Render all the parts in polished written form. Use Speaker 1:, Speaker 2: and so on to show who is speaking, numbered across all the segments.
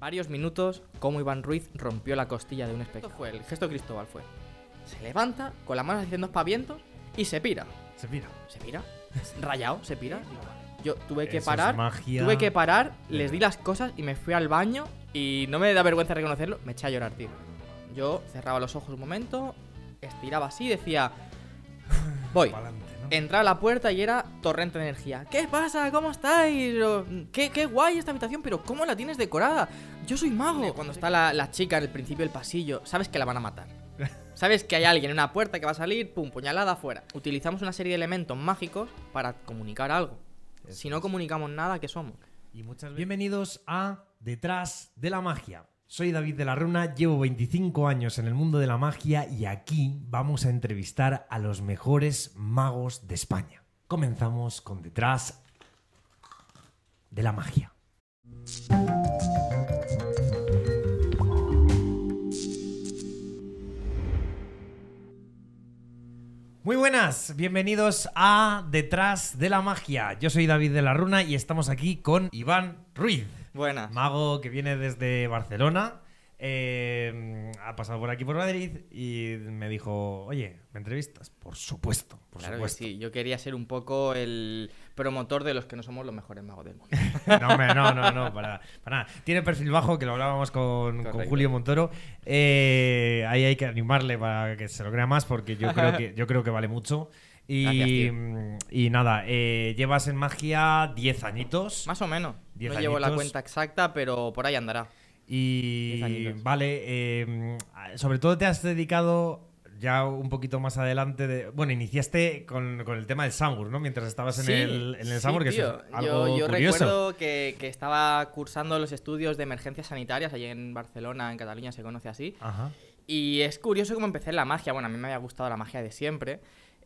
Speaker 1: Varios minutos, como Iván Ruiz rompió la costilla de un espectador. El gesto de Cristóbal fue: se levanta con las manos haciendo aspavientos y se pira.
Speaker 2: Se pira.
Speaker 1: Se pira. Rayado, se pira. Yo tuve que
Speaker 2: Eso
Speaker 1: parar.
Speaker 2: es magia.
Speaker 1: Tuve que parar, les di las cosas y me fui al baño. Y no me da vergüenza reconocerlo, me eché a llorar, tío. Yo cerraba los ojos un momento, estiraba así y decía: voy.
Speaker 2: Pa'lante, ¿no?
Speaker 1: Entraba a la puerta y era torrente de energía. ¿Qué pasa? ¿Cómo estáis? Qué guay esta habitación, pero ¿cómo la tienes decorada? Yo soy mago. Cuando está la chica en el principio del pasillo, sabes que la van a matar. Sabes que hay alguien en una puerta que va a salir, pum, puñalada afuera. Utilizamos una serie de elementos mágicos para comunicar algo. Si no comunicamos nada, ¿qué somos?
Speaker 2: Y muchas veces... Bienvenidos a Detrás de la Magia. Soy David de la Runa, llevo 25 años en el mundo de la magia y aquí vamos a entrevistar a los mejores magos de España. Comenzamos con Detrás de la Magia. Muy buenas, bienvenidos a Detrás de la Magia. Yo soy David de la Runa y estamos aquí con Iván Ruiz.
Speaker 1: Buenas.
Speaker 2: Mago que viene desde Barcelona, ha pasado por aquí por Madrid y me dijo: oye, ¿me entrevistas? Por supuesto, por
Speaker 1: Claro
Speaker 2: supuesto.
Speaker 1: que sí, yo quería ser un poco el promotor de los que no somos los mejores magos del mundo.
Speaker 2: No, hombre, no, para nada. Tiene perfil bajo, que lo hablábamos con Julio Montoro. Ahí hay que animarle para que se lo crea más, porque yo creo que vale mucho. Y nada, llevas en magia 10 añitos.
Speaker 1: Más o menos.
Speaker 2: 10
Speaker 1: No llevo la
Speaker 2: añitos.
Speaker 1: cuenta exacta, pero por ahí andará. 10
Speaker 2: Y
Speaker 1: añitos.
Speaker 2: vale, sobre todo te has dedicado ya un poquito más adelante iniciaste con el tema del Samur, ¿no? Mientras estabas en el Samur, que
Speaker 1: tío.
Speaker 2: es algo
Speaker 1: yo
Speaker 2: curioso.
Speaker 1: recuerdo que estaba cursando los estudios de emergencias sanitarias allí en Barcelona, en Cataluña se conoce así.
Speaker 2: Ajá.
Speaker 1: Y es curioso cómo empecé en la magia. Bueno, a mí me había gustado la magia de siempre.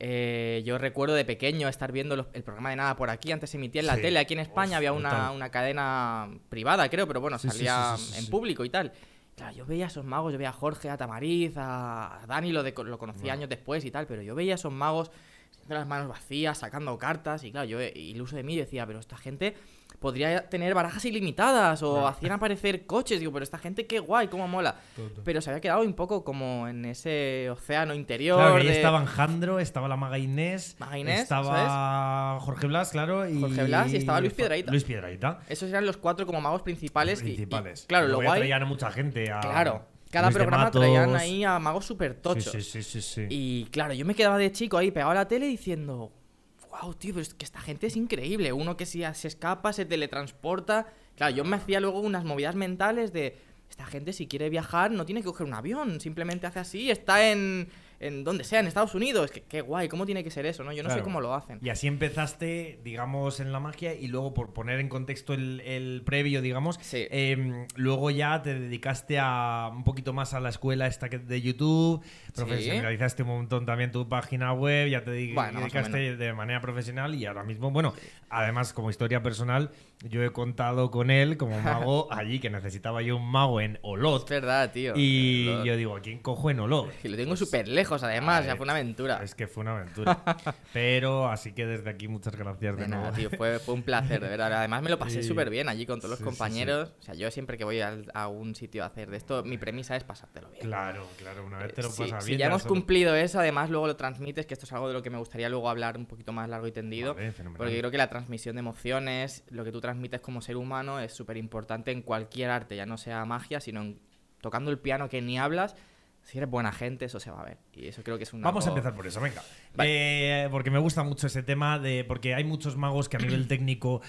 Speaker 1: Yo recuerdo de pequeño estar viendo el programa de Nada por Aquí. Antes se emitía en la
Speaker 2: Sí.
Speaker 1: tele. Aquí en España había
Speaker 2: brutal.
Speaker 1: una cadena privada, creo, pero bueno,
Speaker 2: Sí,
Speaker 1: salía
Speaker 2: sí.
Speaker 1: en público y tal. Claro, yo veía a esos magos, yo veía a Jorge, a Tamariz, a Dani, lo conocí
Speaker 2: Bueno.
Speaker 1: años después y tal, pero yo veía a esos magos teniendo las manos vacías, sacando cartas, y claro, yo iluso de mí decía: pero esta gente podría tener barajas ilimitadas, o hacían aparecer coches, digo, pero esta gente qué guay, cómo mola.
Speaker 2: Todo.
Speaker 1: Pero se había quedado un poco como en ese océano interior.
Speaker 2: Claro, que ahí
Speaker 1: de-
Speaker 2: estaba Jandro, estaba la maga Inés,
Speaker 1: Maga Inés,
Speaker 2: estaba Jorge Blas, claro, y
Speaker 1: Jorge Blas y estaba Luis Piedrahita.
Speaker 2: Luis Piedrahita.
Speaker 1: Esos eran los 4 como magos principales.
Speaker 2: Principales.
Speaker 1: Claro,
Speaker 2: Luego
Speaker 1: lo
Speaker 2: ya
Speaker 1: guay.
Speaker 2: traían a mucha gente.
Speaker 1: Claro, cada
Speaker 2: Luis de
Speaker 1: programa
Speaker 2: Matos.
Speaker 1: traían ahí a magos súper tochos.
Speaker 2: Sí.
Speaker 1: Y claro, yo me quedaba de chico ahí pegado a la tele diciendo: wow, tío, pero es que esta gente es increíble. Uno que si se escapa, se teletransporta. Claro, yo me hacía luego unas movidas mentales de: esta gente, si quiere viajar, no tiene que coger un avión, simplemente hace así, está en donde sea, en Estados Unidos. Qué guay, ¿cómo tiene que ser eso, no? Yo no sé
Speaker 2: Claro.
Speaker 1: cómo lo hacen.
Speaker 2: Y así empezaste, digamos, en la magia, y luego, por poner en contexto el previo, digamos,
Speaker 1: Sí.
Speaker 2: luego ya te dedicaste un poquito más a la escuela esta de YouTube, profesionalizaste un montón también tu página web, ya te
Speaker 1: Bueno, más o
Speaker 2: dedicaste de manera profesional, y ahora mismo, bueno, además, como historia personal, yo he contado con él como mago allí, que necesitaba yo un mago en
Speaker 1: Es
Speaker 2: Olot,
Speaker 1: verdad, tío.
Speaker 2: y
Speaker 1: Lo-
Speaker 2: yo digo: ¿a quién cojo en Olot?
Speaker 1: Y lo tengo súper lejos, además, o sea,
Speaker 2: ver,
Speaker 1: fue una aventura.
Speaker 2: Es que fue una aventura. Pero así que desde aquí muchas gracias de
Speaker 1: De
Speaker 2: nuevo.
Speaker 1: nada, tío, fue un placer, de verdad. Además me lo pasé
Speaker 2: Sí.
Speaker 1: súper bien allí con todos los
Speaker 2: Sí,
Speaker 1: compañeros. O sea, yo siempre que voy a un sitio a hacer de esto, mi premisa es pasártelo bien.
Speaker 2: Claro, una vez te lo
Speaker 1: Sí,
Speaker 2: pasas
Speaker 1: si
Speaker 2: bien.
Speaker 1: ya hemos
Speaker 2: solo-
Speaker 1: cumplido eso, además luego lo transmites, que esto es algo de lo que me gustaría luego hablar un poquito más largo y tendido.
Speaker 2: Vale, fenomenal.
Speaker 1: Porque yo creo que la transmisión de emociones, lo que tú transmites como ser humano, es súper importante en cualquier arte, ya no sea magia, sino tocando el piano que ni hablas. Si eres buena gente, eso se va a ver. Y eso creo que es un
Speaker 2: Vamos a empezar por eso, venga. Porque me gusta mucho ese tema porque hay muchos magos que a nivel técnico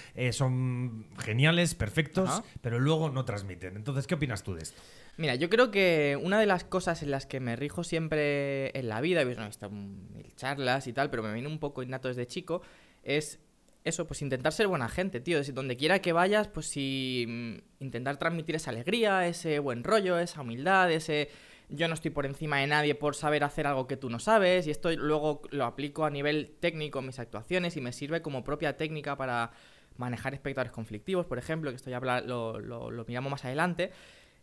Speaker 2: son geniales, perfectos,
Speaker 1: Ajá.
Speaker 2: pero luego no transmiten. Entonces, ¿qué opinas tú de esto?
Speaker 1: Mira, yo creo que una de las cosas en las que me rijo siempre en la vida, he visto mil charlas y tal, pero me viene un poco innato desde chico, es eso, pues intentar ser buena gente, tío. Donde quiera que vayas, pues intentar transmitir esa alegría, ese buen rollo, esa humildad, ese yo no estoy por encima de nadie por saber hacer algo que tú no sabes, y esto luego lo aplico a nivel técnico en mis actuaciones y me sirve como propia técnica para manejar espectadores conflictivos, por ejemplo, que esto ya lo miramos más adelante.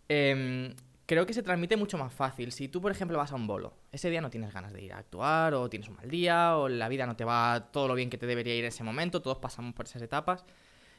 Speaker 1: Creo que se transmite mucho más fácil. Si tú, por ejemplo, vas a un bolo, ese día no tienes ganas de ir a actuar, o tienes un mal día, o la vida no te va todo lo bien que te debería ir en ese momento, todos pasamos por esas etapas.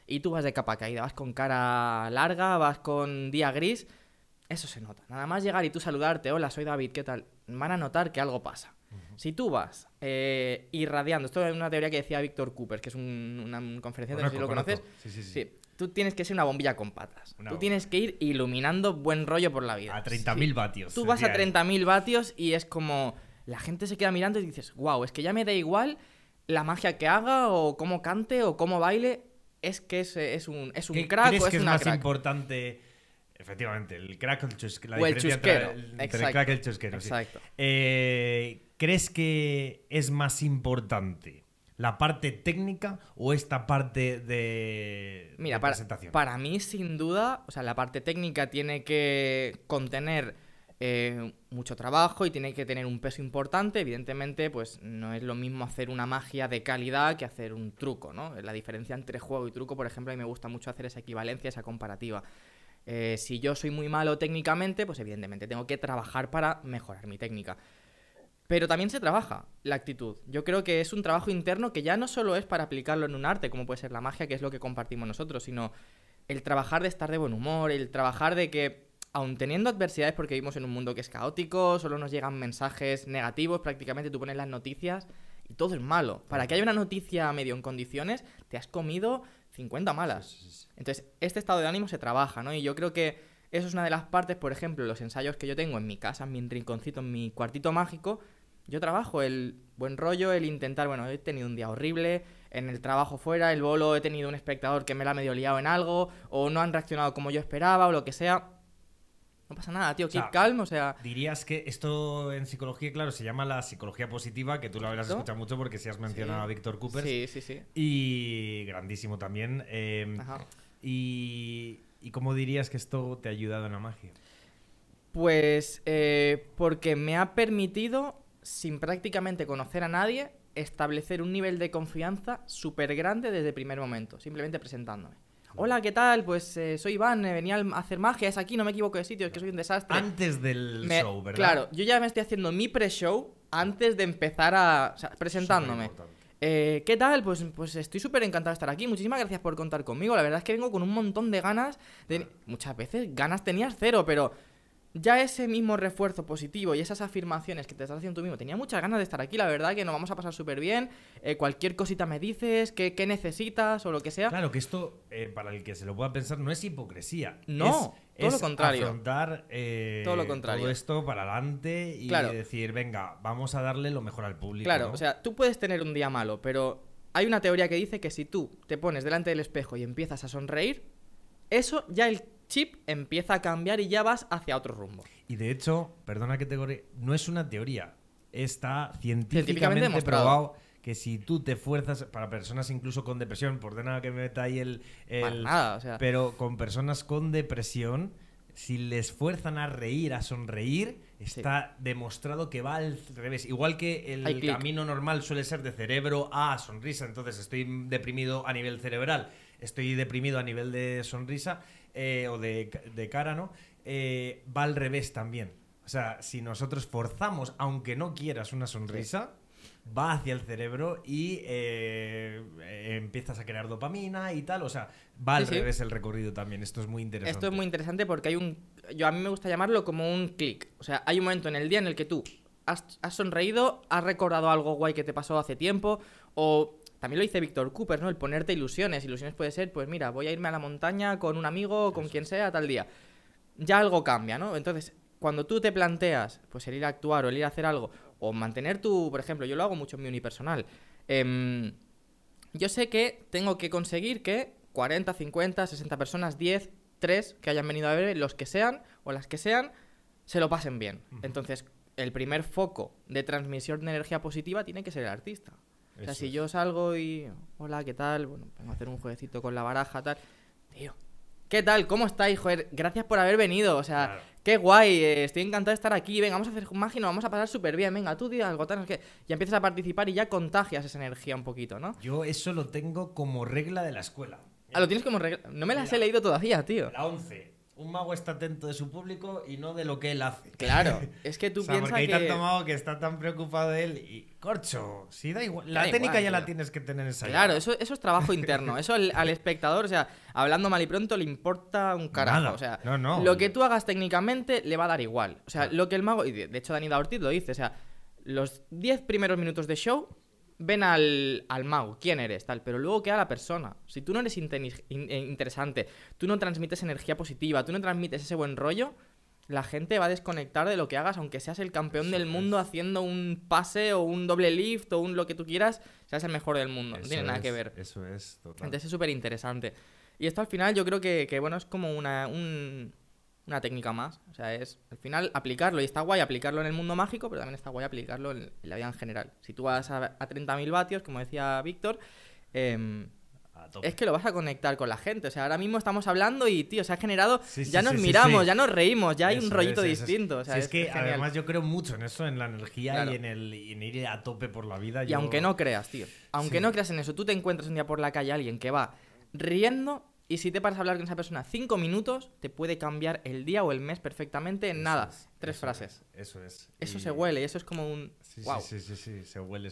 Speaker 1: y tú vas de capa caída, vas con cara larga, vas con día gris, eso se nota. Nada más llegar y tú saludarte, hola, soy David, ¿qué tal? Van a notar que algo pasa. Si tú vas irradiando, esto es una teoría que decía Víctor Cooper, que es una conferenciante, no sé si lo conoces. Sí. Tú tienes que ser una bombilla con patas. Tú tienes que ir iluminando buen rollo por la vida.
Speaker 2: A 30.000 vatios.
Speaker 1: Tú vas a 30.000 vatios y es como... La gente se queda mirando y dices, wow, es que ya me da igual la magia que haga o cómo cante o cómo baile. Es que es un crack
Speaker 2: ¿Crees
Speaker 1: o es
Speaker 2: que es
Speaker 1: una
Speaker 2: más
Speaker 1: crack?
Speaker 2: importante? Efectivamente, el crack o el chusquero.
Speaker 1: O el chusquero.
Speaker 2: Entre el crack y el chusquero.
Speaker 1: Exacto.
Speaker 2: Sí. ¿Crees que es más importante la parte técnica o esta parte de presentación?
Speaker 1: Para mí, sin duda, o sea, la parte técnica tiene que contener mucho trabajo y tiene que tener un peso importante. Evidentemente, pues no es lo mismo hacer una magia de calidad que hacer un truco, ¿no? La diferencia entre juego y truco, por ejemplo, a mí me gusta mucho hacer esa equivalencia, esa comparativa. Si yo soy muy malo técnicamente, pues evidentemente tengo que trabajar para mejorar mi técnica. Pero también se trabaja la actitud. Yo creo que es un trabajo interno que ya no solo es para aplicarlo en un arte, como puede ser la magia, que es lo que compartimos nosotros, sino el trabajar de estar de buen humor, el trabajar de que, aun teniendo adversidades, porque vivimos en un mundo que es caótico, solo nos llegan mensajes negativos, prácticamente tú pones las noticias y todo es malo. Para que haya una noticia medio en condiciones, te has comido 50 malas. Entonces, este estado de ánimo se trabaja, ¿no? Y yo creo que eso es una de las partes, por ejemplo, los ensayos que yo tengo en mi casa, en mi rinconcito, en mi cuartito mágico. Yo trabajo el buen rollo, el intentar, bueno, he tenido un día horrible, en el trabajo fuera, el bolo, he tenido un espectador que me la ha medio liado en algo, o no han reaccionado como yo esperaba, o lo que sea. No pasa nada, tío, keep calm, o sea...
Speaker 2: Dirías que esto en psicología, claro, se llama la psicología positiva, que tú lo habrás escuchado mucho porque sí has mencionado a Víctor Cooper.
Speaker 1: Sí.
Speaker 2: Y grandísimo también. ¿Y cómo dirías que esto te ha ayudado en la magia?
Speaker 1: Pues porque me ha permitido, sin prácticamente conocer a nadie, establecer un nivel de confianza súper grande desde el primer momento, simplemente presentándome. Hola, ¿qué tal? Pues soy Iván, venía a hacer magia, es aquí, no me equivoco de sitio, es que soy un desastre.
Speaker 2: Antes del show, ¿verdad?
Speaker 1: Claro, yo ya me estoy haciendo mi pre-show antes de empezar presentándome. ¿Qué tal? Pues estoy súper encantado de estar aquí, muchísimas gracias por contar conmigo, la verdad es que vengo con un montón de ganas, muchas veces ganas tenías cero, pero... Ya ese mismo refuerzo positivo y esas afirmaciones que te estás haciendo tú mismo, tenía muchas ganas de estar aquí, la verdad que nos vamos a pasar súper bien, cualquier cosita me dices, qué necesitas o lo que sea.
Speaker 2: Claro, que esto, para el que se lo pueda pensar, no es hipocresía.
Speaker 1: No, todo lo contrario.
Speaker 2: Afrontar todo esto para adelante y decir, venga, vamos a darle lo mejor al público.
Speaker 1: Claro,
Speaker 2: ¿no?
Speaker 1: O sea, tú puedes tener un día malo, pero hay una teoría que dice que si tú te pones delante del espejo y empiezas a sonreír, eso ya el chip empieza a cambiar y ya vas hacia otro rumbo.
Speaker 2: Y de hecho, perdona que te corre, no es una teoría, está científicamente probado que si tú te fuerzas, para personas incluso con depresión, por de nada que me meta ahí
Speaker 1: nada, o sea...
Speaker 2: pero con personas con depresión, si les fuerzan a reír, a sonreír, está demostrado que va al revés. Igual que el camino normal suele ser de cerebro a sonrisa, entonces estoy deprimido a nivel cerebral, estoy deprimido a nivel de sonrisa, o de cara, ¿no? Va al revés también. O sea, si nosotros forzamos, aunque no quieras una sonrisa, va hacia el cerebro y empiezas a crear dopamina y tal. O sea, va al revés el recorrido también. Esto es muy interesante.
Speaker 1: Esto es muy interesante porque hay a mí me gusta llamarlo como un clic. O sea, hay un momento en el día en el que tú has sonreído, has recordado algo guay que te pasó hace tiempo, o... También lo dice Víctor Cooper, ¿no? El ponerte ilusiones. Ilusiones puede ser, pues mira, voy a irme a la montaña con un amigo, con quien sea, tal día. Ya algo cambia, ¿no? Entonces, cuando tú te planteas, pues el ir a actuar o el ir a hacer algo, o mantener por ejemplo, yo lo hago mucho en mi unipersonal. Yo sé que tengo que conseguir que 40, 50, 60 personas, 10, 3 que hayan venido a ver, los que sean o las que sean, se lo pasen bien. Entonces, el primer foco de transmisión de energía positiva tiene que ser el artista. O sea, si yo salgo y... Hola, ¿qué tal? Bueno, vengo a hacer un jueguecito con la baraja, tal... Tío, ¿qué tal? ¿Cómo estáis? Joder, gracias por haber venido. O sea, qué guay. Estoy encantado de estar aquí. Venga, vamos a hacer magia y nos vamos a pasar súper bien. Venga, tú di algo, tal, no sé qué. Ya empiezas a participar y ya contagias esa energía un poquito, ¿no?
Speaker 2: Yo eso lo tengo como regla de la escuela.
Speaker 1: Lo tienes como regla... No me las he leído todavía, tío.
Speaker 2: La 11. un mago está atento de su público y no de lo que él hace.
Speaker 1: Claro, es que tú
Speaker 2: O sea,
Speaker 1: piensas
Speaker 2: porque hay
Speaker 1: que...
Speaker 2: tanto mago que está tan preocupado de él y... Corcho, si da igual. La
Speaker 1: Da
Speaker 2: técnica
Speaker 1: igual,
Speaker 2: ya la
Speaker 1: tío.
Speaker 2: tienes que tener ensayada.
Speaker 1: Claro, eso es trabajo interno. Eso al espectador, o sea, hablando mal y pronto, le importa un carajo.
Speaker 2: Nada.
Speaker 1: O sea,
Speaker 2: No.
Speaker 1: lo que tú hagas técnicamente le va a dar igual. O sea,
Speaker 2: Claro.
Speaker 1: lo que el mago... Y de hecho, Danida Ortiz lo dice. O sea, los 10 primeros minutos de show ven al mago. ¿Quién eres? Tal. Pero luego queda la persona. Si tú no eres interesante, tú no transmites energía positiva, tú no transmites ese buen rollo... La gente va a desconectar de lo que hagas, aunque seas el campeón del mundo haciendo un pase o un doble lift o un lo que tú quieras, seas el mejor del mundo. No tiene nada que ver.
Speaker 2: Eso es, total.
Speaker 1: Entonces es súper interesante. Y esto al final yo creo que bueno, es como una técnica más. O sea, es al final aplicarlo. Y está guay aplicarlo en el mundo mágico, pero también está guay aplicarlo en la vida en general. Si tú vas a 30.000 vatios, como decía Víctor, es que lo vas a conectar con la gente. O sea, ahora mismo estamos hablando y, tío, se ha generado... ya nos miramos, ya nos reímos, ya hay un rollito distinto. O sea,
Speaker 2: es que
Speaker 1: genial.
Speaker 2: además yo creo mucho en eso, en la energía
Speaker 1: Claro.
Speaker 2: y en ir a tope por la vida.
Speaker 1: Y aunque no creas, tío, aunque no creas en eso, tú te encuentras un día por la calle a alguien que va riendo y si te paras a hablar con esa persona 5 minutos, te puede cambiar el día o el mes perfectamente en nada. 3 frases.
Speaker 2: Eso es.
Speaker 1: Eso se huele y eso es como un...
Speaker 2: Sí,
Speaker 1: wow.
Speaker 2: sí, se huele.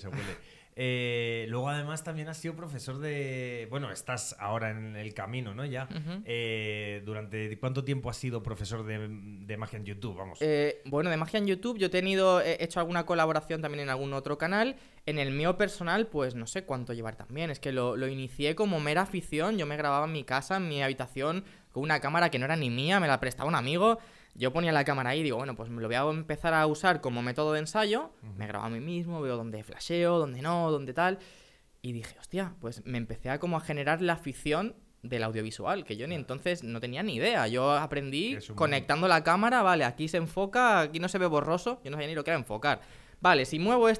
Speaker 2: Luego además también has sido profesor de... Bueno, estás ahora en el camino, ¿no? Ya.
Speaker 1: Ujú.
Speaker 2: ¿Durante cuánto tiempo has sido profesor de magia en YouTube? Vamos.
Speaker 1: Bueno, de magia en YouTube yo he hecho alguna colaboración también en algún otro canal. En el mío personal, pues no sé cuánto llevar también. Es que lo inicié como mera afición. Yo me grababa en mi casa, en mi habitación, con una cámara que no era ni mía, me la prestaba un amigo. Yo ponía la cámara ahí y digo, bueno, pues me lo voy a empezar a usar como método de ensayo. Me grabo a mí mismo, veo dónde flasheo, dónde no, dónde tal. Y dije, hostia, pues me empecé a como a generar la afición del audiovisual, que yo ni entonces no tenía ni idea. Yo aprendí conectando la cámara, vale, aquí se enfoca, aquí no se ve borroso, yo no sabía ni lo que era enfocar. Vale, si muevo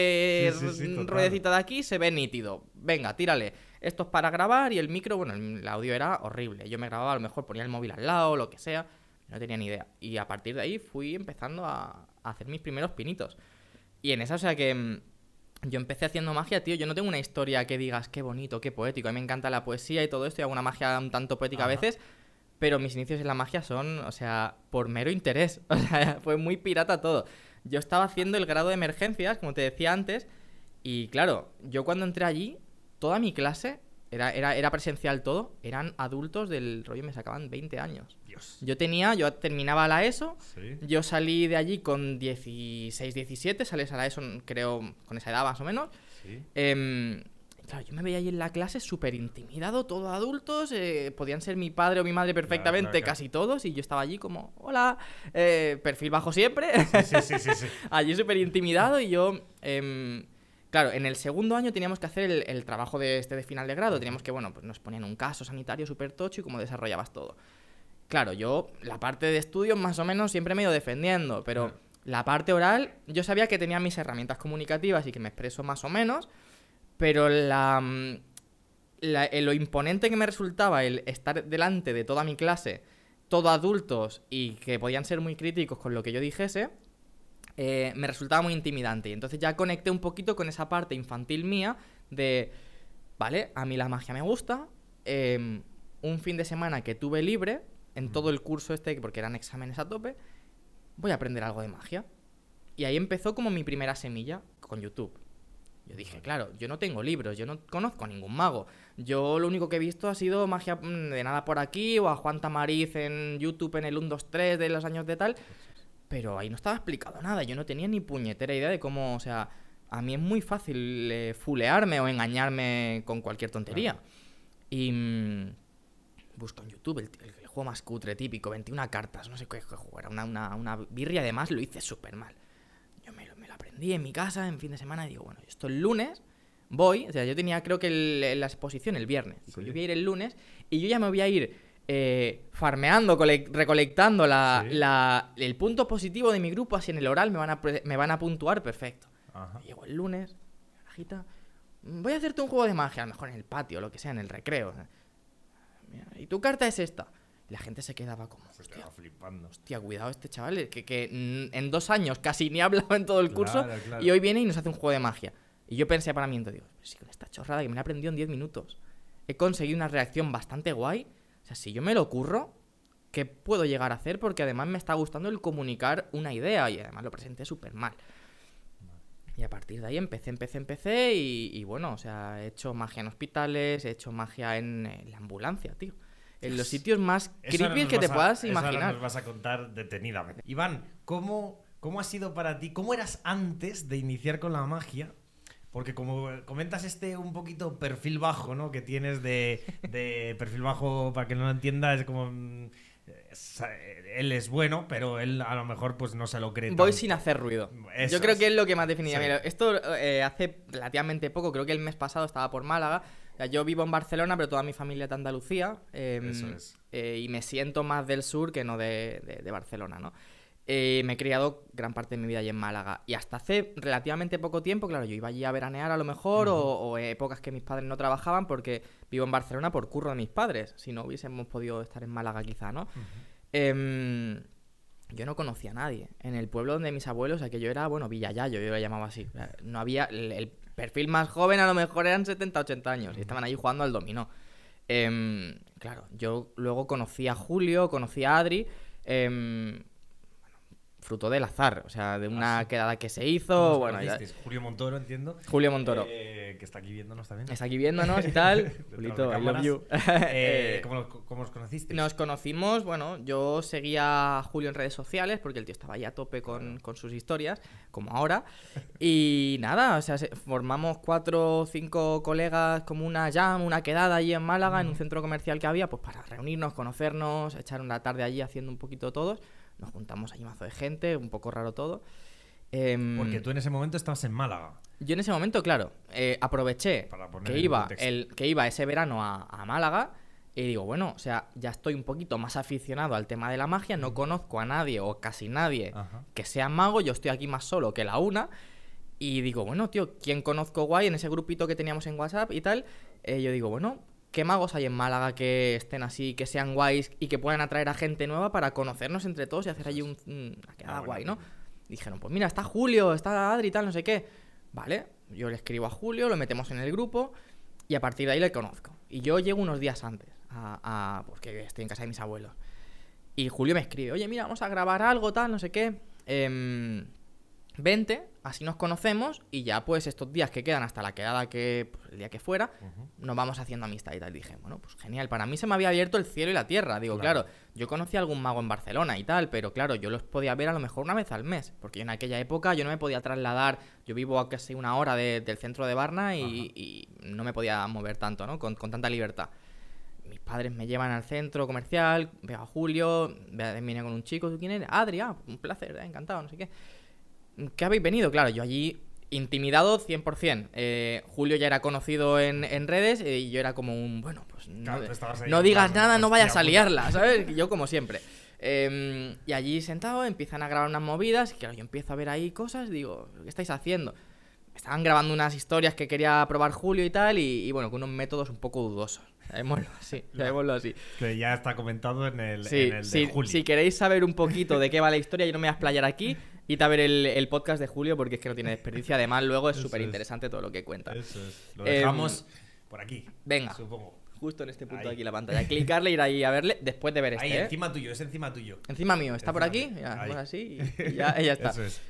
Speaker 1: ruedecita de aquí, se ve nítido. Venga, tírale. Esto es para grabar y el micro, bueno, el audio era horrible. Yo me grababa, a lo mejor ponía el móvil al lado, lo que sea. No tenía ni idea. Y a partir de ahí fui empezando a hacer mis primeros pinitos. Y en esa, o sea que yo empecé haciendo magia, tío. Yo no tengo una historia que digas qué bonito, qué poético. A mí me encanta la poesía y todo esto. Y hago una magia un tanto poética a veces. Pero mis inicios en la magia son, o sea, por mero interés. O sea, fue muy pirata todo. Yo estaba haciendo el grado de emergencias, como te decía antes. Y claro, yo cuando entré allí, toda mi clase... Era presencial todo, eran adultos del rollo, me sacaban 20 años.
Speaker 2: Dios.
Speaker 1: Yo terminaba la ESO,
Speaker 2: Sí.
Speaker 1: yo salí de allí con 16, 17, sales a la ESO, creo, con esa edad más o menos.
Speaker 2: Sí.
Speaker 1: Claro, yo me veía allí en la clase súper intimidado, todos adultos, podían ser mi padre o mi madre perfectamente,
Speaker 2: Claro.
Speaker 1: casi todos, y yo estaba allí como, hola, perfil bajo siempre,
Speaker 2: Sí.
Speaker 1: allí súper intimidado y yo... Claro, en el segundo año teníamos que hacer el trabajo de final de grado. Teníamos que, bueno, pues nos ponían un caso sanitario súper tocho y cómo desarrollabas todo. Claro, yo la parte de estudios más o menos siempre me he ido defendiendo, pero la parte oral, yo sabía que tenía mis herramientas comunicativas y que me expreso más o menos, pero lo imponente que me resultaba el estar delante de toda mi clase, todo adultos y que podían ser muy críticos con lo que yo dijese... me resultaba muy intimidante y entonces ya conecté un poquito con esa parte infantil mía de, vale, a mí la magia me gusta, un fin de semana que tuve libre en todo el curso este, porque eran exámenes a tope, voy a aprender algo de magia. Y ahí empezó como mi primera semilla con YouTube. Yo dije, claro, yo no tengo libros, yo no conozco a ningún mago. Yo lo único que he visto ha sido magia de nada por aquí, o a Juan Tamariz en YouTube en el 1, 2, 3 de los años de tal... Pero ahí no estaba explicado nada, yo no tenía ni puñetera idea de cómo, o sea, a mí es muy fácil fulearme o engañarme con cualquier tontería. Claro. Y busco en YouTube el juego más cutre típico, 21 cartas, no sé qué juego, era una birria, además lo hice súper mal. Yo me lo aprendí en mi casa en fin de semana y digo, bueno, esto el lunes voy, o sea, yo tenía creo que la exposición el viernes, digo, yo voy a ir el lunes y yo ya me voy a ir... farmeando, recolectando el punto positivo de mi grupo, así en el oral me van a puntuar perfecto. Llego el lunes, cajita, voy a hacerte un juego de magia, a lo mejor en el patio, lo que sea, en el recreo. Y tu carta es esta. Y la gente se quedaba como, hostia, cuidado este chaval, que en 2 años casi ni ha hablado en todo el curso, claro. Y hoy viene y nos hace un juego de magia. Y yo pensé para mí, entonces, digo, sí, con esta chorrada que me la he aprendido en 10 minutos, he conseguido una reacción bastante guay. O sea, si yo me lo curro, ¿qué puedo llegar a hacer? Porque además me está gustando el comunicar una idea y además lo presenté súper mal. Y a partir de ahí empecé y bueno, o sea, he hecho magia en hospitales, he hecho magia en la ambulancia, tío. En los sitios más creepy que te puedas imaginar.
Speaker 2: Eso ahora nos vas a contar detenidamente. Iván, ¿cómo ha sido para ti? ¿Cómo eras antes de iniciar con la magia? Porque como comentas un poquito perfil bajo, ¿no? Que tienes de perfil bajo, para que no lo entienda, es como... él es bueno, pero él a lo mejor pues no se lo cree
Speaker 1: Voy
Speaker 2: tanto.
Speaker 1: sin hacer ruido.
Speaker 2: Eso
Speaker 1: Yo creo que es lo que más definía.
Speaker 2: Sí.
Speaker 1: Mira, esto hace relativamente poco, creo que el mes pasado estaba por Málaga. O sea, yo vivo en Barcelona, pero toda mi familia es de Andalucía.
Speaker 2: Eso es.
Speaker 1: Y me siento más del sur que no de Barcelona, ¿no? Me he criado gran parte de mi vida allí en Málaga. Y hasta hace relativamente poco tiempo, claro, yo iba allí a veranear a lo mejor, o épocas que mis padres no trabajaban, porque vivo en Barcelona por curro de mis padres. Si no hubiésemos podido estar en Málaga quizá, ¿no? Yo no conocía a nadie. En el pueblo donde mis abuelos, aquello era, bueno, Villayayo, yo lo llamaba así. No había... El perfil más joven a lo mejor eran 70, 80 años. Y estaban allí jugando al dominó. Claro, yo luego conocí a Julio, conocí a Adri... fruto del azar, o sea, de una quedada que se hizo. Bueno, ya...
Speaker 2: Julio Montoro, entiendo.
Speaker 1: Julio Montoro.
Speaker 2: Que está aquí viéndonos también.
Speaker 1: Está aquí viéndonos y tal. Julito, I love you.
Speaker 2: ¿Cómo os conocisteis?
Speaker 1: Nos conocimos, bueno, yo seguía a Julio en redes sociales porque el tío estaba ya a tope con sus historias, como ahora. Y nada, o sea, formamos 4 o 5 colegas como una jam, una quedada allí en Málaga, en un centro comercial que había, pues para reunirnos, conocernos, echar una tarde allí haciendo un poquito todos. Nos juntamos allí mazo de gente, un poco raro todo.
Speaker 2: Porque tú en ese momento estabas en Málaga.
Speaker 1: Yo en ese momento, claro, aproveché que iba ese verano a Málaga y digo, bueno, o sea, ya estoy un poquito más aficionado al tema de la magia, no conozco a nadie o casi nadie que sea mago, yo estoy aquí más solo que la una. Y digo, bueno, tío, ¿quién conozco guay en ese grupito que teníamos en WhatsApp y tal? Yo digo, bueno... ¿Qué magos hay en Málaga que estén así, que sean guays y que puedan atraer a gente nueva para conocernos entre todos y hacer allí una quedada guay, ¿no? Dijeron, pues mira, está Julio, está Adri y tal, no sé qué. Vale, yo le escribo a Julio, lo metemos en el grupo y a partir de ahí le conozco. Y yo llego unos días antes, porque estoy en casa de mis abuelos. Y Julio me escribe, oye, mira, vamos a grabar algo, tal, no sé qué. Vente, así nos conocemos y ya pues estos días que quedan hasta la quedada que pues, el día que fuera, nos vamos haciendo amistad y tal. Y dije, bueno, pues genial, para mí se me había abierto el cielo y la tierra. Digo, claro, yo conocí a algún mago en Barcelona y tal, pero claro, yo los podía ver a lo mejor una vez al mes, porque yo en aquella época yo no me podía trasladar, yo vivo a casi una hora del centro de Varna y no me podía mover tanto, ¿no? Con tanta libertad. Mis padres me llevan al centro comercial, veo a Julio, vine con un chico, ¿tú quién eres? Adri, un placer, encantado, no sé qué. ¿Qué habéis venido? Claro, yo allí intimidado 100%. Julio ya era conocido en redes y yo era como un... Bueno, pues no digas nada, no vayas a liarla, ¿sabes? Yo como siempre. Y allí sentado empiezan a grabar unas movidas y claro, yo empiezo a ver ahí cosas y digo, ¿qué estáis haciendo? Estaban grabando unas historias que quería probar Julio y tal y bueno, con unos métodos un poco dudosos. Llamémoslo así.
Speaker 2: Que ya está comentado en el
Speaker 1: de
Speaker 2: Julio.
Speaker 1: Si queréis saber un poquito de qué va la historia, yo no me voy a explayar aquí. Id a ver el podcast de Julio porque es que no tiene desperdicio. Además, luego es súper interesante todo lo que cuenta.
Speaker 2: Eso es. Lo dejamos por aquí.
Speaker 1: Venga.
Speaker 2: Supongo.
Speaker 1: Justo en este punto de aquí la pantalla. Clicarle, ir ahí a verle después de ver
Speaker 2: ahí, encima tuyo, es encima tuyo.
Speaker 1: Encima mío, está por aquí. Ya, pues así y ya está.
Speaker 2: Eso es.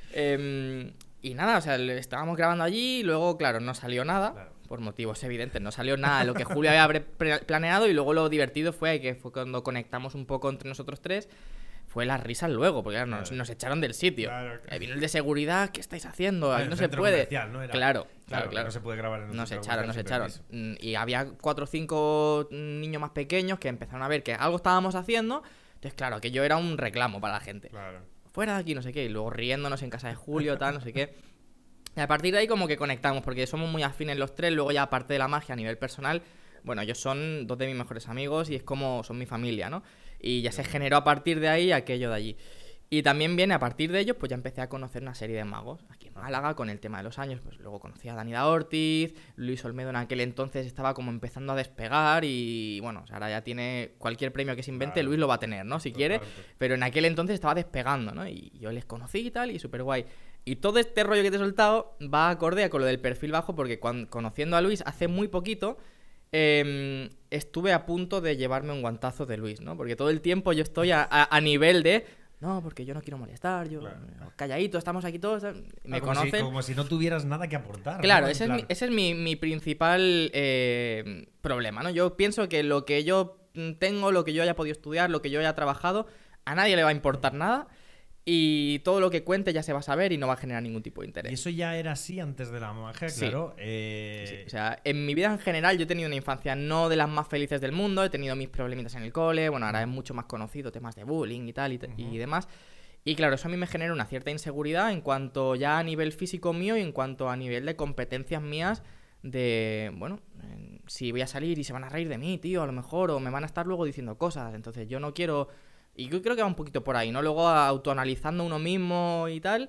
Speaker 1: Y nada, o sea, estábamos grabando allí y luego, claro, no salió nada.
Speaker 2: Claro.
Speaker 1: Por motivos evidentes, no salió nada de lo que Julio había planeado y luego lo divertido fue cuando conectamos un poco entre nosotros tres, fue las risas luego, porque claro, nos echaron del sitio. Claro. Vino el de seguridad, ¿qué estáis haciendo? Ahí no se puede.
Speaker 2: ¿No era?
Speaker 1: Claro.
Speaker 2: No se puede grabar en el
Speaker 1: Nos echaron. Y había 4 o 5 niños más pequeños que empezaron a ver que algo estábamos haciendo. Entonces, claro, aquello era un reclamo para la gente.
Speaker 2: Claro.
Speaker 1: Fuera de aquí, no sé qué. Y luego riéndonos en casa de Julio, tal, no sé qué. Y a partir de ahí como que conectamos, porque somos muy afines los tres. Luego ya aparte de la magia a nivel personal, bueno, ellos son 2 de mis mejores amigos y es como son mi familia, ¿no? Y ya se generó a partir de ahí aquello de allí. Y también viene a partir de ellos, pues ya empecé a conocer una serie de magos aquí en Málaga con el tema de los años. Pues luego conocí a Dani Ortiz, Luis Olmedo en aquel entonces estaba como empezando a despegar y bueno, o sea, ahora ya tiene cualquier premio que se invente, claro. Luis lo va a tener, ¿no? Si quiere, pero en aquel entonces estaba despegando, ¿no? Y yo les conocí y tal y súper guay. Y todo este rollo que te he soltado va acorde a con lo del perfil bajo porque conociendo a Luis hace muy poquito, estuve a punto de llevarme un guantazo de Luis, ¿no? Porque todo el tiempo yo estoy a nivel de... No, porque yo no quiero molestar, yo calladito, estamos aquí todos, me conocen.
Speaker 2: Como si no tuvieras nada que aportar.
Speaker 1: Claro,
Speaker 2: ¿no?
Speaker 1: ese es mi principal problema, ¿no? Yo pienso que lo que yo tengo, lo que yo haya podido estudiar, lo que yo haya trabajado, a nadie le va a importar nada y todo lo que cuente ya se va a saber y no va a generar ningún tipo de interés.
Speaker 2: Y eso ya era así antes de la magia,
Speaker 1: Sí.
Speaker 2: claro.
Speaker 1: Sí, o sea, en mi vida en general yo he tenido una infancia no de las más felices del mundo, he tenido mis problemitas en el cole, bueno, ahora es mucho más conocido, temas de bullying y tal y demás. Y claro, eso a mí me genera una cierta inseguridad en cuanto ya a nivel físico mío y en cuanto a nivel de competencias mías de, bueno, si voy a salir y se van a reír de mí, tío, a lo mejor, o me van a estar luego diciendo cosas, entonces yo no quiero... Y yo creo que va un poquito por ahí, ¿no? Luego autoanalizando uno mismo y tal,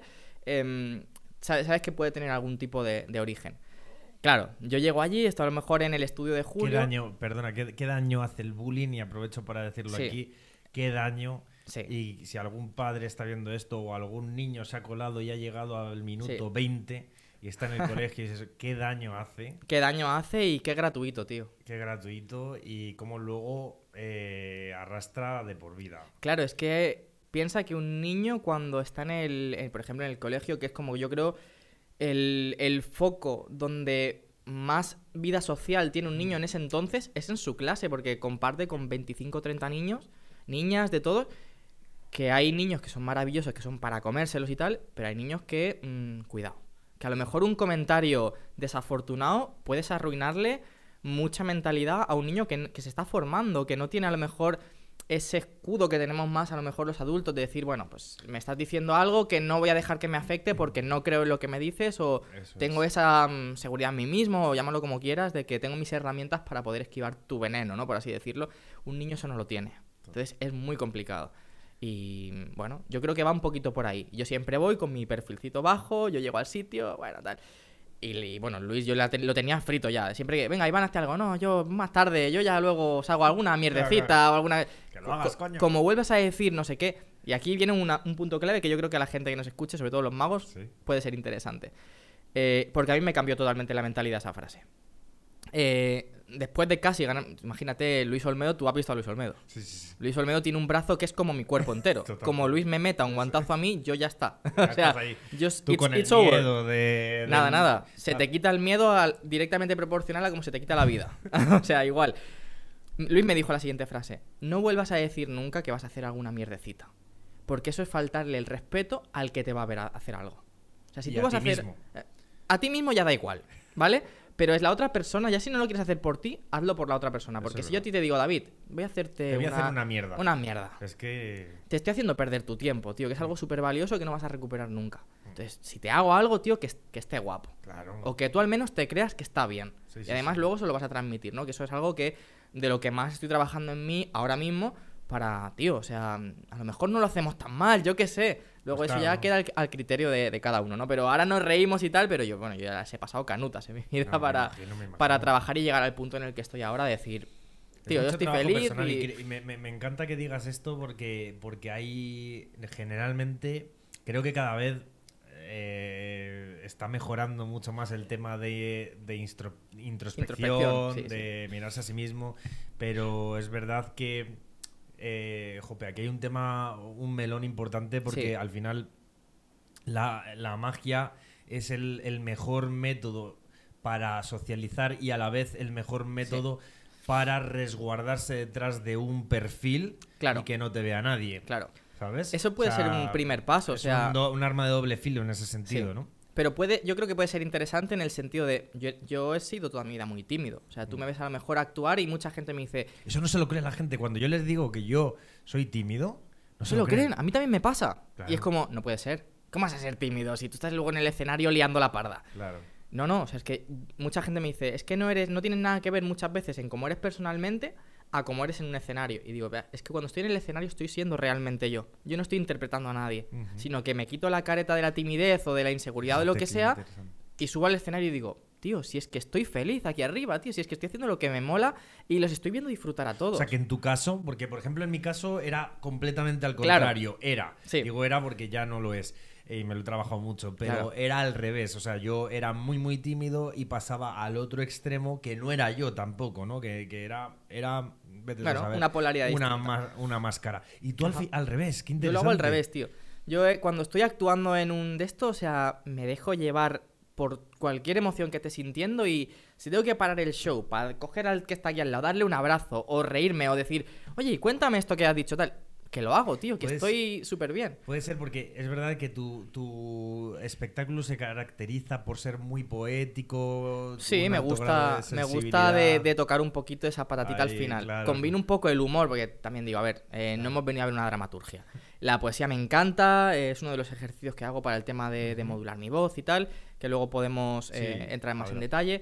Speaker 1: sabes que puede tener algún tipo de origen. Claro, yo llego allí, esto a lo mejor en el estudio de Julio...
Speaker 2: ¿Qué daño hace el bullying? Y aprovecho para decirlo
Speaker 1: Sí.
Speaker 2: aquí. ¿Qué daño?
Speaker 1: Sí.
Speaker 2: Y si algún padre está viendo esto o algún niño se ha colado y ha llegado al minuto
Speaker 1: Sí.
Speaker 2: 20 y está en el colegio y dices, ¿qué daño hace?
Speaker 1: ¿Qué daño hace y qué gratuito, tío?
Speaker 2: Qué gratuito y cómo luego arrastra de por vida.
Speaker 1: Claro, es que piensa que un niño cuando está por ejemplo, en el colegio, que es como yo creo el foco donde más vida social tiene un niño en ese entonces, es en su clase, porque comparte con 25 o 30 niños, niñas, de todos, que hay niños que son maravillosos, que son para comérselos y tal, pero hay niños que, cuidado, que a lo mejor un comentario desafortunado puedes arruinarle mucha mentalidad a un niño que se está formando, que no tiene a lo mejor ese escudo que tenemos más a lo mejor los adultos de decir, bueno, pues me estás diciendo algo que no voy a dejar que me afecte porque no creo en lo que me dices o
Speaker 2: Eso
Speaker 1: tengo
Speaker 2: es.
Speaker 1: esa seguridad en mí mismo o llámalo como quieras, de que tengo mis herramientas para poder esquivar tu veneno, ¿no? Por así decirlo. Un niño eso no lo tiene. Entonces es muy complicado. Y bueno, yo creo que va un poquito por ahí. Yo siempre voy con mi perfilcito bajo, yo llego al sitio, bueno, tal. Y bueno, Luis yo lo tenía frito ya. Siempre que, venga, Iván, hazte algo. No, yo más tarde, yo ya luego os hago alguna mierdecita o alguna...
Speaker 2: Que lo hagas, coño.
Speaker 1: Como vuelvas a decir no sé qué. Y aquí viene un punto clave que yo creo que a la gente que nos escuche, sobre todo los magos,
Speaker 2: Sí.
Speaker 1: puede ser interesante. Porque a mí me cambió totalmente la mentalidad esa frase. Después de casi ganar... Imagínate, Luis Olmedo, tú has visto a Luis Olmedo.
Speaker 2: Sí.
Speaker 1: Luis Olmedo tiene un brazo que es como mi cuerpo entero.
Speaker 2: Totalmente.
Speaker 1: Como Luis me meta un guantazo a mí, yo ya está.
Speaker 2: Ya
Speaker 1: O sea,
Speaker 2: estás ahí.
Speaker 1: just,
Speaker 2: Tú con el
Speaker 1: it's over.
Speaker 2: miedo de...
Speaker 1: Nada. Se te quita el miedo directamente proporcional a como se te quita la vida. O sea, igual. Luis me dijo la siguiente frase. No vuelvas a decir nunca que vas a hacer alguna mierdecita. Porque eso es faltarle el respeto al que te va a ver a hacer algo. O sea, si
Speaker 2: Y
Speaker 1: tú
Speaker 2: a
Speaker 1: vas a
Speaker 2: ti
Speaker 1: hacer...
Speaker 2: mismo.
Speaker 1: A ti mismo ya da igual, ¿vale? Pero es la otra persona, ya si no lo quieres hacer por ti, hazlo por la otra persona.
Speaker 2: Eso
Speaker 1: Porque
Speaker 2: es
Speaker 1: si yo a ti te digo, David, voy a hacerte
Speaker 2: Te voy a hacer una mierda.
Speaker 1: Una mierda.
Speaker 2: Es que...
Speaker 1: Te estoy haciendo perder tu tiempo, tío, que es algo súper valioso que no vas a recuperar nunca. Entonces, si te hago algo, tío, que esté guapo.
Speaker 2: Claro.
Speaker 1: O que tú al menos te creas que está bien.
Speaker 2: Sí,
Speaker 1: y
Speaker 2: sí,
Speaker 1: además
Speaker 2: sí.
Speaker 1: luego se lo vas a transmitir, ¿no? Que eso es algo que de lo que más estoy trabajando en mí ahora mismo para, tío, o sea, a lo mejor no lo hacemos tan mal, yo qué sé. Luego
Speaker 2: Pues
Speaker 1: eso
Speaker 2: claro.
Speaker 1: ya queda al criterio de cada uno, ¿no? Pero ahora nos reímos y tal, pero yo ya las he pasado canutas en mi vida
Speaker 2: No, me
Speaker 1: para
Speaker 2: imagino.
Speaker 1: trabajar y llegar al punto en el que estoy ahora de decir, tío, yo
Speaker 2: Mucho
Speaker 1: estoy
Speaker 2: trabajo
Speaker 1: feliz
Speaker 2: personal
Speaker 1: y...
Speaker 2: y me encanta que digas esto porque hay generalmente creo que cada vez está mejorando mucho más el tema de introspección,
Speaker 1: sí,
Speaker 2: de mirarse a sí mismo, pero es verdad que jope, aquí hay un melón importante porque
Speaker 1: Sí.
Speaker 2: al final la magia es el mejor método para socializar y a la vez el mejor método para resguardarse detrás de un perfil
Speaker 1: Claro.
Speaker 2: y que no te vea nadie.
Speaker 1: Claro.
Speaker 2: ¿Sabes?
Speaker 1: Eso puede
Speaker 2: O sea,
Speaker 1: ser un primer paso, o
Speaker 2: es
Speaker 1: sea...
Speaker 2: un arma de doble filo en ese sentido,
Speaker 1: Sí.
Speaker 2: ¿no?
Speaker 1: Pero yo creo que puede ser interesante en el sentido de... Yo he sido toda mi vida muy tímido. O sea, tú me ves a lo mejor actuar y mucha gente me dice...
Speaker 2: Eso no se lo cree la gente. Cuando yo les digo que yo soy tímido,
Speaker 1: No se lo creen. A mí también me pasa.
Speaker 2: Claro.
Speaker 1: Y es como, no puede ser. ¿Cómo vas a ser tímido si tú estás luego en el escenario liando la parda?
Speaker 2: Claro.
Speaker 1: No, o sea, es que mucha gente me dice, es que no tienes nada que ver muchas veces en cómo eres personalmente a cómo eres en un escenario. Y digo, vea, es que cuando estoy en el escenario estoy siendo realmente yo. Yo no estoy interpretando a nadie,
Speaker 2: Ujú.
Speaker 1: sino que me quito la careta de la timidez o de la inseguridad o de lo que sea y subo al escenario y digo, tío, si es que estoy feliz aquí arriba, tío, si es que estoy haciendo lo que me mola y los estoy viendo disfrutar a todos.
Speaker 2: O sea, que en tu caso, porque por ejemplo en mi caso era completamente al
Speaker 1: Claro.
Speaker 2: contrario,
Speaker 1: Sí.
Speaker 2: Digo era porque ya no lo es. y me lo he trabajado mucho, pero
Speaker 1: Claro.
Speaker 2: era al revés. O sea, yo era muy, muy tímido y pasaba al otro extremo que no era yo tampoco, ¿no? Que era vete tú a
Speaker 1: Claro,
Speaker 2: saber,
Speaker 1: una polaridad distinta.
Speaker 2: una máscara. Y tú
Speaker 1: Ajá.
Speaker 2: al revés, qué
Speaker 1: Yo
Speaker 2: interesante.
Speaker 1: lo hago al revés, tío. Yo cuando estoy actuando en un de estos, o sea, me dejo llevar por cualquier emoción que esté sintiendo y si tengo que parar el show para coger al que está aquí al lado, darle un abrazo o reírme o decir, oye, cuéntame esto que has dicho tal, que lo hago, tío, que
Speaker 2: Pues-
Speaker 1: estoy súper bien.
Speaker 2: Puede ser porque es verdad que tu espectáculo se caracteriza por ser muy poético.
Speaker 1: Sí,
Speaker 2: un
Speaker 1: me
Speaker 2: alto grado
Speaker 1: gusta,
Speaker 2: de
Speaker 1: me gusta
Speaker 2: sensibilidad.
Speaker 1: de tocar un poquito esa patatita al
Speaker 2: Ahí,
Speaker 1: final.
Speaker 2: claro.
Speaker 1: Combino un poco el humor, porque también digo, a ver, no hemos venido a ver una dramaturgia. La poesía me encanta, es uno de los ejercicios que hago para el tema de modular mi voz y tal, que luego podemos
Speaker 2: Sí,
Speaker 1: entrar más en
Speaker 2: habla.
Speaker 1: detalle.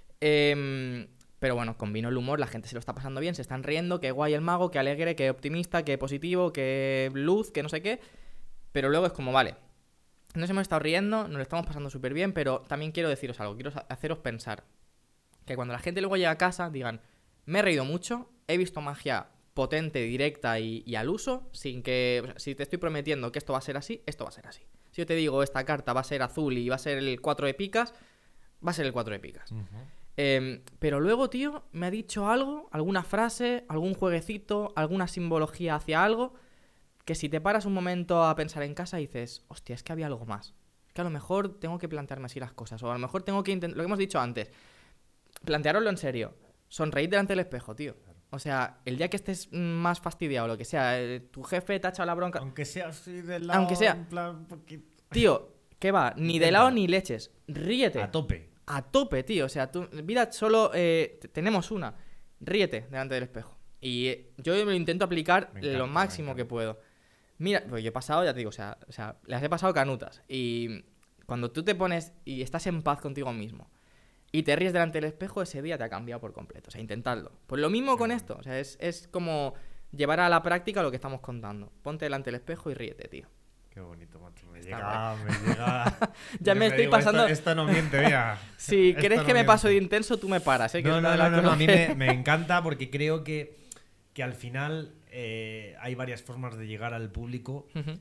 Speaker 1: Pero bueno, combino el humor, la gente se lo está pasando bien, se están riendo, qué guay el mago, qué alegre, qué optimista, qué positivo, qué luz, qué no sé qué. Pero luego es como, vale, nos hemos estado riendo, nos lo estamos pasando súper bien, pero también quiero deciros algo, quiero haceros pensar que cuando la gente luego llega a casa digan, me he reído mucho, he visto magia potente, directa y al uso, sin que, o sea, si te estoy prometiendo que esto va a ser así, esto va a ser así. Si yo te digo esta carta va a ser azul y va a ser el 4 de picas, va a ser el 4 de picas.
Speaker 2: Ujú.
Speaker 1: Pero luego, tío, me ha dicho algo, alguna frase, algún jueguecito, alguna simbología hacia algo, que si te paras un momento a pensar en casa dices, hostia, es que había algo más. Es que a lo mejor tengo que plantearme así las cosas, o a lo mejor tengo que intentar, lo que hemos dicho antes, planteároslo en serio, sonreír delante del espejo, tío. O sea, el día que estés más fastidiado, lo que sea, tu jefe te ha echado la bronca,
Speaker 2: Aunque sea así de lado,
Speaker 1: Aunque sea.
Speaker 2: en plan, porque-
Speaker 1: tío, ¿qué va? Ni de
Speaker 2: Intenta.
Speaker 1: lado ni leches, ríete.
Speaker 2: a tope.
Speaker 1: A tope, tío. O sea, tu vida solo tenemos una. Ríete delante del espejo. Y yo me lo intento aplicar
Speaker 2: Me encanta,
Speaker 1: lo
Speaker 2: me
Speaker 1: máximo
Speaker 2: encanta.
Speaker 1: que puedo. Mira, pues yo he pasado, ya te digo, o sea, las he pasado canutas. Y cuando tú te pones y estás en paz contigo mismo y te ríes delante del espejo, ese día te ha cambiado por completo. O sea, intentadlo. Pues lo mismo con esto. O sea, es como llevar a la práctica lo que estamos contando. Ponte delante del espejo y ríete, tío.
Speaker 2: Qué bonito, macho. Me
Speaker 1: Está
Speaker 2: llega.
Speaker 1: Ya me estoy
Speaker 2: digo,
Speaker 1: pasando-
Speaker 2: Esto no miente, mira.
Speaker 1: Si
Speaker 2: Esto
Speaker 1: crees
Speaker 2: no
Speaker 1: que me
Speaker 2: miente.
Speaker 1: paso de intenso, tú me paras, ¿eh? Que
Speaker 2: No,
Speaker 1: es una
Speaker 2: no,
Speaker 1: de
Speaker 2: no,
Speaker 1: las
Speaker 2: no, a
Speaker 1: cosas
Speaker 2: mí
Speaker 1: que-
Speaker 2: me encanta porque creo que al final hay varias formas de llegar al público
Speaker 1: Ujú.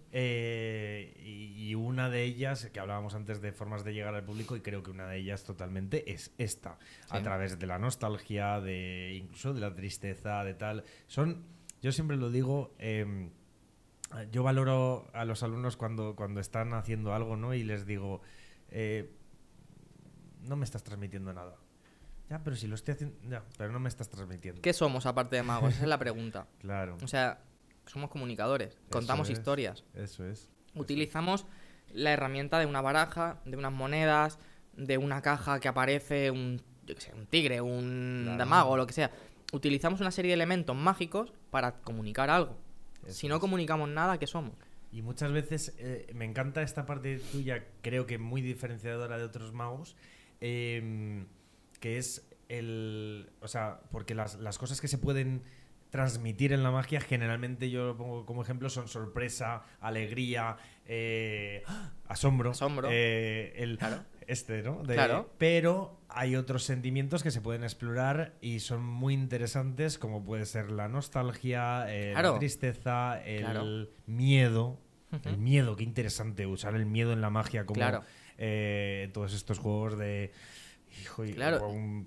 Speaker 2: y una de ellas, que hablábamos antes de formas de llegar al público, y creo que una de ellas totalmente es esta, a
Speaker 1: Sí.
Speaker 2: través de la nostalgia, de incluso de la tristeza, de tal. Yo siempre lo digo, yo valoro a los alumnos cuando están haciendo algo, ¿no? Y les digo, no me estás transmitiendo nada. Ya, pero si lo estoy haciendo, ya, pero no me estás transmitiendo.
Speaker 1: ¿Qué somos aparte de magos? Esa es la pregunta.
Speaker 2: Claro.
Speaker 1: O sea, somos comunicadores, contamos
Speaker 2: es.
Speaker 1: historias,
Speaker 2: Eso es.
Speaker 1: utilizamos la herramienta de una baraja, de unas monedas, de una caja que aparece yo qué sé, un tigre, un
Speaker 2: Claro.
Speaker 1: mago, lo que sea. Utilizamos una serie de elementos mágicos para comunicar algo.
Speaker 2: Eso
Speaker 1: Si no
Speaker 2: es.
Speaker 1: comunicamos nada, ¿qué somos?
Speaker 2: Y muchas veces me encanta esta parte tuya, creo que muy diferenciadora de otros magos, que es o sea, porque las cosas que se pueden transmitir en la magia, generalmente yo lo pongo como ejemplo, son sorpresa, alegría, asombro.
Speaker 1: Asombro. Claro.
Speaker 2: ¿No?
Speaker 1: Claro.
Speaker 2: Pero hay otros sentimientos que se pueden explorar y son muy interesantes, como puede ser la nostalgia,
Speaker 1: Claro.
Speaker 2: la tristeza, el
Speaker 1: Claro.
Speaker 2: miedo.
Speaker 1: Ujú.
Speaker 2: El miedo, qué interesante usar el miedo en la magia, como
Speaker 1: Claro.
Speaker 2: todos estos juegos de. Hijo,
Speaker 1: Claro.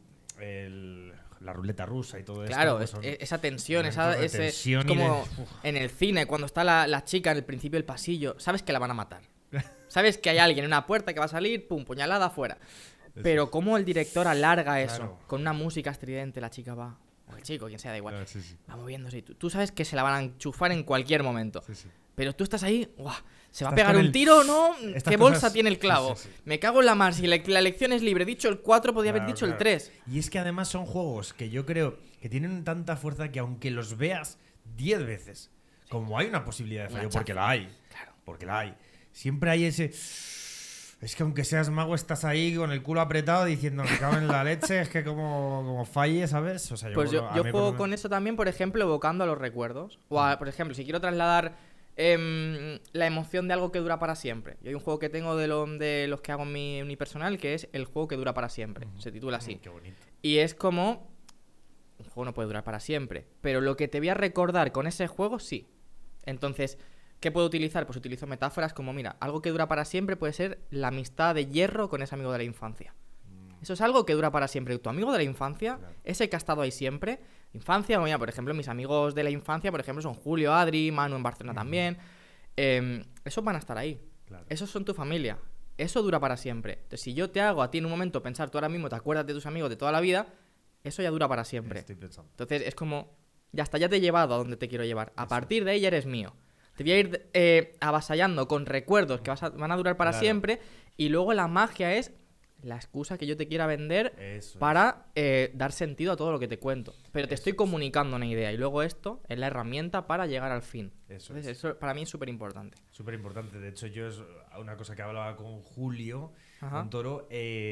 Speaker 2: La ruleta rusa y todo esto.
Speaker 1: Claro,
Speaker 2: pues son
Speaker 1: esa tensión,
Speaker 2: momentos de tensión
Speaker 1: es
Speaker 2: y de-
Speaker 1: como
Speaker 2: Uf.
Speaker 1: en el cine, cuando está la chica en el principio del pasillo, sabes que la van a matar. Sabes que hay alguien en una puerta que va a salir, pum, puñalada afuera. Pero como el director alarga eso,
Speaker 2: Claro.
Speaker 1: con una música estridente, la chica va, o el chico, quien sea, da igual,
Speaker 2: Claro, sí, sí.
Speaker 1: va moviéndose y tú sabes que se la van a enchufar en cualquier momento.
Speaker 2: Sí, sí.
Speaker 1: Pero tú estás ahí, ¡guau! ¿Se va a
Speaker 2: Estás
Speaker 1: pegar
Speaker 2: con
Speaker 1: un
Speaker 2: el-
Speaker 1: tiro? ¿No?
Speaker 2: Estas
Speaker 1: ¿Qué
Speaker 2: cosas-
Speaker 1: bolsa tiene el clavo?
Speaker 2: sí, sí, sí.
Speaker 1: Me cago en la mar, si la elección es libre. Dicho el 4, podía haber
Speaker 2: Claro,
Speaker 1: dicho el
Speaker 2: claro.
Speaker 1: 3.
Speaker 2: Y es que además son juegos que yo creo que tienen tanta fuerza que aunque los veas 10 veces, como hay una posibilidad de
Speaker 1: Una
Speaker 2: fallo,
Speaker 1: chafa.
Speaker 2: porque la hay,
Speaker 1: Claro.
Speaker 2: porque la hay, siempre hay ese. Es que aunque seas mago, estás ahí con el culo apretado diciendo me cago en la leche, es que como falle, ¿sabes? O sea,
Speaker 1: Pues
Speaker 2: a
Speaker 1: yo
Speaker 2: mí
Speaker 1: juego
Speaker 2: por-
Speaker 1: con eso también, por ejemplo, evocando a los recuerdos. O, por ejemplo, si quiero trasladar la emoción de algo que dura para siempre. Yo hay un juego que tengo de los que hago en mi unipersonal que es el juego que dura para siempre. Se titula así.
Speaker 2: Qué bonito.
Speaker 1: Y es como... Un juego no puede durar para siempre. Pero lo que te voy a recordar con ese juego, sí. Entonces, ¿Qué puedo utilizar? Pues utilizo metáforas como, mira, algo que dura para siempre puede ser la amistad de hierro con ese amigo de la infancia. Eso es algo que dura para siempre. Tu amigo de la infancia,
Speaker 2: Claro.
Speaker 1: ese que ha estado ahí siempre, infancia, mira, por ejemplo, mis amigos de la infancia, por ejemplo, son Julio, Adri, Manu en Barcelona también. Esos van a estar ahí.
Speaker 2: Claro.
Speaker 1: Esos son tu familia. Eso dura para siempre. Entonces, si yo te hago a ti en un momento pensar, tú ahora mismo te acuerdas de tus amigos de toda la vida, eso ya dura para siempre.
Speaker 2: Estoy pensando.
Speaker 1: Entonces, es como, ya está, ya te he llevado a donde te quiero llevar. A
Speaker 2: Eso
Speaker 1: partir de ahí ya eres mío. Te voy a ir avasallando con recuerdos que van a durar para
Speaker 2: Claro.
Speaker 1: siempre. Y luego la magia es la excusa que yo te quiera vender
Speaker 2: Eso
Speaker 1: para dar sentido a todo lo que te cuento. Pero te
Speaker 2: Eso
Speaker 1: estoy
Speaker 2: es.
Speaker 1: comunicando una idea y luego esto es la herramienta para llegar al fin.
Speaker 2: Eso
Speaker 1: Entonces,
Speaker 2: es.
Speaker 1: eso para mí es súper importante.
Speaker 2: Súper importante. De hecho, yo es una cosa que hablaba con Julio,
Speaker 1: Ajá.
Speaker 2: con Toro,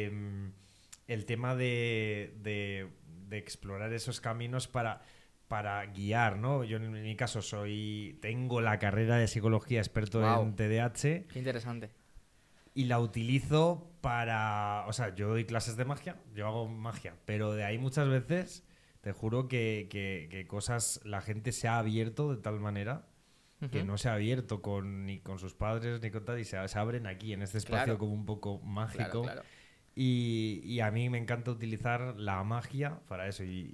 Speaker 2: el tema de explorar esos caminos para guiar, ¿no? Yo en mi caso tengo la carrera de psicología experto
Speaker 1: Guau.
Speaker 2: en TDAH
Speaker 1: Qué interesante.
Speaker 2: y la utilizo o sea, yo doy clases de magia, yo hago magia, pero de ahí muchas veces te juro que cosas, la gente se ha abierto de tal manera que
Speaker 1: Ujú.
Speaker 2: no se ha abierto ni con sus padres ni con tal y se abren aquí en este espacio
Speaker 1: Claro.
Speaker 2: como un poco mágico.
Speaker 1: Claro, claro.
Speaker 2: Y a mí me encanta utilizar la magia para eso y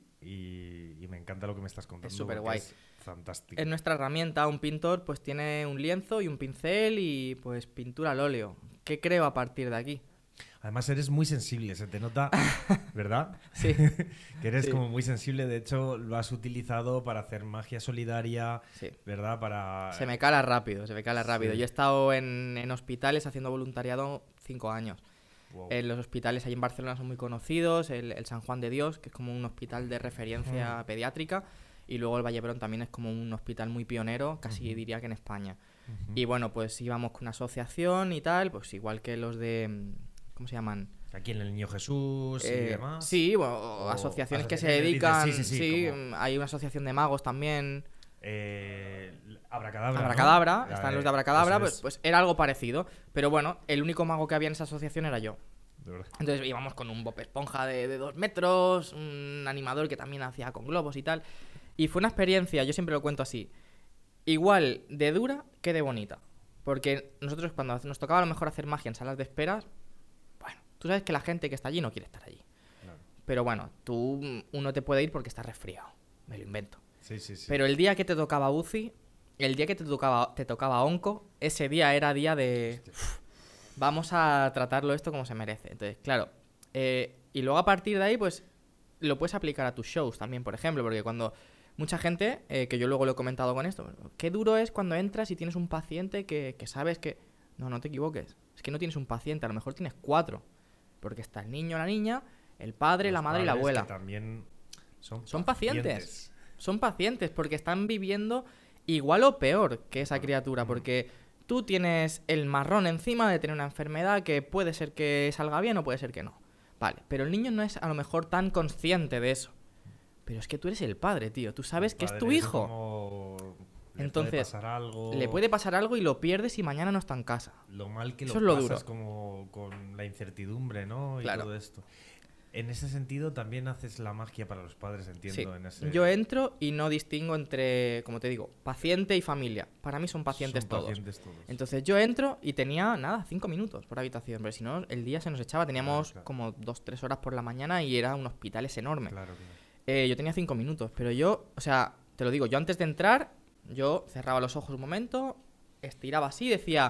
Speaker 2: me encanta lo que me estás contando.
Speaker 1: Es súper
Speaker 2: porque
Speaker 1: guay.
Speaker 2: Es fantástico.
Speaker 1: En nuestra herramienta, un pintor pues tiene un lienzo y un pincel y pues pintura al óleo. ¿Qué creo a partir de aquí?
Speaker 2: Además eres muy sensible, se te nota, ¿verdad?
Speaker 1: Sí.
Speaker 2: Que eres
Speaker 1: Sí.
Speaker 2: como muy sensible, de hecho lo has utilizado para hacer magia solidaria,
Speaker 1: Sí.
Speaker 2: ¿verdad? Para...
Speaker 1: Se me cala rápido, se me cala rápido.
Speaker 2: Sí.
Speaker 1: Yo he estado en hospitales haciendo voluntariado 5 años.
Speaker 2: Wow.
Speaker 1: Los hospitales ahí en Barcelona son muy conocidos, el San Juan de Dios, que es como un hospital de referencia pediátrica, y luego el Vallebrón también es como un hospital muy pionero, casi diría que en España.
Speaker 2: Ujú.
Speaker 1: Y bueno, pues íbamos con una asociación y tal, pues igual que los de... ¿Cómo se llaman?
Speaker 2: Aquí en el Niño Jesús y demás.
Speaker 1: Sí, bueno,
Speaker 2: O
Speaker 1: asociaciones que se
Speaker 2: asociaciones, dices,
Speaker 1: dedican...
Speaker 2: sí, sí, sí, como-
Speaker 1: hay una asociación de magos también.
Speaker 2: Abracadabra. ¿no?
Speaker 1: Abracadabra, están los de Abracadabra,
Speaker 2: eso
Speaker 1: pues,
Speaker 2: es,
Speaker 1: pues era algo parecido. Pero bueno, el único mago que había en esa asociación era yo.
Speaker 2: de verdad.
Speaker 1: Entonces íbamos con un Bob Esponja de 2 metros, un animador que también hacía con globos y tal. Y fue una experiencia, yo siempre lo cuento así, igual de dura que de bonita. Porque nosotros cuando nos tocaba a lo mejor hacer magia en salas de esperas, bueno, tú sabes que la gente que está allí no quiere estar allí.
Speaker 2: Claro.
Speaker 1: Pero bueno, uno te puede ir porque está resfriado, me lo invento.
Speaker 2: Sí, sí, sí.
Speaker 1: Pero el día que te tocaba UCI, el día que te tocaba onco, ese día era día de... "Uf, vamos a tratarlo esto como se merece". Entonces, claro. Y luego a partir de ahí, pues, lo puedes aplicar a tus shows también, por ejemplo. Porque cuando mucha gente, que yo luego lo he comentado con esto, qué duro es cuando entras y tienes un paciente que sabes que... No te equivoques. Es que no tienes un paciente, a lo mejor tienes 4. Porque está el niño, la niña, el padre, la
Speaker 2: Los
Speaker 1: madre y la
Speaker 2: padres
Speaker 1: abuela.
Speaker 2: que también
Speaker 1: Son pacientes. Son pacientes porque están viviendo igual o peor que esa criatura. Porque tú tienes el marrón encima de tener una enfermedad que puede ser que salga bien o puede ser que no. Vale, pero el niño no es a lo mejor tan consciente de eso. Pero es que tú eres el padre, tío. Tú sabes que es tu hijo. Entonces,
Speaker 2: le puede pasar algo.
Speaker 1: Le puede pasar algo y lo pierdes y mañana no está en casa.
Speaker 2: Lo mal que
Speaker 1: Eso
Speaker 2: lo
Speaker 1: es lo
Speaker 2: pasas
Speaker 1: duro.
Speaker 2: como con la incertidumbre, ¿no? Y
Speaker 1: Claro.
Speaker 2: todo esto. En ese sentido también haces la magia para los padres, entiendo.
Speaker 1: Sí,
Speaker 2: En ese...
Speaker 1: yo entro y no distingo entre, como te digo, paciente y familia. Para mí son pacientes
Speaker 2: Son
Speaker 1: todos.
Speaker 2: pacientes todos.
Speaker 1: Entonces yo entro y tenía, nada, 5 minutos por habitación. Pero si no, el día se nos echaba. Teníamos
Speaker 2: Claro.
Speaker 1: como 2-3 horas por la mañana y era un hospital es enorme.
Speaker 2: Claro, claro.
Speaker 1: Yo tenía 5 minutos, pero yo, o sea, te lo digo, yo antes de entrar, yo cerraba los ojos un momento, estiraba así y decía,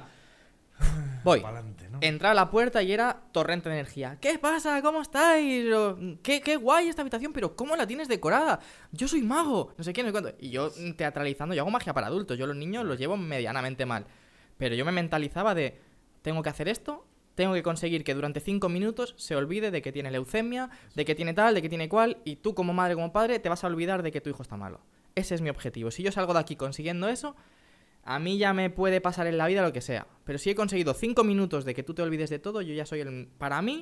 Speaker 1: voy.
Speaker 2: Pa'lante, ¿no?
Speaker 1: Entraba a la puerta y era torrente de energía. ¿Qué pasa? ¿Cómo estáis? ¿Qué guay esta habitación, pero ¿cómo la tienes decorada? Yo soy mago, no sé qué, no sé cuánto. Y yo teatralizando, yo hago magia para adultos, yo los niños los llevo medianamente mal. Pero yo me mentalizaba de, tengo que hacer esto, tengo que conseguir que durante 5 minutos se olvide de que tiene leucemia, de que tiene tal, de que tiene cual, y tú como madre, como padre, te vas a olvidar de que tu hijo está malo. Ese es mi objetivo. Si yo salgo de aquí consiguiendo eso, a mí ya me puede pasar en la vida lo que sea. Pero si he conseguido 5 minutos de que tú te olvides de todo, yo ya soy, para mí,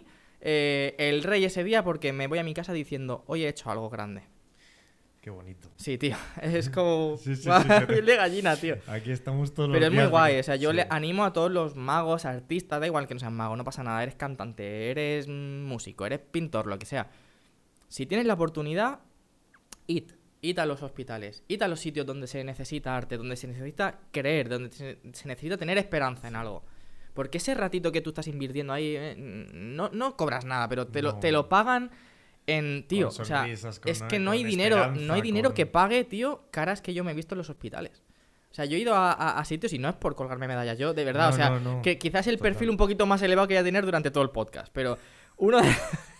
Speaker 1: el rey ese día porque me voy a mi casa diciendo, hoy he hecho algo grande.
Speaker 2: Qué bonito.
Speaker 1: Sí, tío. Es como...
Speaker 2: Sí,
Speaker 1: piel de gallina, tío.
Speaker 2: Aquí estamos todos los
Speaker 1: Pero es muy
Speaker 2: días,
Speaker 1: guay,
Speaker 2: porque-
Speaker 1: o sea, yo
Speaker 2: sí.
Speaker 1: le animo a todos los magos, artistas, da igual que no sean magos, no pasa nada, eres cantante, eres músico, eres pintor, lo que sea. Si tienes la oportunidad, id id a los hospitales, id a los sitios donde se necesita arte, donde se necesita creer, donde se necesita tener esperanza en algo. Porque ese ratito que tú estás invirtiendo ahí, no cobras nada, pero te lo pagan en, tío, o sea, es que no hay dinero que pague, tío, caras que yo me he visto en los hospitales. O sea, yo he ido a sitios y no es por colgarme medallas, yo, de verdad, que quizás el perfil un poquito más elevado que voy a tener durante todo el podcast, pero uno de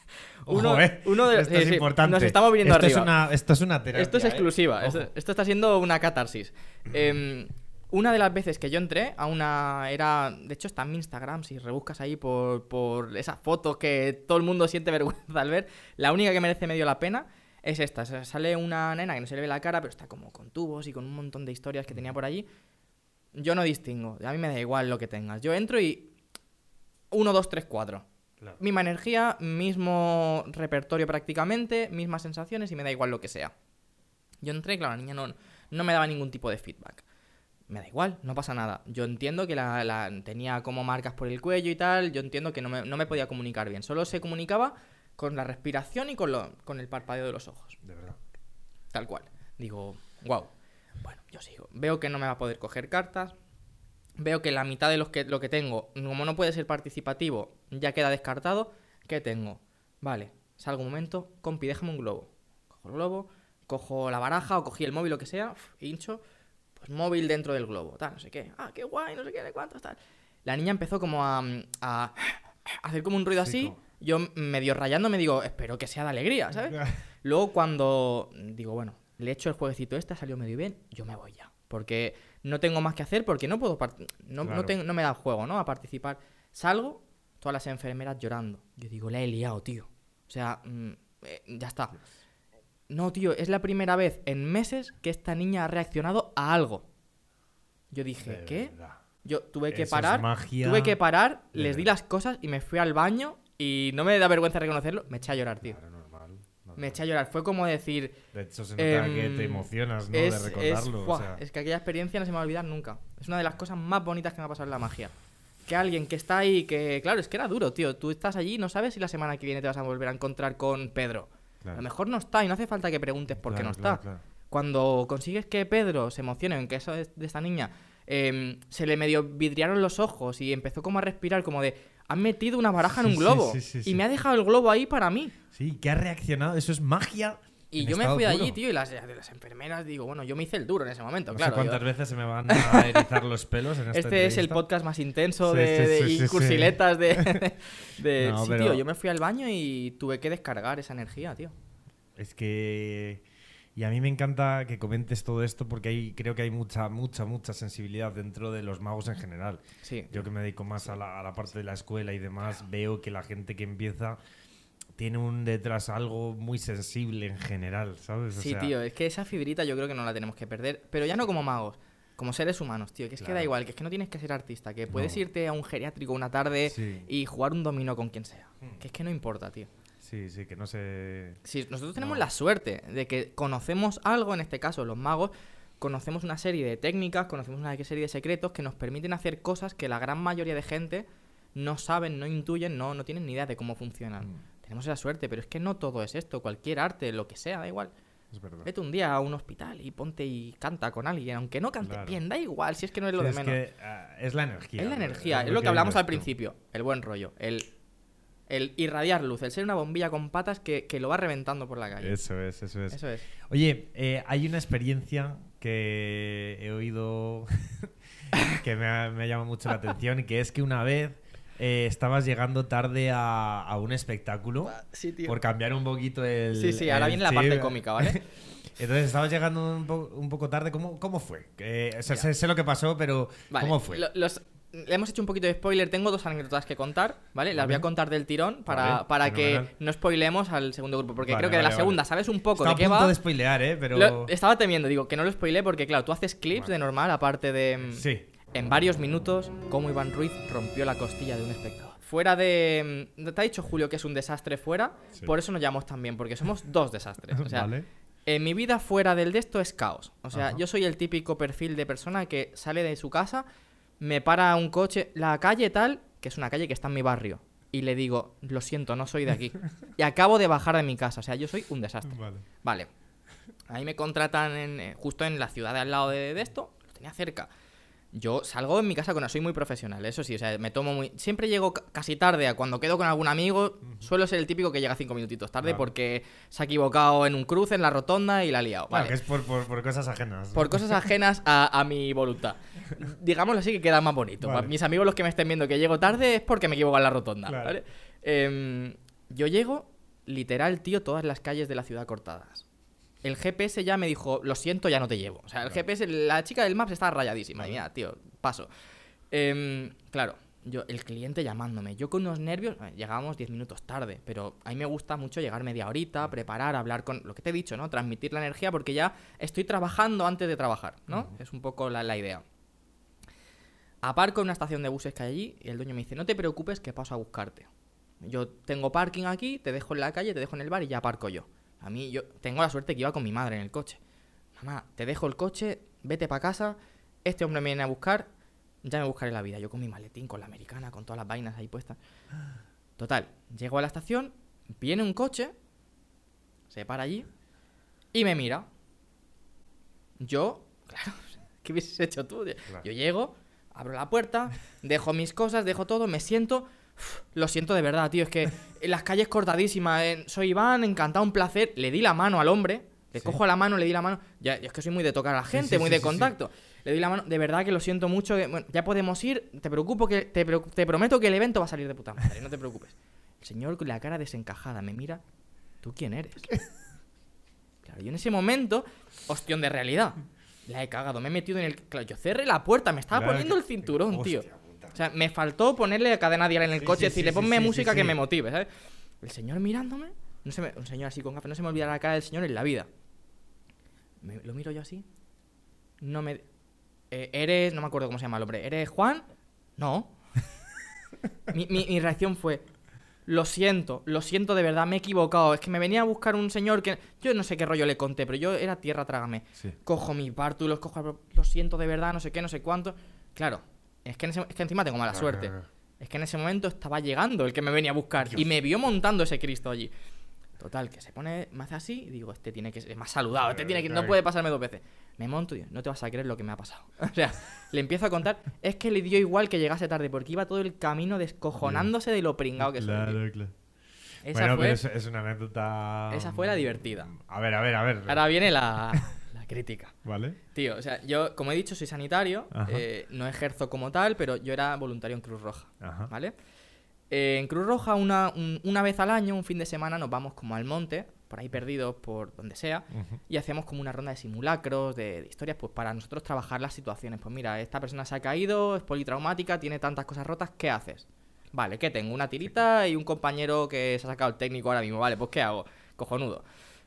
Speaker 2: esto es importante.
Speaker 1: Nos estamos viniendo arriba.
Speaker 2: Esto es una terapia.
Speaker 1: Esto es exclusiva. Esto está siendo una catarsis. Una de las veces que yo entré a una... De hecho, está en mi Instagram. Si rebuscas ahí por esas fotos que todo el mundo siente vergüenza al ver, la única que merece medio la pena es esta. O sea, sale una nena que no se le ve la cara, pero está como con tubos y con un montón de historias que tenía por allí. Yo no distingo. A mí me da igual lo que tengas. Yo entro y... 1, 2, 3, 4. Claro. Misma energía, mismo repertorio prácticamente, mismas sensaciones y me da igual lo que sea. Yo entré, claro, la niña no me daba ningún tipo de feedback. Me da igual, no pasa nada. Yo entiendo que la tenía como marcas por el cuello y tal, yo entiendo que no me podía comunicar bien. Solo se comunicaba con la respiración y con el parpadeo de los ojos.
Speaker 2: De verdad.
Speaker 1: Tal cual. Digo, wow. Bueno, yo sigo. Veo que no me va a poder coger cartas. Veo que la mitad de lo que tengo, como no puede ser participativo, ya queda descartado. ¿Qué tengo? Vale, salgo un momento, compi, déjame un globo. Cojo el globo, cojo la baraja o cogí el móvil, lo que sea, hincho, pues móvil dentro del globo, tal, no sé qué. Ah, qué guay, no sé qué, de cuántos, tal. La niña empezó como a hacer como un ruido así. Yo medio rayando me digo, espero que sea de alegría, ¿sabes? Luego cuando digo, bueno, le echo el jueguecito ha salido medio bien, yo me voy ya. Porque no tengo más que hacer, porque no puedo no me da juego, ¿no? A participar. Salgo, todas las enfermeras llorando. Yo digo, la he liado, tío. O sea, ya está. No, tío, es la primera vez en meses que esta niña ha reaccionado a algo. Yo dije, ¿qué? Yo tuve que parar, les di las cosas y me fui al baño y no me da vergüenza reconocerlo, me eché a llorar, tío. Claro, normal. Me eché a llorar, fue como decir...
Speaker 2: De hecho, se nota que te emocionas, ¿no? De recordarlo.
Speaker 1: O sea... Es que aquella experiencia no se me va a olvidar nunca. Es una de las cosas más bonitas que me ha pasado en la magia. Que alguien que está ahí, que... Claro, es que era duro, tío. Tú estás allí y no sabes si la semana que viene te vas a volver a encontrar con Pedro. Claro. A lo mejor no está y no hace falta que preguntes por qué no está. Claro. Cuando consigues que Pedro se emocione en que eso de esta niña... se le medio vidriaron los ojos y empezó como a respirar como de... Han metido una baraja en un globo y me ha dejado el globo ahí para mí.
Speaker 2: Sí, que ha reaccionado. Eso es magia.
Speaker 1: Y yo me fui de allí, tío, y las enfermeras, digo, bueno, yo me hice el duro en ese momento,
Speaker 2: no
Speaker 1: claro.
Speaker 2: sé cuántas veces se me van a erizar los pelos en esta
Speaker 1: Este
Speaker 2: entrevista.
Speaker 1: es el podcast más intenso de cursiletas de... No, pero... tío, yo me fui al baño y tuve que descargar esa energía, tío.
Speaker 2: Es que... Y a mí me encanta que comentes todo esto porque creo que hay mucha sensibilidad dentro de los magos en general.
Speaker 1: Sí.
Speaker 2: Yo que me dedico más a la parte de la escuela y demás, veo que la gente que empieza tiene detrás algo muy sensible en general, ¿sabes?
Speaker 1: Sí, tío, es que esa fibrita yo creo que no la tenemos que perder, pero ya no como magos, como seres humanos, tío, que es que da igual, que es que no tienes que ser artista, que puedes irte a un geriátrico una tarde y jugar un dominó con quien sea, que es que no importa, tío.
Speaker 2: Sí, que no se...
Speaker 1: Sí, nosotros tenemos la suerte de que conocemos algo, en este caso los magos, conocemos una serie de técnicas, conocemos una serie de secretos que nos permiten hacer cosas que la gran mayoría de gente no saben, no intuyen, no tienen ni idea de cómo funcionan. Tenemos esa suerte, pero es que no todo es esto, cualquier arte, lo que sea, da igual.
Speaker 2: Es verdad.
Speaker 1: Vete un día a un hospital y ponte y canta con alguien, aunque no cante bien, da igual, si es que no es lo de menos.
Speaker 2: Es que es la energía.
Speaker 1: Es la energía, es lo que hablamos al principio, el buen rollo, el irradiar luz, el ser una bombilla con patas que lo va reventando por la calle.
Speaker 2: Eso es. Oye, hay una experiencia que he oído que me ha llamado mucho la atención, que es que una vez estabas llegando tarde a un espectáculo por cambiar un poquito el...
Speaker 1: Sí, ahora viene la parte cómica, ¿vale?
Speaker 2: Entonces estabas llegando un poco tarde. ¿Cómo fue? Sé lo que pasó, pero vale, ¿cómo fue?
Speaker 1: Le hemos hecho un poquito de spoiler. Tengo 2 anécdotas que contar, ¿vale? Las voy a contar del tirón para que no spoilemos al segundo grupo. Porque creo que de la segunda sabes un poco de qué va.
Speaker 2: Estaba a punto de spoilear, pero...
Speaker 1: Estaba temiendo, digo, que no lo spoileé porque, claro, tú haces clips de normal, aparte de...
Speaker 2: Sí.
Speaker 1: En varios minutos, cómo Iván Ruiz rompió la costilla de un espectador. Fuera de... Te ha dicho Julio que es un desastre fuera, por eso nos llamamos también, porque somos 2 desastres. O sea,
Speaker 2: vale.
Speaker 1: En mi vida fuera del de esto es caos. O sea, yo soy el típico perfil de persona que sale de su casa... Me para un coche, la calle tal, que es una calle que está en mi barrio, y le digo, lo siento, no soy de aquí. Y acabo de bajar de mi casa, o sea, yo soy un desastre. Vale. A mí me contratan justo en la ciudad de al lado de esto, lo tenía cerca. Yo salgo en mi casa soy muy profesional, eso sí, o sea, me tomo muy... Siempre llego casi tarde, a cuando quedo con algún amigo, suelo ser el típico que llega 5 minutitos tarde porque se ha equivocado en un cruce, en la rotonda y la ha liado.
Speaker 2: Claro,
Speaker 1: Vale.
Speaker 2: que es por cosas ajenas.
Speaker 1: Por cosas ajenas a mi voluntad. Digámoslo así que queda más bonito.
Speaker 2: Vale.
Speaker 1: Mis amigos, los que me estén viendo que llego tarde, es porque me equivoco en la rotonda,
Speaker 2: Claro.
Speaker 1: ¿vale? Yo llego, literal, tío, todas las calles de la ciudad cortadas. El GPS ya me dijo, lo siento, ya no te llevo. O sea, el GPS, la chica del Maps estaba rayadísima. Y mira, tío, paso. Claro, el cliente llamándome. Yo con unos nervios, llegábamos 10 minutos tarde, pero a mí me gusta mucho llegar media horita, preparar, hablar con lo que te he dicho, ¿no? Transmitir la energía porque ya estoy trabajando antes de trabajar, ¿no? Es un poco la idea. Aparco en una estación de buses que hay allí y el dueño me dice, no te preocupes que paso a buscarte. Yo tengo parking aquí, te dejo en la calle, te dejo en el bar y ya aparco yo. A mí, yo tengo la suerte que iba con mi madre en el coche. Mamá, te dejo el coche, vete para casa, este hombre me viene a buscar, ya me buscaré la vida. Yo con mi maletín, con la americana, con todas las vainas ahí puestas. Total, llego a la estación, viene un coche, se para allí y me mira. Yo, claro, ¿qué hubieses hecho tú?
Speaker 2: Claro.
Speaker 1: Yo llego, abro la puerta, dejo mis cosas, dejo todo, me siento... Lo siento de verdad, tío, es que en las calles cortadísimas, soy Iván, encantado, un placer. Le di la mano al hombre, le cojo la mano, le di la mano. Ya, yo es que soy muy de tocar a la gente, muy de contacto. Le di la mano, de verdad que lo siento mucho. Bueno, ya podemos ir, te prometo que el evento va a salir de puta madre, no te preocupes. El señor con la cara desencajada me mira, ¿tú quién eres? Claro, yo en ese momento, hostión de realidad, la he cagado, me he metido en el... Claro, yo cerré la puerta, me estaba poniendo el cinturón, tío. O sea, me faltó ponerle cadena dial en el coche y decirle, ponme música que me motive, ¿sabes? El señor mirándome, un señor así con gafas, no se me olvidará la cara del señor en la vida. Lo miro yo así. No me... ¿Eres...? No me acuerdo cómo se llama el hombre. ¿Eres Juan? No. Mi reacción fue... Lo siento de verdad, me he equivocado. Es que me venía a buscar un señor que... Yo no sé qué rollo le conté, pero yo era tierra, trágame. Sí. Cojo mis bártulos, lo siento de verdad, no sé qué, no sé cuánto. Claro... Es que encima tengo mala suerte. Es que en ese momento estaba llegando el que me venía a buscar. Dios. Y me vio montando ese Cristo allí. Total, que se pone, me hace así y digo, este tiene que ser más saludado, este tiene que, no puede pasarme 2 veces. Me monto y digo, no te vas a creer lo que me ha pasado. O sea, le empiezo a contar, es que le dio igual que llegase tarde, porque iba todo el camino descojonándose de lo pringado que soy. Claro.
Speaker 2: Bueno, pero es una anécdota...
Speaker 1: Esa fue la divertida.
Speaker 2: A ver.
Speaker 1: Ahora viene la crítica.
Speaker 2: Vale.
Speaker 1: Tío, o sea, yo, como he dicho, soy sanitario, no ejerzo como tal, pero yo era voluntario en Cruz Roja, ¿vale? En Cruz Roja, una vez al año, un fin de semana, nos vamos como al monte, por ahí perdidos, por donde sea, y hacemos como una ronda de simulacros, de historias, pues para nosotros trabajar las situaciones. Pues mira, esta persona se ha caído, es politraumática, tiene tantas cosas rotas, ¿qué haces? Vale, ¿qué tengo? Una tirita y un compañero que se ha sacado el técnico ahora mismo, vale, pues ¿qué hago? Cojonudo.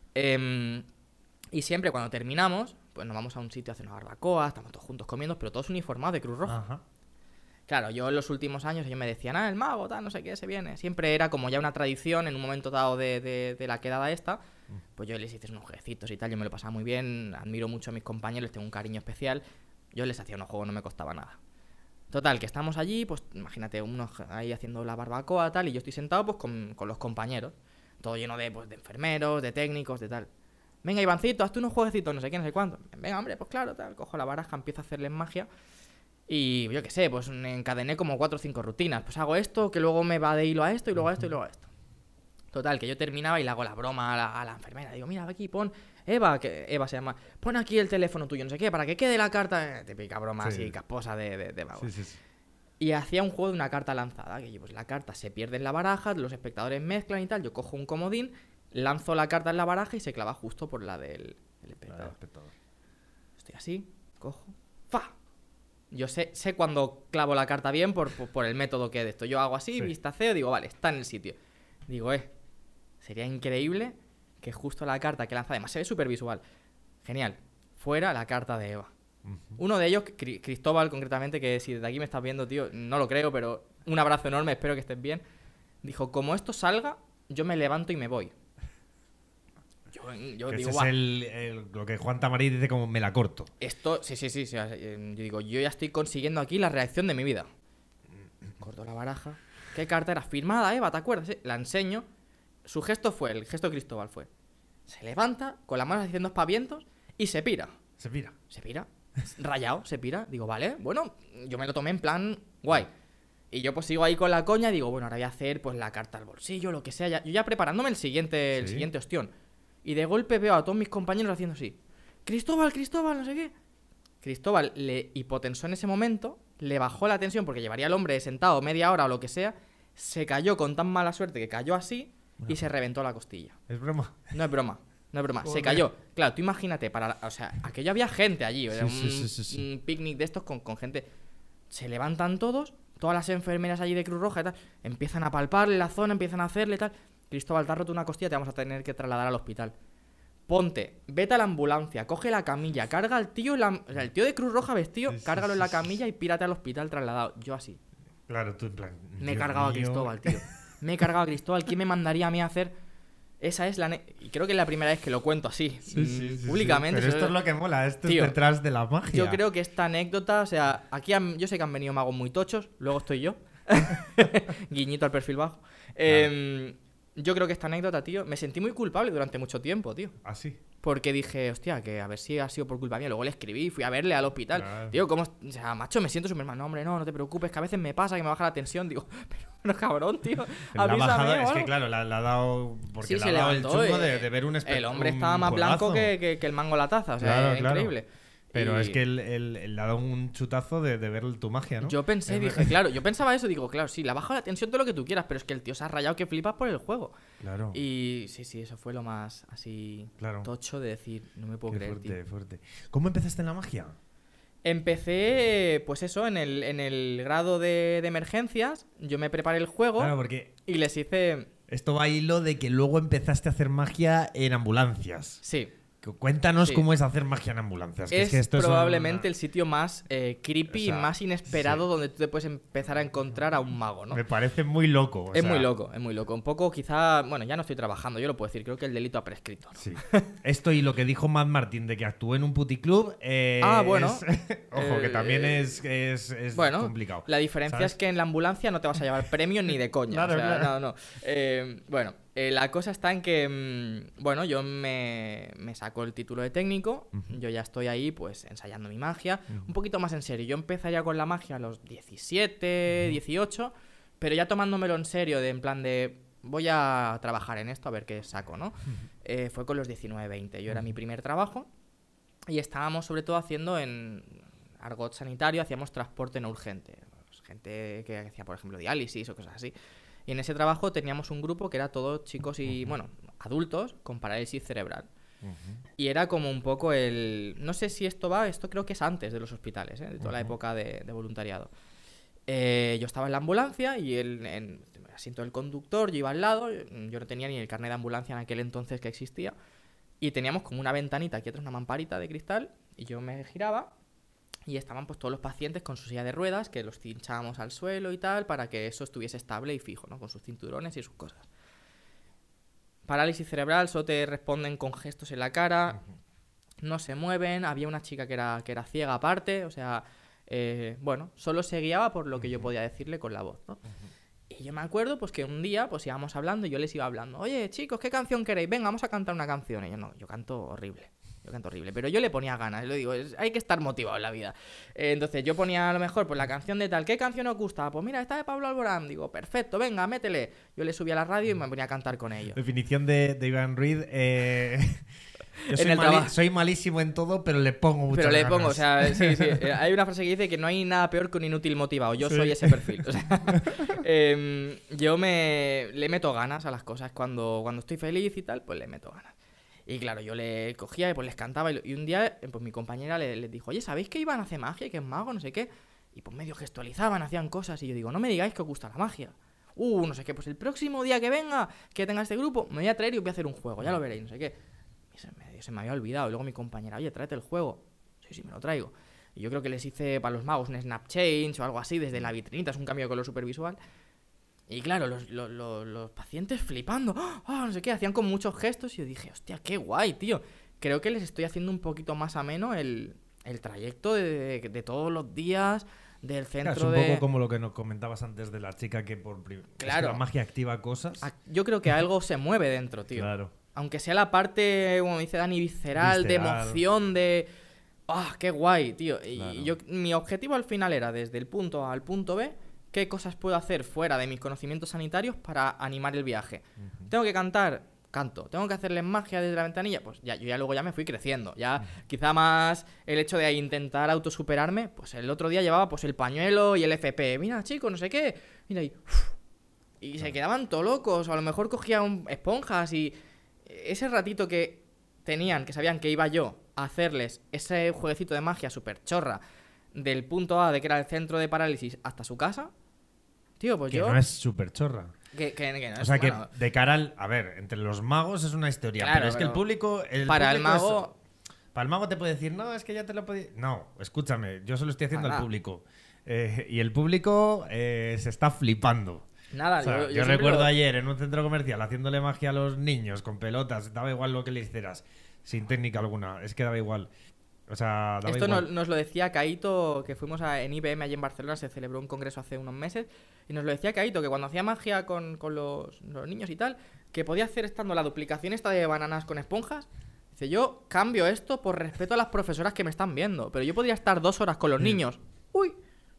Speaker 1: Y siempre cuando terminamos, pues nos vamos a un sitio a hacer una barbacoa, estamos todos juntos comiendo, pero todos uniformados de Cruz Roja. Claro, yo en los últimos años ellos me decían, el mago, tal, no sé qué, se viene. Siempre era como ya una tradición en un momento dado de la quedada esta. Pues yo les hice unos jueguecitos y tal, yo me lo pasaba muy bien, admiro mucho a mis compañeros, les tengo un cariño especial. Yo les hacía unos juegos, no me costaba nada. Total, que estamos allí, pues imagínate, unos ahí haciendo la barbacoa, tal, y yo estoy sentado pues con los compañeros. Todo lleno de enfermeros, de técnicos, de tal. Venga, Ivancito, hazte unos jueguecitos, no sé qué, no sé cuánto. Venga, hombre, pues claro, tal. Cojo la baraja, empiezo a hacerles magia. Y yo qué sé, pues encadené como 4 o 5 rutinas. Pues hago esto, que luego me va de hilo a esto, y luego a esto, y luego a esto. Total, que yo terminaba y le hago la broma a la enfermera. Digo, mira, aquí pon... Eva, que Eva se llama. Pon aquí el teléfono tuyo, no sé qué, para que quede la carta... Típica broma así, casposa de vago. Sí. Y hacía un juego de una carta lanzada. Que pues la carta se pierde en la baraja, los espectadores mezclan y tal. Yo cojo un comodín, lanzo la carta en la baraja y se clava justo por la del espectador. Estoy así, cojo, ¡fa! Yo sé cuando clavo la carta bien por el método que de esto. Yo hago así, vistaceo, digo, vale, está en el sitio. Digo, sería increíble que justo la carta que lanza, además se ve súper visual. Genial, fuera la carta de Eva. Uno de ellos, Cristóbal concretamente, que si desde aquí me estás viendo, tío, no lo creo, pero un abrazo enorme, espero que estés bien. Dijo, como esto salga, yo me levanto y me voy. Yo digo,
Speaker 2: ese es lo que Juan Tamarí dice como me la corto.
Speaker 1: Esto, sí. Yo digo, yo ya estoy consiguiendo aquí la reacción de mi vida. Corto la baraja. ¿Qué carta era? Firmada, Eva, ¿te acuerdas? La enseño. Su gesto fue, el gesto de Cristóbal fue. se levanta, con las manos haciendo aspavientos y se pira.
Speaker 2: Se pira.
Speaker 1: Se pira. Rayado, se pira. Digo, vale, bueno, yo me lo tomé en plan guay. Y yo pues sigo ahí con la coña, digo, bueno, ahora voy a hacer pues la carta al bolsillo, lo que sea. Yo ya preparándome el siguiente ostión. Y de golpe veo a todos mis compañeros haciendo así. Cristóbal, no sé qué. Cristóbal le hipotensó en ese momento, le bajó la tensión porque llevaría al hombre sentado media hora o lo que sea. Se cayó con tan mala suerte que cayó así y se reventó la costilla.
Speaker 2: ¿Es broma?
Speaker 1: No es broma. No es broma,
Speaker 2: Joder.
Speaker 1: se cayó. Claro, tú imagínate, o sea, aquello había gente allí, era
Speaker 2: Sí.
Speaker 1: un picnic de estos con gente. Se levantan todas las enfermeras allí de Cruz Roja y tal, empiezan a palparle la zona, empiezan a hacerle tal. Cristóbal, te has roto una costilla, te vamos a tener que trasladar al hospital. Ponte, vete a la ambulancia, coge la camilla, carga al tío, o sea, el tío de Cruz Roja vestido, cárgalo en la camilla y pírate al hospital trasladado. Yo así.
Speaker 2: Claro, tú en plan...
Speaker 1: Me he
Speaker 2: Dios
Speaker 1: cargado a
Speaker 2: mío.
Speaker 1: Cristóbal, tío. Me he cargado a Cristóbal. ¿Quién me mandaría a mí a hacer? Esa es y creo que es la primera vez que lo cuento así, públicamente.
Speaker 2: Pero esto es lo que mola, esto
Speaker 1: Tío,
Speaker 2: es detrás de la magia.
Speaker 1: Yo creo que esta anécdota, o sea, aquí yo sé que han venido magos muy tochos, luego estoy yo. Guiñito al perfil bajo. Yo creo que esta anécdota, tío, me sentí muy culpable durante mucho tiempo, tío.
Speaker 2: ¿Ah, sí?
Speaker 1: Porque dije, hostia, que a ver si ha sido por culpa mía. Luego le escribí, fui a verle al hospital.
Speaker 2: Claro.
Speaker 1: Tío, ¿cómo? O sea, macho, me siento súper mal. No, hombre, no te preocupes, que a veces me pasa que me baja la tensión. Digo, pero cabrón, tío.
Speaker 2: La
Speaker 1: avísame
Speaker 2: bajada,
Speaker 1: o
Speaker 2: es que
Speaker 1: algo.
Speaker 2: claro, la ha dado... Porque
Speaker 1: Sí,
Speaker 2: le
Speaker 1: se
Speaker 2: ha dado el
Speaker 1: levantó,
Speaker 2: chungo de ver un
Speaker 1: El hombre
Speaker 2: un
Speaker 1: estaba más
Speaker 2: juegazo.
Speaker 1: blanco que el mango en la taza. O sea,
Speaker 2: Claro,
Speaker 1: era
Speaker 2: claro.
Speaker 1: increíble.
Speaker 2: Pero
Speaker 1: Y
Speaker 2: es que él le ha dado un chutazo de ver tu magia, ¿no?
Speaker 1: Yo pensé, dije, claro, yo pensaba eso, digo, claro, sí, le ha bajado la tensión todo lo que tú quieras, pero es que el tío se ha rayado que flipas por el juego.
Speaker 2: Claro.
Speaker 1: Y sí, eso fue lo más así
Speaker 2: Claro.
Speaker 1: tocho de decir, no me puedo
Speaker 2: Qué
Speaker 1: creer,
Speaker 2: fuerte,
Speaker 1: tío.
Speaker 2: fuerte. ¿Cómo empezaste en la magia?
Speaker 1: Empecé, pues eso, en el grado de emergencias, yo me preparé el juego
Speaker 2: Claro, porque
Speaker 1: y les hice...
Speaker 2: esto va a hilo de que luego empezaste a hacer magia en ambulancias.
Speaker 1: Sí.
Speaker 2: Cuéntanos
Speaker 1: Sí.
Speaker 2: cómo es hacer magia en ambulancias.
Speaker 1: Es
Speaker 2: que esto
Speaker 1: probablemente
Speaker 2: una-
Speaker 1: el sitio más creepy
Speaker 2: O sea,
Speaker 1: y más inesperado
Speaker 2: sí.
Speaker 1: donde tú te puedes empezar a encontrar a un mago, ¿no?
Speaker 2: Me parece muy loco. o
Speaker 1: Es
Speaker 2: sea,
Speaker 1: muy loco, es muy loco. Un poco quizá... Bueno, ya no estoy trabajando, yo lo puedo decir. Creo que el delito ha prescrito, ¿no?
Speaker 2: Sí. Esto y lo que dijo Matt Martin de que actuó en un puticlub.
Speaker 1: Bueno.
Speaker 2: Ojo, que también es
Speaker 1: Bueno,
Speaker 2: complicado.
Speaker 1: la diferencia
Speaker 2: ¿sabes?
Speaker 1: es que en la ambulancia no te vas a llevar premio ni de coña.
Speaker 2: Claro,
Speaker 1: o sea,
Speaker 2: claro.
Speaker 1: no. Bueno, la cosa está en que, bueno, yo me saco el título de técnico, yo ya estoy ahí pues ensayando mi magia, un poquito más en serio. Yo empezaría con la magia a los 17, 18, pero ya tomándomelo en serio, en plan de voy a trabajar en esto a ver qué saco, ¿no? Fue con los 19, 20. Yo era mi primer trabajo y estábamos sobre todo haciendo en argot sanitario, hacíamos transporte no urgente. Pues, gente que hacía, por ejemplo, diálisis o cosas así. Y en ese trabajo teníamos un grupo que era todos chicos y, bueno, adultos con parálisis cerebral. Y era como un poco no sé si esto creo que es antes de los hospitales, de toda la época de voluntariado. Yo estaba en la ambulancia y en el asiento del conductor, yo iba al lado, yo no tenía ni el carnet de ambulancia en aquel entonces que existía, y teníamos como una ventanita aquí atrás, una mamparita de cristal, y yo me giraba y estaban pues todos los pacientes con su silla de ruedas, que los cinchábamos al suelo y tal, para que eso estuviese estable y fijo, ¿no? Con sus cinturones y sus cosas. Parálisis cerebral, solo te responden con gestos en la cara, no se mueven, había una chica que era ciega aparte, o sea, bueno, solo se guiaba por lo que yo podía decirle con la voz, ¿no? Y yo me acuerdo pues que un día pues íbamos hablando y yo les iba hablando, oye chicos, ¿qué canción queréis? Venga, vamos a cantar una canción. Y yo canto horrible, pero yo le ponía ganas, lo digo, hay que estar motivado en la vida. Entonces yo ponía a lo mejor pues la canción de tal, ¿qué canción os gusta? Pues mira, esta de Pablo Alborán, digo, perfecto, venga, métele. Yo le subía a la radio y me ponía a cantar con ellos.
Speaker 2: Definición de Iván Ruiz. Yo soy malísimo en todo, pero le pongo muchas
Speaker 1: Pero le
Speaker 2: ganas.
Speaker 1: pongo, o sea, sí. Hay una frase que dice que no hay nada peor que un inútil motivado. Yo soy ese perfil. O sea, yo le meto ganas a las cosas. Cuando estoy feliz y tal, pues le meto ganas. Y claro, yo le cogía y pues les cantaba. Y un día, pues mi compañera les dijo, oye, ¿sabéis que Iván hace magia y que es mago? No sé qué. Y pues medio gestualizaban, hacían cosas. Y yo digo, no me digáis que os gusta la magia. No sé qué. Pues el próximo día que venga, que tenga este grupo, me voy a traer y os voy a hacer un juego. Ya lo veréis, no sé qué. Se me había olvidado. Y luego mi compañera, oye, tráete el juego. Sí, me lo traigo. Y yo creo que les hice para los magos un snap change o algo así desde la vitrinita. Es un cambio de color súper visual. Y claro, los pacientes flipando. No sé qué, hacían con muchos gestos. Y yo dije, hostia, qué guay, tío. Creo que les estoy haciendo un poquito más ameno el trayecto de todos los días del centro.
Speaker 2: Claro, es un poco como lo que nos comentabas antes de la chica que
Speaker 1: Claro.
Speaker 2: es que la magia activa cosas.
Speaker 1: Yo creo que algo se mueve dentro, tío.
Speaker 2: Claro.
Speaker 1: aunque sea la parte, como dice Dani, visceral, de emoción, de... ¡Ah, qué guay, tío! Y mi objetivo al final era, desde el punto A al punto B, qué cosas puedo hacer fuera de mis conocimientos sanitarios para animar el viaje. Tengo que cantar, canto. Tengo que hacerles magia desde la ventanilla, pues ya, yo ya luego ya me fui creciendo. Ya quizá más el hecho de intentar autosuperarme, pues el otro día llevaba pues el pañuelo y el FP. Mira, chicos, no sé qué. Mira ahí. Y se quedaban todo locos. O a lo mejor cogían esponjas y ese ratito que tenían, que sabían que iba yo a hacerles ese jueguecito de magia súper chorra del punto A, de que era el centro de parálisis, hasta su casa, tío, pues
Speaker 2: que
Speaker 1: yo...
Speaker 2: no es súper chorra.
Speaker 1: Que no es,
Speaker 2: o sea,
Speaker 1: bueno,
Speaker 2: que de cara al... A ver, entre los magos es una historia,
Speaker 1: claro,
Speaker 2: pero es que el público...
Speaker 1: Para el mago...
Speaker 2: Para el mago te puede decir, no, es que ya te lo podía... No, escúchame, yo se lo estoy haciendo al público. Y el público se está flipando.
Speaker 1: Nada,
Speaker 2: o sea, yo recuerdo ayer en un centro comercial haciéndole magia a los niños con pelotas, daba igual lo que le hicieras, sin técnica alguna, es que daba igual. O sea, daba
Speaker 1: esto
Speaker 2: igual.
Speaker 1: Nos lo decía Caito, que fuimos en IBM allí en Barcelona, se celebró un congreso hace unos meses, y nos lo decía Caito, que cuando hacía magia con los niños y tal, que podía hacer estando la duplicación esta de bananas con esponjas. Dice, yo cambio esto por respeto a las profesoras que me están viendo, pero yo podría estar 2 horas con los niños. ¡Uy!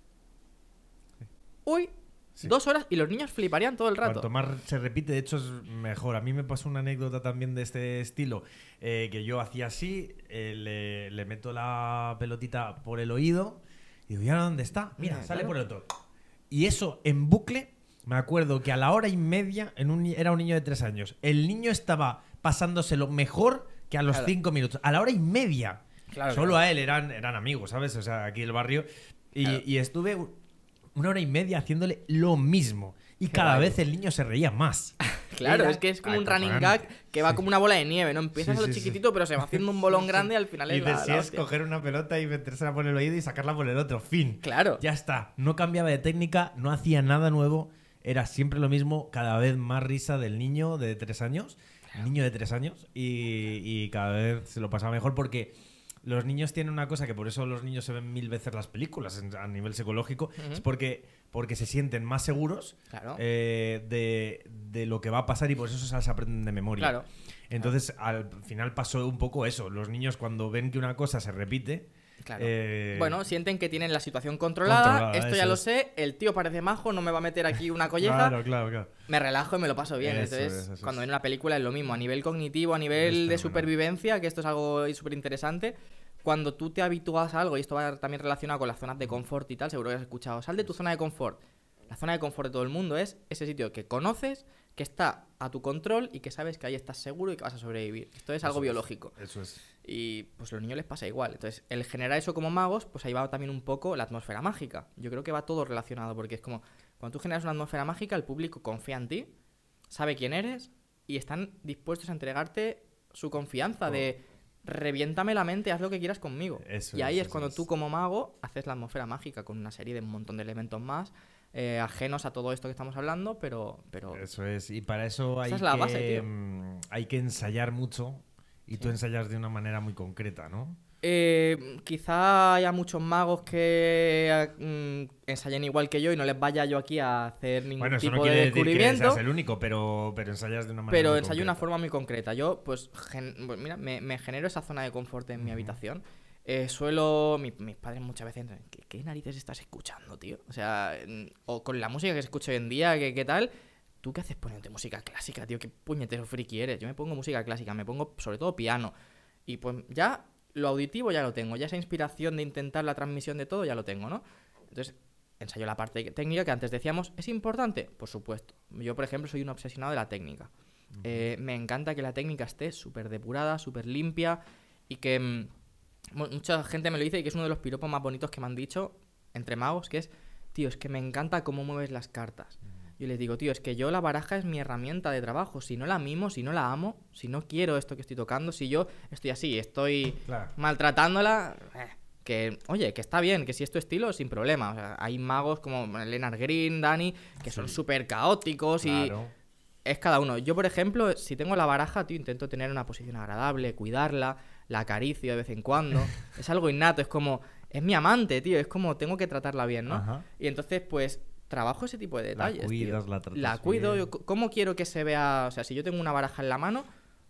Speaker 1: Sí. 2 horas y los niños fliparían todo el rato.
Speaker 2: Cuanto más se repite, de hecho es mejor. A mí me pasó una anécdota también de este estilo, que yo hacía así, le meto la pelotita por el oído y digo, ¿y ahora dónde está? Mira, sale por el otro. Y eso en bucle, me acuerdo que a la hora y media, era un niño de 3 años, el niño estaba pasándoselo mejor que a los 5 minutos. A la hora y media. Solo a él eran amigos, ¿sabes? O sea, aquí el barrio. Y estuve 1 hora y media haciéndole lo mismo. Y cada vez el niño se reía más.
Speaker 1: Claro, es que es como un running gag que va como una bola de nieve, ¿no? Empieza solo chiquitito, pero se va haciendo un bolón grande y al final es
Speaker 2: la es coger una pelota y metérsela por el oído y sacarla por el otro. Fin.
Speaker 1: Claro.
Speaker 2: Ya está. No cambiaba de técnica, no hacía nada nuevo. Era siempre lo mismo, cada vez más risa del niño de 3 años. Niño de 3 años. Y cada vez se lo pasaba mejor porque... Los niños tienen una cosa que por eso los niños se ven 1000 veces las películas a nivel psicológico, es porque se sienten más seguros de lo que va a pasar y por eso se las aprenden de memoria.
Speaker 1: Claro.
Speaker 2: Entonces, al final pasó un poco eso. Los niños cuando ven que una cosa se repite...
Speaker 1: Claro. Bueno, sienten que tienen la situación controlada. Esto ya lo sé, el tío parece majo, no me va a meter aquí una colleja.
Speaker 2: Claro.
Speaker 1: Me relajo y me lo paso bien. Entonces, cuando ven una película es lo mismo, a nivel cognitivo, a nivel de supervivencia, que esto es algo súper interesante. Cuando tú te habitúas a algo, y esto va también relacionado con las zonas de confort y tal, seguro que has escuchado, sal de tu zona de confort. La zona de confort de todo el mundo es ese sitio que conoces, que está a tu control y que sabes que ahí estás seguro y que vas a sobrevivir. Esto es algo biológico.
Speaker 2: Eso es.
Speaker 1: Y pues a los niños les pasa igual. Entonces, el generar eso como magos, pues ahí va también un poco la atmósfera mágica. Yo creo que va todo relacionado, porque es como, cuando tú generas una atmósfera mágica, el público confía en ti, sabe quién eres y están dispuestos a entregarte su confianza de reviéntame la mente, haz lo que quieras conmigo. Y ahí es cuando tú como mago haces la atmósfera mágica con una serie de un montón de elementos más ajenos a todo esto que estamos hablando, pero...
Speaker 2: Eso es, y para eso
Speaker 1: esa es la base, tío.
Speaker 2: Hay que ensayar mucho y tú ensayas de una manera muy concreta, ¿no?
Speaker 1: Quizá haya muchos magos que ensayen igual que yo y no les vaya yo aquí a hacer ningún tipo de descubrimiento.
Speaker 2: Que seas el único, pero ensayas de una manera
Speaker 1: pero
Speaker 2: muy
Speaker 1: ensayo de
Speaker 2: concreta.
Speaker 1: una forma muy concreta. Yo, pues mira, me genero esa zona de confort en mi habitación. Mis padres muchas veces entran, ¿qué narices estás escuchando, tío? O sea, o con la música que se escucha hoy en día, ¿qué tal? ¿Tú qué haces poniéndote música clásica, tío? ¿Qué puñetero friki eres? Yo me pongo música clásica, me pongo sobre todo piano. Y pues ya lo auditivo ya lo tengo, ya esa inspiración de intentar la transmisión de todo ya lo tengo, ¿no? Entonces, ensayo la parte técnica que antes decíamos, ¿es importante? Por supuesto. Yo, por ejemplo, soy un obsesionado de la técnica. Me encanta que la técnica esté súper depurada, súper limpia y que... mucha gente me lo dice y que es uno de los piropos más bonitos que me han dicho entre magos, que es, tío, es que me encanta cómo mueves las cartas. Yo les digo, tío, es que yo la baraja es mi herramienta de trabajo. Si no la mimo, si no la amo, si no quiero esto que estoy tocando, si yo estoy así, estoy maltratándola, que, oye, que está bien, que si es tu estilo, sin problema. O sea, hay magos como Leonard Green, Dani, que son súper caóticos y es cada uno. Yo, por ejemplo, si tengo la baraja, tío, intento tener una posición agradable, cuidarla, la acaricio de vez en cuando. Es algo innato, es como, es mi amante, tío, es como tengo que tratarla bien, ¿no?
Speaker 2: Ajá.
Speaker 1: Y entonces, pues... trabajo ese tipo de detalles.
Speaker 2: La cuidas,
Speaker 1: tío.
Speaker 2: la tratas
Speaker 1: La cuido.
Speaker 2: bien.
Speaker 1: ¿Cómo quiero que se vea? O sea, si yo tengo una baraja en la mano,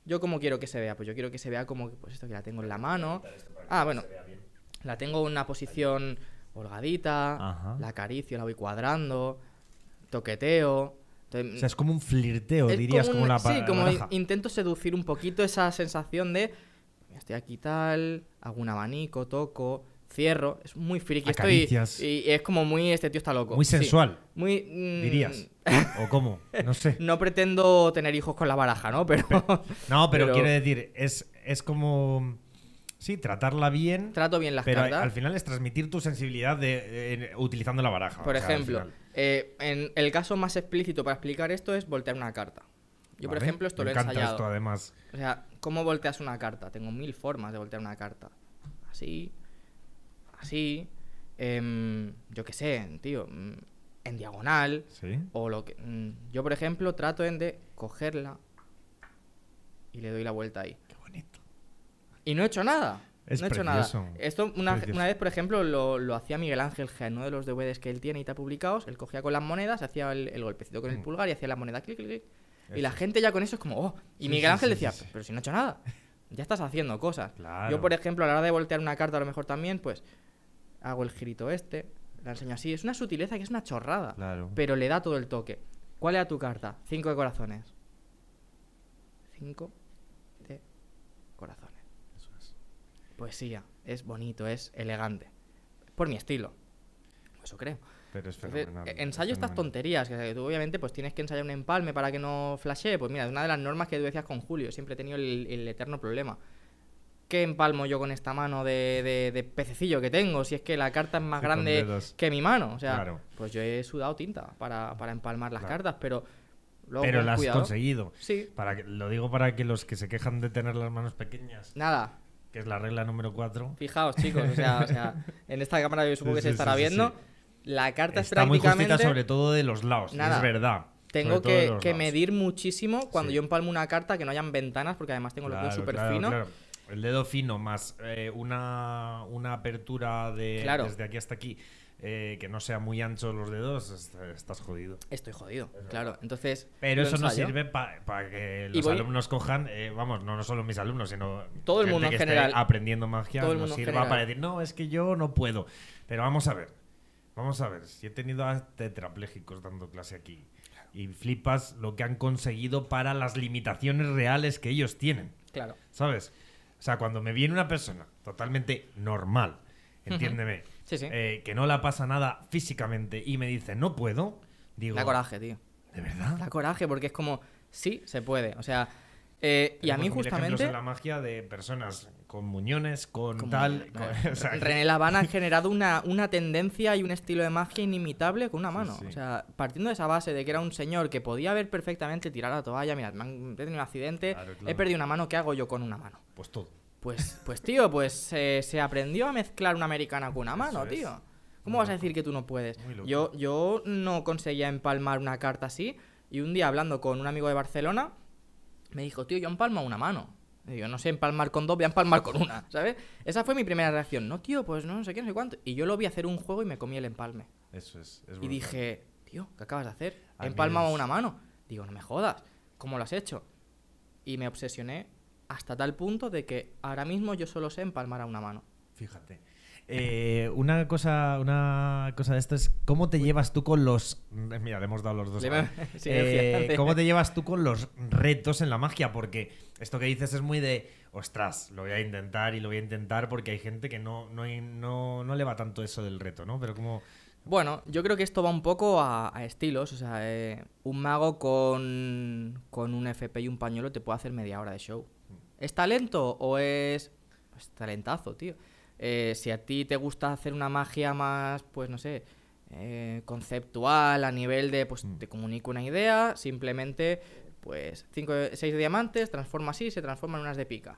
Speaker 1: ¿Yo cómo quiero que se vea? Pues yo quiero que se vea como pues esto que la tengo en la mano. Ah, bueno, la tengo en una posición holgadita,
Speaker 2: Ajá.
Speaker 1: la acaricio, la voy cuadrando, toqueteo.
Speaker 2: O
Speaker 1: Entonces,
Speaker 2: sea, es como un flirteo,
Speaker 1: es
Speaker 2: dirías, como la
Speaker 1: sí, como
Speaker 2: baraja.
Speaker 1: intento seducir un poquito esa sensación de estoy aquí tal, hago un abanico, toco, cierro. Es muy friki.
Speaker 2: Acaricias.
Speaker 1: Y es como muy, este tío está loco.
Speaker 2: Muy
Speaker 1: Sí.
Speaker 2: sensual,
Speaker 1: Muy...
Speaker 2: dirías. ¿O cómo? No sé.
Speaker 1: No pretendo tener hijos con la baraja, ¿no? Pero
Speaker 2: No, pero
Speaker 1: pero-
Speaker 2: quiero decir, es como... Sí, tratarla bien,
Speaker 1: trato bien las
Speaker 2: pero
Speaker 1: cartas.
Speaker 2: al final es transmitir tu sensibilidad utilizando la baraja.
Speaker 1: Por
Speaker 2: o sea, al
Speaker 1: ejemplo,
Speaker 2: final.
Speaker 1: en el caso más explícito para explicar esto es voltear una carta. Yo, por
Speaker 2: Vale.
Speaker 1: ejemplo, esto
Speaker 2: Me
Speaker 1: lo he
Speaker 2: encanta
Speaker 1: ensayado.
Speaker 2: esto, además.
Speaker 1: O sea, ¿cómo volteas una carta? Tengo 1000 formas de voltear una carta. Así, así, yo qué sé, tío, en diagonal,
Speaker 2: Sí.
Speaker 1: o lo que... yo, por ejemplo, trato de cogerla y le doy la vuelta ahí.
Speaker 2: Qué bonito.
Speaker 1: Y no he hecho nada.
Speaker 2: Es
Speaker 1: no he hecho
Speaker 2: precioso.
Speaker 1: nada. Esto una
Speaker 2: Precioso.
Speaker 1: vez, por ejemplo, lo hacía Miguel Ángel G, en uno de los DVDs que él tiene y está publicados. Él cogía con las monedas, hacía el golpecito con el pulgar y hacía la moneda clic, clic, clic. Y la
Speaker 2: Eso.
Speaker 1: gente ya con eso es como, oh. Y
Speaker 2: Sí,
Speaker 1: Miguel
Speaker 2: sí,
Speaker 1: Ángel
Speaker 2: sí,
Speaker 1: decía,
Speaker 2: sí, sí.
Speaker 1: pero si no he hecho nada. Ya estás haciendo cosas.
Speaker 2: Claro.
Speaker 1: Yo, por ejemplo, a la hora de voltear una carta, a lo mejor también, pues hago el girito este, la enseño así. Es una sutileza que es una chorrada.
Speaker 2: Claro.
Speaker 1: Pero le da todo el toque. ¿Cuál era tu carta? 5 de corazones. 5 de corazones.
Speaker 2: Eso es.
Speaker 1: Poesía, es bonito, es elegante. Por mi estilo. Eso creo.
Speaker 2: Pero es
Speaker 1: Entonces,
Speaker 2: fenomenal.
Speaker 1: ensayo
Speaker 2: es
Speaker 1: estas
Speaker 2: fenomenal.
Speaker 1: tonterías, que tú obviamente pues tienes que ensayar un empalme para que no flashee. Pues mira, es una de las normas que tú decías con Julio, siempre he tenido el eterno problema. ¿Qué empalmo yo con esta mano de pececillo que tengo? Si es que la carta es más
Speaker 2: Sí, con
Speaker 1: grande
Speaker 2: dedos.
Speaker 1: que mi mano. O sea,
Speaker 2: Claro.
Speaker 1: pues yo he sudado tinta para empalmar las
Speaker 2: Claro.
Speaker 1: cartas, pero luego
Speaker 2: Pero
Speaker 1: con
Speaker 2: la has
Speaker 1: cuidado.
Speaker 2: conseguido.
Speaker 1: Sí,
Speaker 2: Lo digo para que los que se quejan de tener las manos pequeñas,
Speaker 1: nada.
Speaker 2: que es la regla número 4,
Speaker 1: Fijaos, chicos, o sea, en esta cámara yo supongo que se estará viendo. La carta es
Speaker 2: está muy
Speaker 1: prácticamente...
Speaker 2: justita sobre todo de los lados.
Speaker 1: Nada.
Speaker 2: Es verdad.
Speaker 1: Tengo
Speaker 2: Sobre todo de
Speaker 1: que,
Speaker 2: los
Speaker 1: que
Speaker 2: lados.
Speaker 1: medir muchísimo cuando
Speaker 2: Sí.
Speaker 1: yo empalmo una carta que no hayan ventanas, porque además tengo los dedos súper finos.
Speaker 2: Claro. El dedo fino más una apertura
Speaker 1: Claro.
Speaker 2: desde aquí hasta aquí, que no sea muy ancho los dedos, estás jodido.
Speaker 1: Estoy jodido, claro. Entonces,
Speaker 2: Pero
Speaker 1: lo
Speaker 2: eso nos
Speaker 1: ensayo.
Speaker 2: sirve para que
Speaker 1: Y
Speaker 2: los
Speaker 1: voy-
Speaker 2: alumnos cojan, vamos, no solo mis alumnos, sino
Speaker 1: Todo el
Speaker 2: gente
Speaker 1: mundo en
Speaker 2: que esté
Speaker 1: general.
Speaker 2: aprendiendo magia,
Speaker 1: Todo el
Speaker 2: nos
Speaker 1: mundo en
Speaker 2: sirva
Speaker 1: general.
Speaker 2: para decir, no, es que yo no puedo. Pero vamos a ver, si he tenido a tetraplégicos dando clase aquí y flipas lo que han conseguido para las limitaciones reales que ellos tienen,
Speaker 1: Claro.
Speaker 2: ¿sabes? O sea, cuando me viene una persona totalmente normal, entiéndeme,
Speaker 1: Sí, sí.
Speaker 2: que no la pasa nada físicamente y me dice, no puedo, digo,
Speaker 1: Da coraje, tío.
Speaker 2: ¿de verdad?
Speaker 1: Da coraje porque es como, sí, se puede. O sea, y a
Speaker 2: Tenemos
Speaker 1: mí
Speaker 2: mil ejemplos
Speaker 1: justamente...
Speaker 2: en la magia de personas con muñones, con
Speaker 1: como-
Speaker 2: tal...
Speaker 1: no,
Speaker 2: o sea,
Speaker 1: René Laván ha generado una tendencia y un estilo de magia inimitable con una mano.
Speaker 2: sí.
Speaker 1: O sea, partiendo de esa base de que era un señor que podía haber perfectamente tirado la toalla, mirad, he tenido un accidente,
Speaker 2: Claro,
Speaker 1: he
Speaker 2: claro.
Speaker 1: perdido una mano, ¿qué hago yo con una mano?
Speaker 2: pues todo.
Speaker 1: Pues tío, se aprendió a mezclar una americana con una mano,
Speaker 2: Eso es.
Speaker 1: tío. ¿Cómo
Speaker 2: Muy
Speaker 1: vas a
Speaker 2: loco.
Speaker 1: decir que tú no puedes?
Speaker 2: Muy loco.
Speaker 1: Yo no conseguía empalmar una carta así y un día hablando con un amigo de Barcelona me dijo, tío, yo empalmo una mano. Y yo no sé empalmar con dos, voy a empalmar con una, ¿sabes? Esa fue mi primera reacción. No, tío, pues no sé qué, no sé cuánto. Y yo lo vi hacer un juego y me comí el empalme.
Speaker 2: Eso es.
Speaker 1: Y
Speaker 2: brutal.
Speaker 1: dije, tío, ¿qué acabas de hacer?
Speaker 2: A
Speaker 1: He
Speaker 2: mí
Speaker 1: empalmado
Speaker 2: es-
Speaker 1: una mano. Digo, no me jodas. ¿Cómo lo has hecho? Y me obsesioné hasta tal punto de que ahora mismo yo solo sé empalmar a una mano.
Speaker 2: Fíjate. Una cosa de esto es cómo te llevas tú con los... Mira, le hemos dado los dos. ahora.
Speaker 1: Silencio.
Speaker 2: ¿Cómo te llevas tú con los retos en la magia? Porque esto que dices es muy de, ostras, lo voy a intentar y lo voy a intentar porque hay gente que no le va tanto eso del reto, ¿no? Pero como...
Speaker 1: Bueno, yo creo que esto va un poco a estilos. O sea, un mago con un FP y un pañuelo te puede hacer media hora de show. ¿Es talento o es talentazo, tío? Si a ti te gusta hacer una magia más, pues no sé, conceptual, a nivel de, pues te comunico una idea, simplemente, pues 6 de diamantes, transforma así, se transforman en unas de picas.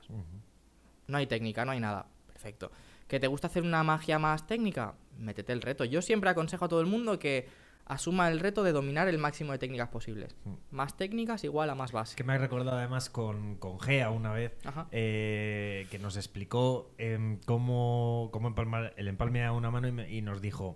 Speaker 1: No hay técnica, no hay nada. Perfecto. ¿Que te gusta hacer una magia más técnica? Métete el reto. Yo siempre aconsejo a todo el mundo que asuma el reto de dominar el máximo de técnicas posibles. Más técnicas igual a más base.
Speaker 2: Que me ha recordado además con Gea una vez,
Speaker 1: Ajá.
Speaker 2: que nos explicó cómo empalmar el empalme a una mano y nos dijo,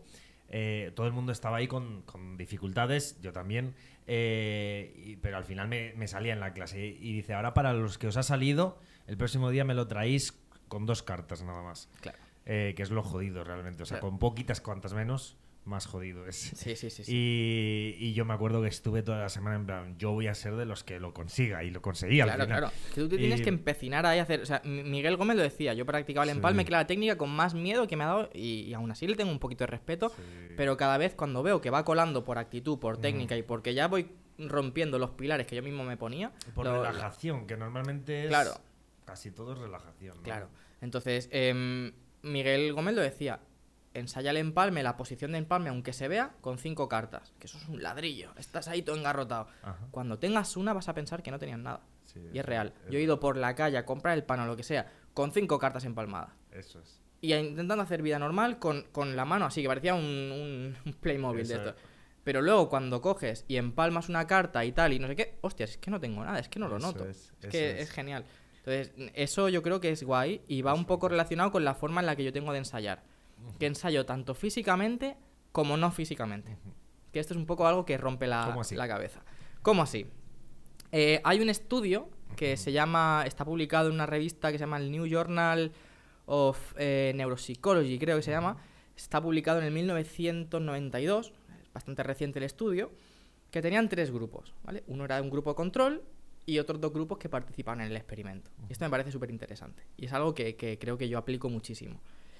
Speaker 2: todo el mundo estaba ahí con dificultades, yo también, pero al final me salía en la clase. Y dice, ahora para los que os ha salido, el próximo día me lo traéis con 2 cartas nada más.
Speaker 1: Claro.
Speaker 2: Que es lo jodido realmente. O sea,
Speaker 1: Claro.
Speaker 2: con poquitas cuantas menos, más jodido es.
Speaker 1: Sí.
Speaker 2: Y yo me acuerdo que estuve toda la semana en plan, yo voy a ser de los que lo consiga, y lo conseguí al final.
Speaker 1: Claro. Que tú te tienes que empecinar ahí a hacer. O sea, Miguel Gómez lo decía, yo practicaba el empalme, que era la técnica con más miedo que me ha dado, y aún así le tengo un poquito de respeto.
Speaker 2: Sí.
Speaker 1: Pero cada vez cuando veo que va colando por actitud, por técnica y porque ya voy rompiendo los pilares que yo mismo me ponía.
Speaker 2: Por relajación, que normalmente es.
Speaker 1: Claro.
Speaker 2: Casi todo es relajación, ¿no?
Speaker 1: Claro. Entonces, Miguel Gómez lo decía. Ensaya el empalme, la posición de empalme, aunque se vea, con 5 cartas. Que eso es un ladrillo. Estás ahí todo engarrotado.
Speaker 2: Ajá.
Speaker 1: Cuando tengas una vas a pensar que no tenías nada.
Speaker 2: Sí,
Speaker 1: Y es real. Yo he ido por la calle a comprar el pan o lo que sea, con 5 cartas empalmadas.
Speaker 2: Eso es.
Speaker 1: Y intentando hacer vida normal con la mano así, que parecía un Playmobil
Speaker 2: Eso
Speaker 1: de esto.
Speaker 2: es.
Speaker 1: Pero luego cuando coges y empalmas una carta y tal y no sé qué, hostias, es que no tengo nada, es que no lo
Speaker 2: Eso
Speaker 1: noto.
Speaker 2: es,
Speaker 1: Es que
Speaker 2: eso
Speaker 1: es
Speaker 2: es.
Speaker 1: genial. Entonces, eso yo creo que es guay y va
Speaker 2: Es
Speaker 1: un poco
Speaker 2: fantástico.
Speaker 1: relacionado con la forma en la que yo tengo de ensayar. Que ensayo tanto físicamente como no físicamente. Que esto es un poco algo que rompe
Speaker 2: ¿Cómo así?
Speaker 1: la cabeza. ¿Cómo así? Hay un estudio que está publicado en una revista que se llama el New Journal of Neuropsychology, creo que se llama. Está publicado en el 1992, es bastante reciente el estudio, que tenían 3 grupos, ¿vale? Uno era un grupo control y otros 2 grupos que participaban en el experimento. Y esto me parece súper interesante y es algo que creo que yo aplico muchísimo.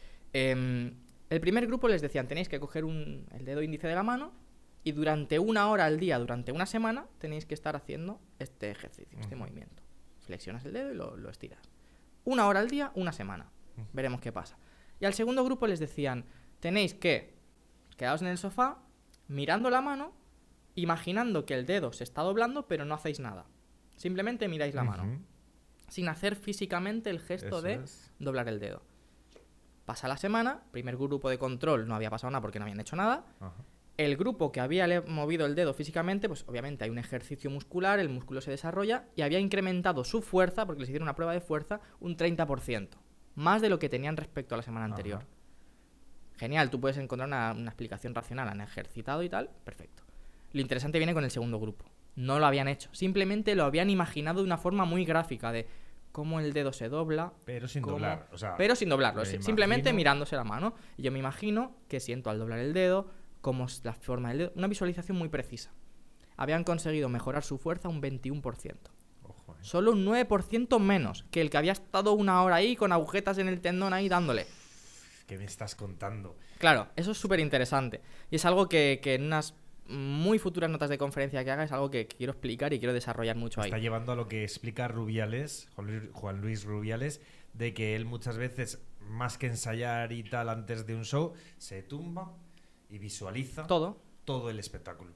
Speaker 1: El primer grupo les decían, tenéis que coger el dedo índice de la mano y durante 1 hora al día, durante una semana, tenéis que estar haciendo este ejercicio, este movimiento. Flexionas el dedo y lo estiras. 1 hora al día, una semana. Veremos qué pasa. Y al segundo grupo les decían, tenéis que quedaos en el sofá, mirando la mano, imaginando que el dedo se está doblando, pero no hacéis nada. Simplemente miráis la mano, sin hacer físicamente el gesto
Speaker 2: Eso
Speaker 1: de
Speaker 2: es.
Speaker 1: doblar el dedo. Pasa la semana, primer grupo de control no había pasado nada porque no habían hecho nada.
Speaker 2: Ajá.
Speaker 1: El grupo que había movido el dedo físicamente, pues obviamente hay un ejercicio muscular, el músculo se desarrolla y había incrementado su fuerza, porque les hicieron una prueba de fuerza, un 30%. Más de lo que tenían respecto a la semana anterior.
Speaker 2: Ajá.
Speaker 1: Genial, tú puedes encontrar una explicación racional, han ejercitado y tal, perfecto. Lo interesante viene con el segundo grupo. No lo habían hecho, simplemente lo habían imaginado de una forma muy gráfica de cómo el dedo se dobla.
Speaker 2: Pero sin
Speaker 1: cómo-
Speaker 2: doblar. O sea,
Speaker 1: Pero sin doblarlo,
Speaker 2: me
Speaker 1: simplemente
Speaker 2: imagino-
Speaker 1: mirándose la mano. Y yo me imagino que siento al doblar el dedo, cómo es la forma del dedo. Una visualización muy precisa. Habían conseguido mejorar su fuerza un 21%.
Speaker 2: Ojo,
Speaker 1: Solo un 9% menos que el que había estado 1 hora ahí con agujetas en el tendón ahí dándole.
Speaker 2: ¿Qué me estás contando?
Speaker 1: Claro, eso es súper interesante. Y es algo que en unas muy futuras notas de conferencia que haga es algo que quiero explicar y quiero desarrollar mucho ahí.
Speaker 2: Está llevando a lo que explica Rubiales, Juan Luis Rubiales, de que él muchas veces, más que ensayar y tal antes de un show, se tumba y visualiza
Speaker 1: Todo,
Speaker 2: todo el espectáculo.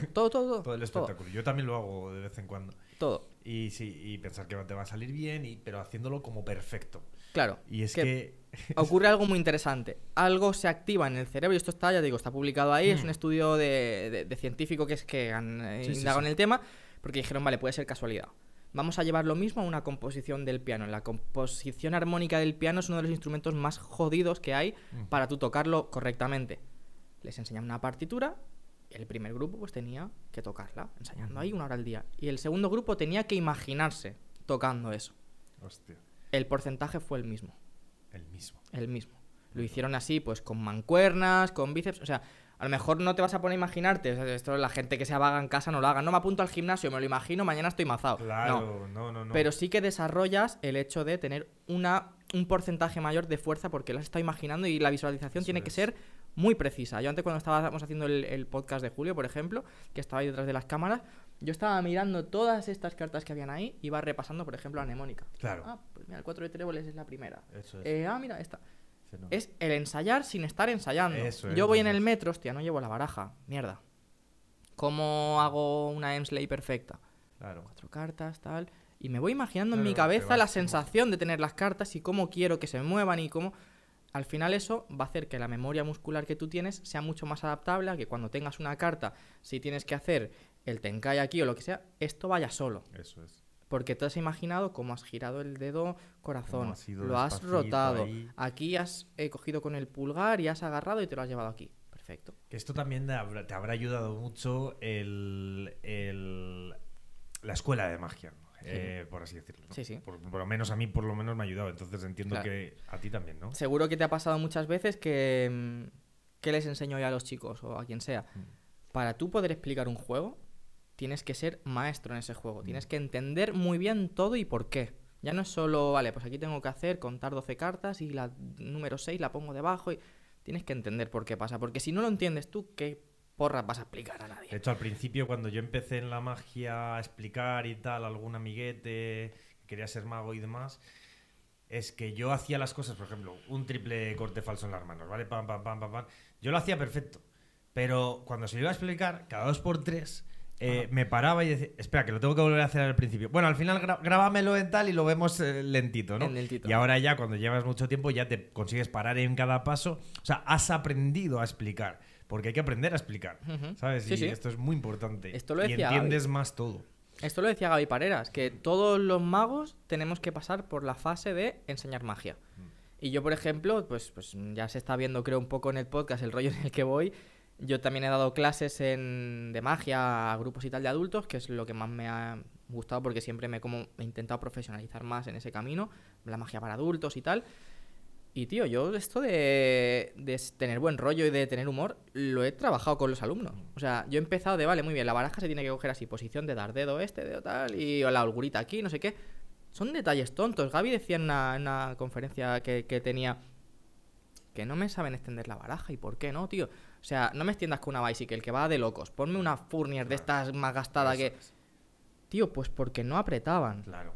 Speaker 1: todo
Speaker 2: Todo el espectáculo. Yo también lo hago de vez en cuando.
Speaker 1: todo.
Speaker 2: Y sí, y pensar que te va a salir bien, pero haciéndolo como perfecto.
Speaker 1: Claro.
Speaker 2: Y es
Speaker 1: que
Speaker 2: que...
Speaker 1: ocurre algo muy interesante. Algo se activa en el cerebro y esto está, ya digo, está publicado ahí. Es un estudio de científico que han
Speaker 2: Sí, sí,
Speaker 1: indagado
Speaker 2: sí.
Speaker 1: en el tema porque dijeron, vale, puede ser casualidad. Vamos a llevar lo mismo a una composición del piano. La composición armónica del piano es uno de los instrumentos más jodidos que hay para tú tocarlo correctamente. Les enseñan una partitura. El primer grupo pues tenía que tocarla, ensayando ahí 1 hora al día. Y el segundo grupo tenía que imaginarse tocando eso.
Speaker 2: Hostia,
Speaker 1: El porcentaje fue el mismo.
Speaker 2: el mismo.
Speaker 1: El mismo. Lo hicieron así, pues con mancuernas, con bíceps. O sea, a lo mejor no te vas a poner a imaginarte. O sea, esto la gente que se vaga en casa no lo haga. No me apunto al gimnasio, me lo imagino, mañana estoy mazado.
Speaker 2: Claro,
Speaker 1: No.
Speaker 2: no.
Speaker 1: Pero sí que desarrollas el hecho de tener un porcentaje mayor de fuerza porque lo has estado imaginando y la visualización
Speaker 2: Eso
Speaker 1: tiene que
Speaker 2: es.
Speaker 1: ser muy precisa. Yo antes cuando estábamos haciendo el podcast de Julio, por ejemplo, que estaba ahí detrás de las cámaras, yo estaba mirando todas estas cartas que habían ahí y iba repasando, por ejemplo, la mnemónica.
Speaker 2: Claro.
Speaker 1: Ah, pues mira, el 4 de tréboles es la primera.
Speaker 2: Eso es.
Speaker 1: Mira, esta.
Speaker 2: Fenómeno.
Speaker 1: Es el ensayar sin estar ensayando.
Speaker 2: Eso es,
Speaker 1: Yo voy en
Speaker 2: eso
Speaker 1: el
Speaker 2: es.
Speaker 1: metro, hostia, no llevo la baraja. Mierda. ¿Cómo hago una Emsley perfecta?
Speaker 2: Claro.
Speaker 1: 4 cartas, tal. Y me voy imaginando en
Speaker 2: Claro,
Speaker 1: mi
Speaker 2: te
Speaker 1: cabeza
Speaker 2: vas
Speaker 1: la
Speaker 2: como-
Speaker 1: sensación de tener las cartas y cómo quiero que se muevan y cómo... Al final eso va a hacer que la memoria muscular que tú tienes sea mucho más adaptable a que cuando tengas una carta, si tienes que hacer el Tenkai aquí o lo que sea, esto vaya solo.
Speaker 2: Eso es.
Speaker 1: Porque te has imaginado cómo has girado el dedo corazón,
Speaker 2: Cómo has ido
Speaker 1: lo has
Speaker 2: despacito
Speaker 1: rotado,
Speaker 2: ahí.
Speaker 1: aquí has cogido con el pulgar y has agarrado y te lo has llevado aquí. Perfecto. Perfecto.
Speaker 2: Que esto también te habrá ayudado mucho la escuela de magia, por así decirlo, ¿no?
Speaker 1: Sí, sí.
Speaker 2: Por lo menos a mí, por lo menos me ha ayudado. Entonces entiendo
Speaker 1: Claro.
Speaker 2: que a ti también, ¿no?
Speaker 1: Seguro que te ha pasado muchas veces que... ¿Qué les enseño yo a los chicos o a quien sea? Para tú poder explicar un juego, tienes que ser maestro en ese juego. Tienes que entender muy bien todo y por qué. Ya no es solo, vale, pues aquí tengo que hacer, contar 12 cartas y la número 6 la pongo debajo y... Tienes que entender por qué pasa. Porque si no lo entiendes tú, ¿qué porras vas a explicar a nadie?
Speaker 2: De hecho, al principio, cuando yo empecé en la magia a explicar y tal, algún amiguete que quería ser mago y demás, es que yo hacía las cosas, por ejemplo, un triple corte falso en las manos, ¿vale? Pam, pam, pam, pam, pam. Yo lo hacía perfecto. Pero cuando se lo iba a explicar, cada 2 por 3, me paraba y decía, espera, que lo tengo que volver a hacer al principio. Bueno, al final grábamelo en tal y lo vemos lentito, ¿no?
Speaker 1: En lentito.
Speaker 2: Y ahora ya, cuando llevas mucho tiempo, ya te consigues parar en cada paso. O sea, has aprendido a explicar. Porque hay que aprender a explicar, ¿sabes?
Speaker 1: Sí,
Speaker 2: y
Speaker 1: sí.
Speaker 2: esto es muy importante.
Speaker 1: Esto lo
Speaker 2: y
Speaker 1: decía
Speaker 2: entiendes
Speaker 1: Gaby.
Speaker 2: más todo.
Speaker 1: Esto lo decía Gaby Pareras, que todos los magos tenemos que pasar por la fase de enseñar magia. Y yo, por ejemplo, pues ya se está viendo, creo, un poco en el podcast el rollo en el que voy. Yo también he dado clases de magia a grupos y tal de adultos, que es lo que más me ha gustado porque siempre he intentado profesionalizar más en ese camino, la magia para adultos y tal. Y, tío, yo esto de tener buen rollo y de tener humor, lo he trabajado con los alumnos. O sea, yo he empezado vale, muy bien, la baraja se tiene que coger así, posición de dar dedo dedo tal, y la holgurita aquí, no sé qué. Son detalles tontos. Gaby decía en una conferencia que tenía que no me saben extender la baraja. ¿Y por qué no, tío? O sea, no me extiendas con una bicycle que va de locos. Ponme una Fournier de estas más gastada que... Tío, pues porque no apretaban.
Speaker 2: Claro.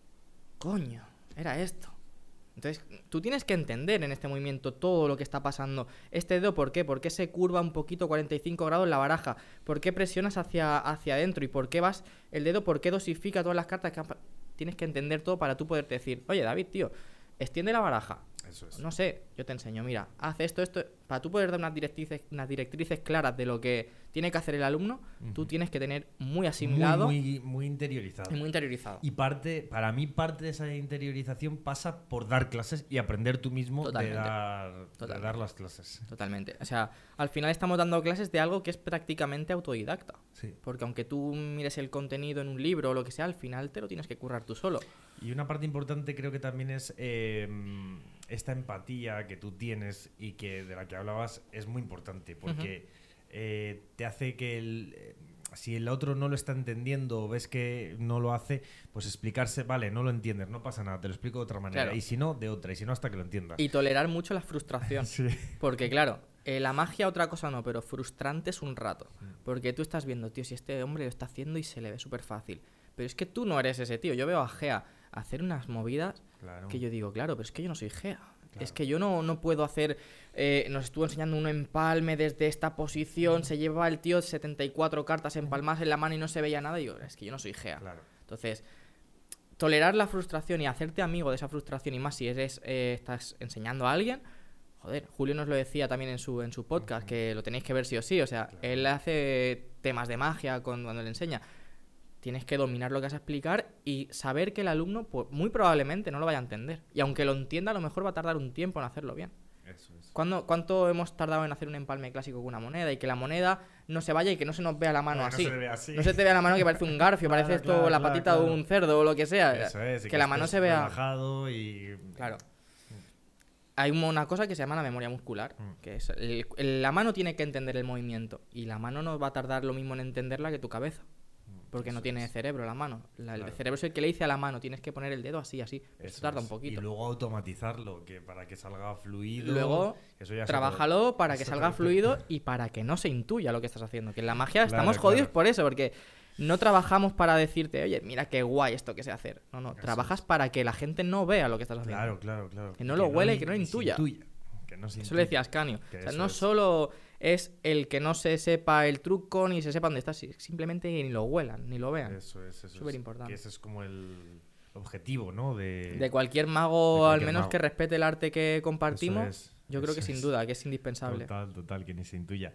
Speaker 1: Coño, era esto. Entonces, tú tienes que entender en este movimiento todo lo que está pasando. Este dedo, ¿por qué? ¿Por qué se curva un poquito 45 grados la baraja? ¿Por qué presionas hacia adentro? ¿Y por qué vas el dedo? ¿Por qué dosifica todas las cartas? Tienes que entender todo para tú poderte decir, oye, David, tío, extiende la baraja.
Speaker 2: Eso es.
Speaker 1: No sé, yo te enseño, mira, haz esto. Para tú poder dar unas directrices claras de lo que tiene que hacer el alumno, tú tienes que tener muy asimilado
Speaker 2: Muy interiorizado.
Speaker 1: y muy interiorizado.
Speaker 2: Y para mí parte de esa interiorización pasa por dar clases y aprender tú mismo de dar las clases.
Speaker 1: Totalmente. O sea, al final estamos dando clases de algo que es prácticamente autodidacta.
Speaker 2: Sí.
Speaker 1: Porque aunque tú mires el contenido en un libro o lo que sea, al final te lo tienes que currar tú solo.
Speaker 2: Y una parte importante creo que también es esta empatía que tú tienes y que de la que hablabas es muy importante porque te hace que si el otro no lo está entendiendo o ves que no lo hace, pues explicarse, vale, no lo entiendes, no pasa nada, te lo explico de otra manera.
Speaker 1: Claro.
Speaker 2: Y si no, de otra. Y si no, hasta que lo entiendas.
Speaker 1: Y tolerar mucho la frustración.
Speaker 2: Sí.
Speaker 1: Porque claro, la magia otra cosa no, pero frustrante es un rato. Porque tú estás viendo, tío, si este hombre lo está haciendo y se le ve súper fácil. Pero es que tú no eres ese tío. Yo veo a Gea hacer unas movidas que yo digo, claro, pero es que yo no soy Gea. Claro. Es que yo no puedo hacer... nos estuvo enseñando un empalme desde esta posición, se lleva el tío 74 cartas empalmadas en la mano y no se veía nada. Y yo, es que yo no soy Gea.
Speaker 2: Claro.
Speaker 1: Entonces, tolerar la frustración y hacerte amigo de esa frustración, y más si estás enseñando a alguien... Joder, Julio nos lo decía también en su podcast, que lo tenéis que ver sí o sí. O sea, él hace temas de magia cuando le enseña. Tienes que dominar lo que vas a explicar y saber que el alumno pues, muy probablemente no lo vaya a entender. Y aunque lo entienda, a lo mejor va a tardar un tiempo en hacerlo bien.
Speaker 2: Eso es.
Speaker 1: ¿Cuánto hemos tardado en hacer un empalme clásico con una moneda y que la moneda no se vaya y que no se nos vea la mano así?
Speaker 2: No se vea así.
Speaker 1: No se te vea la mano que parece un garfio, parece esto la patita de un cerdo o lo que sea.
Speaker 2: Eso es,
Speaker 1: que la mano se vea
Speaker 2: relajado y...
Speaker 1: Claro. Hay una cosa que se llama la memoria muscular, que es la mano tiene que entender el movimiento y la mano no va a tardar lo mismo en entenderla que tu cabeza. Porque no tiene cerebro la mano. El cerebro es el que le dice a la mano, tienes que poner el dedo así. Eso tarda un poquito.
Speaker 2: Y luego automatizarlo, que para que salga fluido.
Speaker 1: Luego,
Speaker 2: eso ya
Speaker 1: trabájalo para que salga fluido y para que no se intuya lo que estás haciendo. Que en la magia estamos jodidos por eso, porque no trabajamos para decirte, oye, mira qué guay esto que sé hacer. No, trabajas para que la gente no vea lo que estás haciendo.
Speaker 2: Claro.
Speaker 1: Que no lo huele y que no intuya. Eso le decía a Ascanio. O sea, no solo es el que no se sepa el truco ni se sepa dónde está, simplemente ni lo huelan, ni lo vean.
Speaker 2: Eso es.
Speaker 1: Súper importante.
Speaker 2: Que ese es como el objetivo, ¿no?
Speaker 1: De cualquier mago, al menos que respete el arte que compartimos. Yo creo que sin duda, que es indispensable.
Speaker 2: Total, que ni se intuya.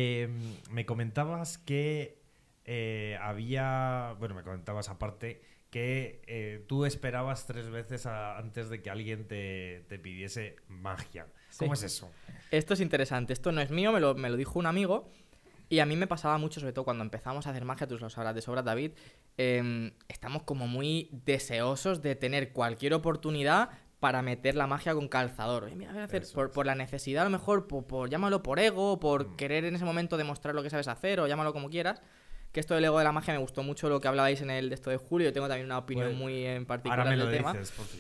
Speaker 2: Me comentabas que me comentabas aparte que tú esperabas 3 veces antes de que alguien te pidiese magia. ¿Cómo
Speaker 1: Sí.
Speaker 2: es eso?
Speaker 1: Esto es interesante. Esto no es mío, me lo dijo un amigo. Y a mí me pasaba mucho, sobre todo cuando empezamos a hacer magia, tú lo sabrás de sobra, David. Estamos como muy deseosos de tener cualquier oportunidad para meter la magia con calzador. Oye, mira, voy a hacer
Speaker 2: Eso
Speaker 1: por,
Speaker 2: es.
Speaker 1: por la necesidad, a lo mejor, llámalo por ego, por querer en ese momento demostrar lo que sabes hacer, o llámalo como quieras. Que esto del ego de la magia me gustó mucho lo que hablabais en el de esto de Julio. Yo tengo también una opinión
Speaker 2: Pues,
Speaker 1: muy en particular
Speaker 2: Ahora me lo
Speaker 1: del tema.
Speaker 2: dices, por fin.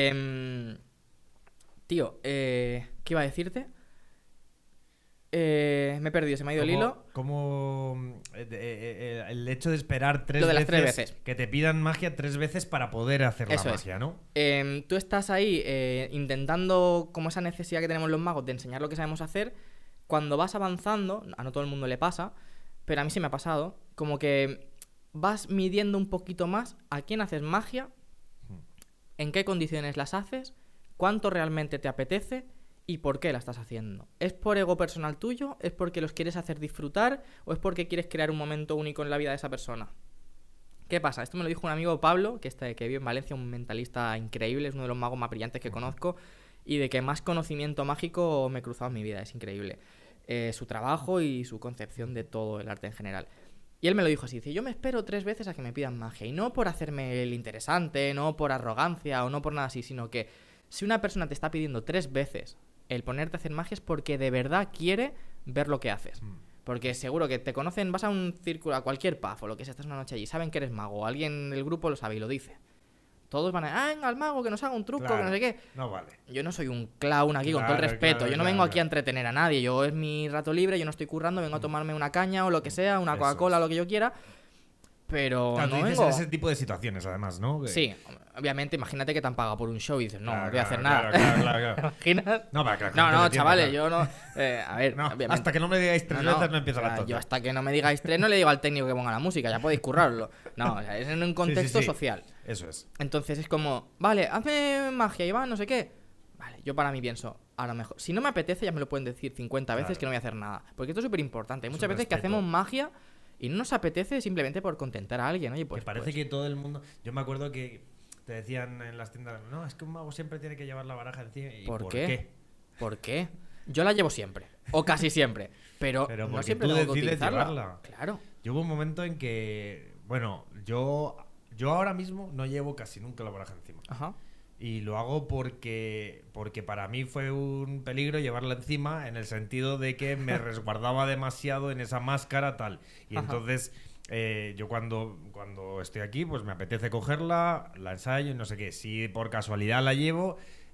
Speaker 1: Tío, ¿qué iba a decirte? Me he perdido, se me ha ido el hilo.
Speaker 2: El hecho de esperar
Speaker 1: Lo de las 3 veces.
Speaker 2: que te pidan magia 3 veces para poder hacer
Speaker 1: Eso
Speaker 2: la
Speaker 1: es.
Speaker 2: magia, ¿no?
Speaker 1: Tú estás ahí intentando, como esa necesidad que tenemos los magos de enseñar lo que sabemos hacer. Cuando vas avanzando, a no todo el mundo le pasa, pero a mí sí me ha pasado, como que vas midiendo un poquito más a quién haces magia, en qué condiciones las haces, cuánto realmente te apetece y por qué la estás haciendo. ¿Es por ego personal tuyo? ¿Es porque los quieres hacer disfrutar? ¿O es porque quieres crear un momento único en la vida de esa persona? ¿Qué pasa? Esto me lo dijo un amigo Pablo, que vive en Valencia, un mentalista increíble, es uno de los magos más brillantes que conozco y de que más conocimiento mágico me he cruzado en mi vida, es increíble. Su trabajo y su concepción de todo el arte en general. Y él me lo dijo así, dice, yo me espero 3 veces a que me pidan magia, y no por hacerme el interesante, no por arrogancia o no por nada así, sino que si una persona te está pidiendo 3 veces el ponerte a hacer magia es porque de verdad quiere ver lo que haces. Porque seguro que te conocen, vas a un círculo, a cualquier pub o lo que sea, estás una noche allí, saben que eres mago, alguien del grupo lo sabe y lo dice. Todos van a, venga, al mago, que nos haga un truco,
Speaker 2: Claro,
Speaker 1: que no sé qué.
Speaker 2: no vale.
Speaker 1: Yo no soy un clown aquí, con todo el
Speaker 2: Claro,
Speaker 1: respeto.
Speaker 2: claro,
Speaker 1: Yo no
Speaker 2: claro,
Speaker 1: vengo aquí
Speaker 2: claro.
Speaker 1: a entretener a nadie. Yo es mi rato libre, yo no estoy currando, vengo a tomarme una caña o lo que sea, una
Speaker 2: Eso
Speaker 1: Coca-Cola,
Speaker 2: es.
Speaker 1: lo que yo quiera. Pero
Speaker 2: Claro,
Speaker 1: no
Speaker 2: tú dices
Speaker 1: vengo...
Speaker 2: en ese tipo de situaciones, además, ¿no?
Speaker 1: Sí, obviamente, imagínate que te han pagado por un show y dices, no,
Speaker 2: Claro,
Speaker 1: no voy a hacer
Speaker 2: claro,
Speaker 1: nada.
Speaker 2: claro.
Speaker 1: ¿Te imaginas?
Speaker 2: No, para que la
Speaker 1: No,
Speaker 2: gente
Speaker 1: no,
Speaker 2: lo entienda,
Speaker 1: chavales,
Speaker 2: claro.
Speaker 1: yo no... a ver,
Speaker 2: No,
Speaker 1: obviamente...
Speaker 2: hasta que no me digáis 3 veces no empiezo
Speaker 1: o sea,
Speaker 2: la tonta.
Speaker 1: yo hasta que no me digáis 3 no le digo al técnico que ponga la música, ya podéis currarlo. No, o sea, es en un contexto
Speaker 2: sí.
Speaker 1: social.
Speaker 2: Eso es.
Speaker 1: Entonces es como, vale, hazme magia, Iván, no sé qué. Vale, yo para mí pienso, a lo mejor, si no me apetece ya me lo pueden decir 50 veces
Speaker 2: Claro.
Speaker 1: que no voy a hacer nada. Porque esto es súper importante. Hay
Speaker 2: Es
Speaker 1: muchas
Speaker 2: un
Speaker 1: veces que
Speaker 2: respeto.
Speaker 1: hacemos magia y no nos apetece simplemente por contentar a alguien. Oye, pues...
Speaker 2: que parece que todo el mundo... Yo me acuerdo que te decían en las tiendas, no, es que un mago siempre tiene que llevar la baraja encima. ¿Y
Speaker 1: ¿Por qué? ¿Por qué? Yo la llevo siempre, o casi siempre, pero
Speaker 2: Pero
Speaker 1: no
Speaker 2: porque
Speaker 1: siempre
Speaker 2: tú
Speaker 1: tengo que
Speaker 2: decides
Speaker 1: utilizarla.
Speaker 2: llevarla.
Speaker 1: Claro.
Speaker 2: Yo hubo un momento en que, bueno, yo ahora mismo no llevo casi nunca la baraja encima.
Speaker 1: Ajá.
Speaker 2: Y lo hago porque para mí fue un peligro llevarla encima en el sentido de que me resguardaba demasiado en esa máscara tal. Y
Speaker 1: Ajá.
Speaker 2: entonces yo cuando estoy aquí pues me apetece cogerla, la ensayo y no sé qué. Si por casualidad la llevo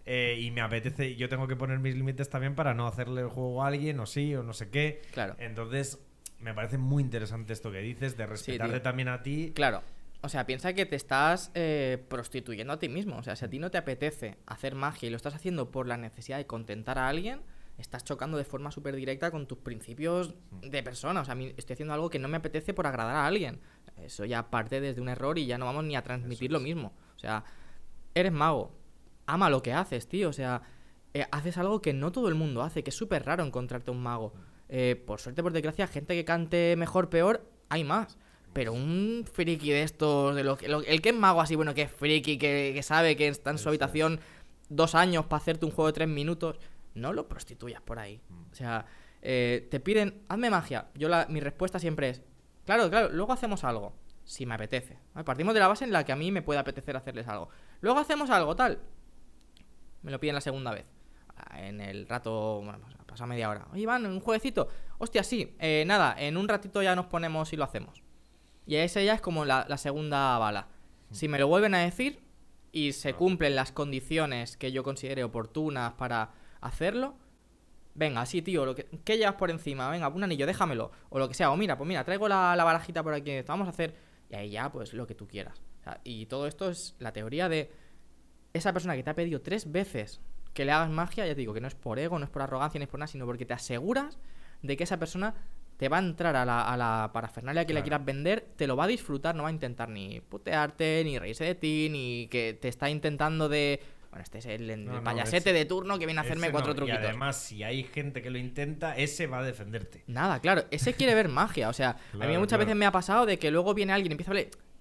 Speaker 2: y me apetece, yo tengo que poner mis límites también para no hacerle el juego a alguien o sí o no sé qué.
Speaker 1: Claro.
Speaker 2: Entonces me parece muy interesante esto que dices de respetarte
Speaker 1: tío.
Speaker 2: también a ti.
Speaker 1: Claro. O sea, piensa que te estás prostituyendo a ti mismo. O sea, si a ti no te apetece hacer magia y lo estás haciendo por la necesidad de contentar a alguien, estás chocando de forma súper directa con tus principios de persona. O sea, a mí estoy haciendo algo que no me apetece por agradar a alguien. Eso ya parte desde un error y ya no vamos ni a transmitir lo mismo. O sea, eres mago. Ama lo que haces, tío. O sea, haces algo que no todo el mundo hace, que es súper raro encontrarte un mago. Por suerte, por desgracia, gente que cante mejor, peor, hay más. Pero un friki de estos, el que es mago así, bueno, que es friki, que sabe que está en su habitación 2 años para hacerte un juego de 3 minutos, no lo prostituyas por ahí. O sea, te piden, hazme magia. Mi respuesta siempre es, claro, luego hacemos algo, si me apetece. ¿Vale? Partimos de la base en la que a mí me puede apetecer hacerles algo. Luego hacemos algo, tal. Me lo piden la segunda vez. En el rato, bueno, pues, pasa media hora. Oye, Iván, un jueguecito. Hostia, sí, nada, en un ratito ya nos ponemos y lo hacemos. Y esa ya es como la segunda bala. Si me lo vuelven a decir y se cumplen las condiciones que yo considere oportunas para hacerlo, venga, sí, tío, ¿qué llevas por encima? Venga, un anillo, déjamelo. O lo que sea. O mira, pues mira, traigo la barajita por aquí. Vamos a hacer... Y ahí ya, pues lo que tú quieras. O sea, y todo esto es la teoría de esa persona que te ha pedido 3 veces que le hagas magia. Ya te digo que no es por ego, no es por arrogancia, ni es por nada, sino porque te aseguras de que esa persona te va a entrar a la parafernalia que le quieras vender, te lo va a disfrutar, no va a intentar ni putearte, ni reírse de ti, ni que te está intentando de... Bueno, este es el payasete de turno que viene a hacerme 4 truquitos.
Speaker 2: Y además, si hay gente que lo intenta, ese va a defenderte.
Speaker 1: Nada, claro, ese quiere ver magia. O sea, a mí muchas veces me ha pasado de que luego viene alguien y empieza a hablar,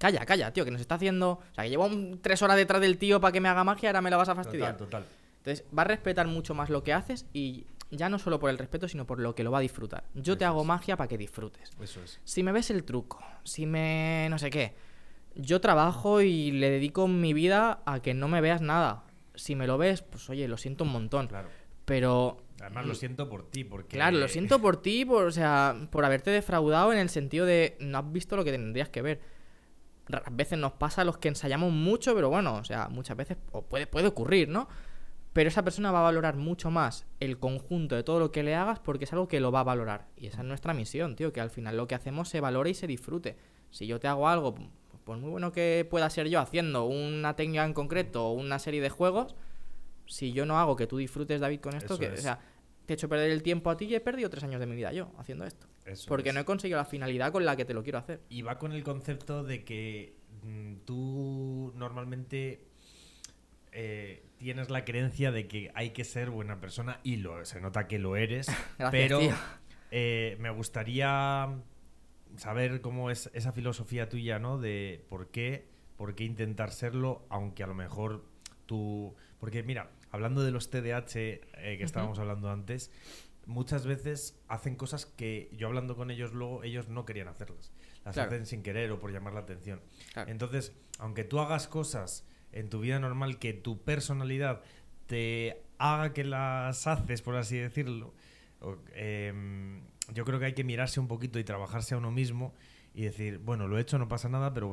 Speaker 1: calla, tío, que nos está haciendo... O sea, que llevo 3 horas detrás del tío para que me haga magia, ahora me lo vas a fastidiar.
Speaker 2: Total.
Speaker 1: Entonces, va a respetar mucho más lo que haces y ya no solo por el respeto, sino por lo que lo va a disfrutar. Yo te hago magia para que disfrutes.
Speaker 2: Eso es.
Speaker 1: Si me ves el truco, si me... no sé qué, yo trabajo y le dedico mi vida a que no me veas nada. Si me lo ves, pues oye, lo siento un montón.
Speaker 2: Claro.
Speaker 1: Pero...
Speaker 2: Además lo siento por ti, porque...
Speaker 1: Claro, lo siento por ti, o sea, por haberte defraudado en el sentido de no has visto lo que tendrías que ver. A veces nos pasa a los que ensayamos mucho, pero bueno, o sea, muchas veces o puede ocurrir, ¿no? Pero esa persona va a valorar mucho más el conjunto de todo lo que le hagas porque es algo que lo va a valorar. Y esa es nuestra misión, tío, que al final lo que hacemos se valore y se disfrute. Si yo te hago algo, por muy bueno que pueda ser yo haciendo una técnica en concreto o una serie de juegos, si yo no hago que tú disfrutes, David, con esto, o sea, te he hecho perder el tiempo a ti y he perdido 3 años de mi vida yo haciendo esto. Porque no he conseguido la finalidad con la que te lo quiero hacer.
Speaker 2: Y va con el concepto de que tú normalmente tienes la creencia de que hay que ser buena persona y se nota que lo eres.
Speaker 1: Gracias,
Speaker 2: pero
Speaker 1: tío.
Speaker 2: Me gustaría saber cómo es esa filosofía tuya, ¿no? De por qué intentar serlo, aunque a lo mejor tú... Porque mira, hablando de los TDAH que estábamos hablando antes, muchas veces hacen cosas que yo hablando con ellos luego, ellos no querían hacerlas. Las hacen sin querer o por llamar la atención. Claro. Entonces, aunque tú hagas cosas en tu vida normal que tu personalidad te haga que las haces, por así decirlo, yo creo que hay que mirarse un poquito y trabajarse a uno mismo y decir, bueno, lo he hecho, no pasa nada, pero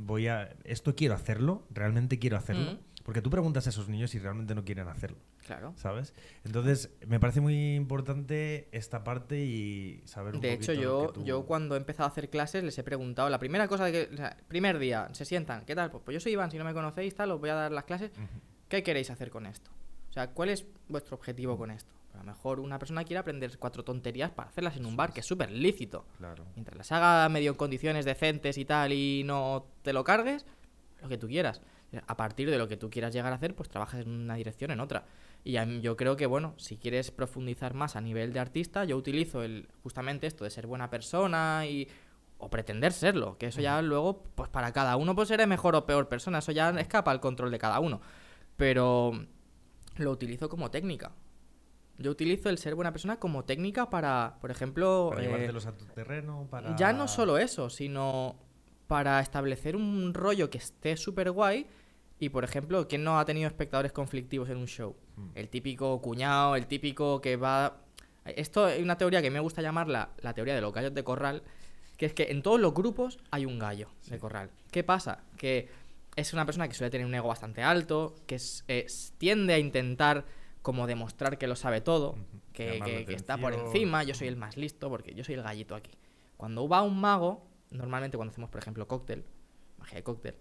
Speaker 2: esto quiero hacerlo, realmente quiero hacerlo. Porque tú preguntas a esos niños si realmente no quieren hacerlo.
Speaker 1: Claro.
Speaker 2: ¿Sabes? Entonces, me parece muy importante esta parte y saber un poquito.
Speaker 1: De hecho, yo cuando he empezado a hacer clases les he preguntado, la primera cosa primer día, se sientan, ¿qué tal? Pues yo soy Iván, si no me conocéis, tal, os voy a dar las clases. ¿Qué queréis hacer con esto? O sea, ¿cuál es vuestro objetivo con esto? A lo mejor una persona quiere aprender 4 tonterías para hacerlas en un bar, que es súper lícito.
Speaker 2: Claro.
Speaker 1: Mientras las haga medio en condiciones decentes y tal y no te lo cargues, lo que tú quieras. A partir de lo que tú quieras llegar a hacer, pues trabajas en una dirección, en otra. Y yo creo que, bueno, si quieres profundizar más a nivel de artista, yo utilizo justamente esto de ser buena persona o pretender serlo, que eso ya luego, pues para cada uno, pues eres mejor o peor persona, eso ya escapa al control de cada uno. Pero lo utilizo como técnica. Yo utilizo el ser buena persona como técnica para, por ejemplo...
Speaker 2: Para llevártelos a tu terreno, para...
Speaker 1: Ya no solo eso, sino para establecer un rollo que esté súper guay. Y, por ejemplo, ¿quién no ha tenido espectadores conflictivos en un show? El típico cuñado, el típico que va... Esto es una teoría que me gusta llamar la teoría de los gallos de corral, que es que en todos los grupos hay un gallo de corral. ¿Qué pasa? Que es una persona que suele tener un ego bastante alto, que tiende a intentar como demostrar que lo sabe todo, que está por encima, yo soy el más listo, porque yo soy el gallito aquí. Cuando va un mago, normalmente cuando hacemos, por ejemplo, cóctel, magia de cóctel,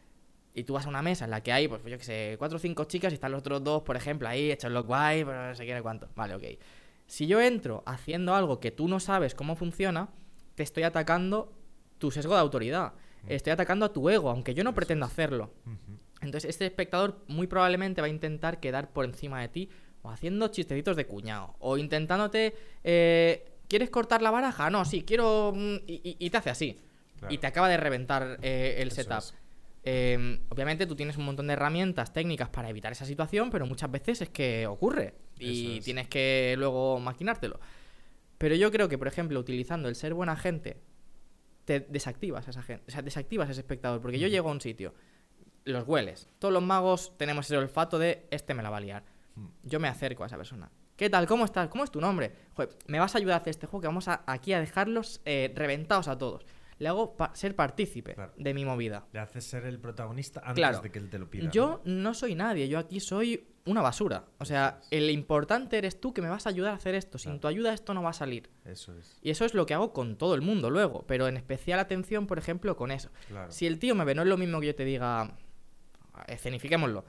Speaker 1: y tú vas a una mesa en la que hay, pues yo que sé, 4 o 5 chicas y están los otros 2, por ejemplo, ahí, hechos los guay, pero no sé qué, cuánto. Vale, ok. Si yo entro haciendo algo que tú no sabes cómo funciona, te estoy atacando tu sesgo de autoridad. Estoy atacando a tu ego, aunque yo no pretendo hacerlo. Entonces, este espectador muy probablemente va a intentar quedar por encima de ti, o haciendo chistecitos de cuñado, o intentándote... ¿Quieres cortar la baraja? No, sí, quiero... Y te hace así. Claro. Y te acaba de reventar el setup. Obviamente tú tienes un montón de herramientas técnicas para evitar esa situación, pero muchas veces es que ocurre y tienes que luego maquinártelo. Pero yo creo que, por ejemplo, utilizando el ser buena gente, te desactivas a esa gente, o sea, desactivas a ese espectador, porque yo llego a un sitio, los hueles, todos los magos tenemos ese olfato de este me la va a liar. Yo me acerco a esa persona. ¿Qué tal? ¿Cómo estás? ¿Cómo es tu nombre? Joder, ¿me vas a ayudar a hacer este juego? Que vamos aquí a dejarlos reventados a todos. Le hago ser partícipe de mi movida.
Speaker 2: Le haces ser el protagonista antes de que él te lo pida.
Speaker 1: Yo no soy nadie, yo aquí soy una basura. O sea, el importante eres tú, que me vas a ayudar a hacer esto. Sin tu ayuda esto no va a salir.
Speaker 2: Eso es.
Speaker 1: Y eso es lo que hago con todo el mundo luego. Pero en especial atención, por ejemplo, con eso.
Speaker 2: Claro.
Speaker 1: Si el tío me ve, no es lo mismo que yo te diga... Escenifiquémoslo.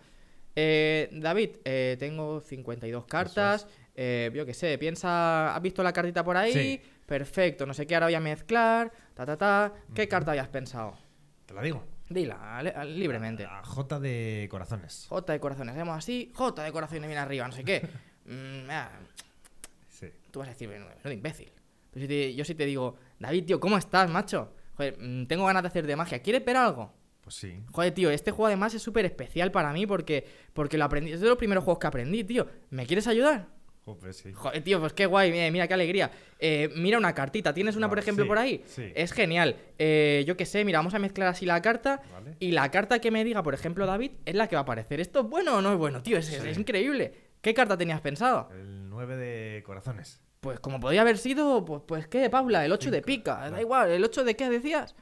Speaker 1: David, tengo 52 cartas. Yo qué sé, piensa... ¿Has visto la cartita por ahí? Sí. Perfecto, no sé qué, ahora voy a mezclar. ¿Qué carta habías pensado?
Speaker 2: Te la digo.
Speaker 1: Dila, libremente.
Speaker 2: La J de corazones.
Speaker 1: J de corazones, hacemos así. J de corazones viene arriba, no sé qué.
Speaker 2: Sí.
Speaker 1: Tú vas a decir, no, imbécil. Pero yo si te digo, David, tío, ¿cómo estás, macho? joder, tengo ganas de hacer de magia, ¿quieres ver algo?
Speaker 2: Pues sí.
Speaker 1: Joder, tío, este juego además es súper especial para mí porque lo aprendí, es de los primeros juegos que aprendí, tío. ¿Me quieres ayudar?
Speaker 2: Joder, sí.
Speaker 1: Joder, tío, pues qué guay, mira qué alegría. Mira una cartita, ¿tienes una, por ejemplo,
Speaker 2: sí,
Speaker 1: por ahí?
Speaker 2: sí.
Speaker 1: Es genial. Yo qué sé, mira, vamos a mezclar así la carta.
Speaker 2: Vale.
Speaker 1: Y la carta que me diga, por ejemplo, David, es la que va a aparecer. ¿Esto es bueno o no es bueno, tío? Es increíble. ¿Qué carta tenías pensado?
Speaker 2: El 9 de corazones.
Speaker 1: Pues como podía haber sido, pues ¿qué, Paula? El 8 de pica. Da
Speaker 2: Vale.
Speaker 1: igual, ¿el 8 de qué decías?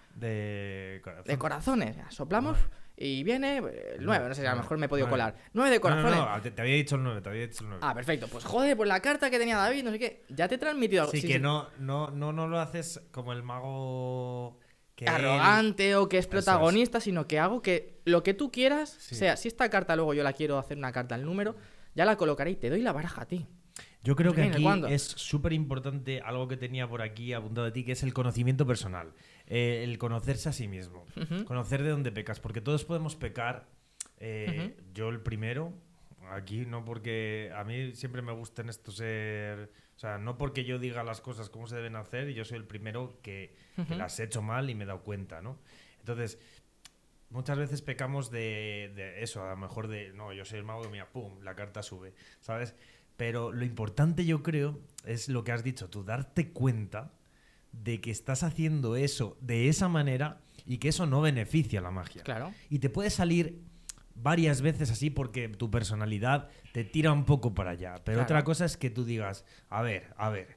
Speaker 2: De corazones.
Speaker 1: De corazones. Ya, soplamos y viene el 9. No sé, a lo mejor me he podido
Speaker 2: 9.
Speaker 1: colar. 9 de corazones.
Speaker 2: No, te había dicho el 9, te había dicho el 9.
Speaker 1: Ah, perfecto. Pues joder, pues la carta que tenía David, no sé qué. Ya te he transmitido algo.
Speaker 2: Sí, que no lo haces como el mago que
Speaker 1: arrogante o que es
Speaker 2: Eso
Speaker 1: protagonista, sino que hago que lo que tú quieras,
Speaker 2: Sí.
Speaker 1: sea, si esta carta luego yo la quiero hacer una carta al número, ya la colocaré y te doy la baraja a ti.
Speaker 2: Yo creo que
Speaker 1: ¿Quién?
Speaker 2: aquí
Speaker 1: ¿Cuándo?
Speaker 2: es súper importante algo que tenía por aquí apuntado de ti, que es el conocimiento personal. El conocerse a sí mismo.
Speaker 1: Ujú.
Speaker 2: Conocer de dónde pecas, porque todos podemos pecar.
Speaker 1: Ujú.
Speaker 2: Yo el primero, aquí no porque a mí siempre me gusta en esto ser... O sea, no porque yo diga las cosas como se deben hacer, y yo soy el primero que las he hecho mal y me he dado cuenta, ¿no? Entonces, muchas veces pecamos de eso, a lo mejor de, no, yo soy el mago y mira, pum, la carta sube, ¿sabes? Pero lo importante yo creo es lo que has dicho tú, darte cuenta de que estás haciendo eso de esa manera y que eso no beneficia a la magia.
Speaker 1: Claro.
Speaker 2: Y te puede salir varias veces así porque tu personalidad te tira un poco para allá. Pero
Speaker 1: Claro.
Speaker 2: otra cosa es que tú digas, a ver.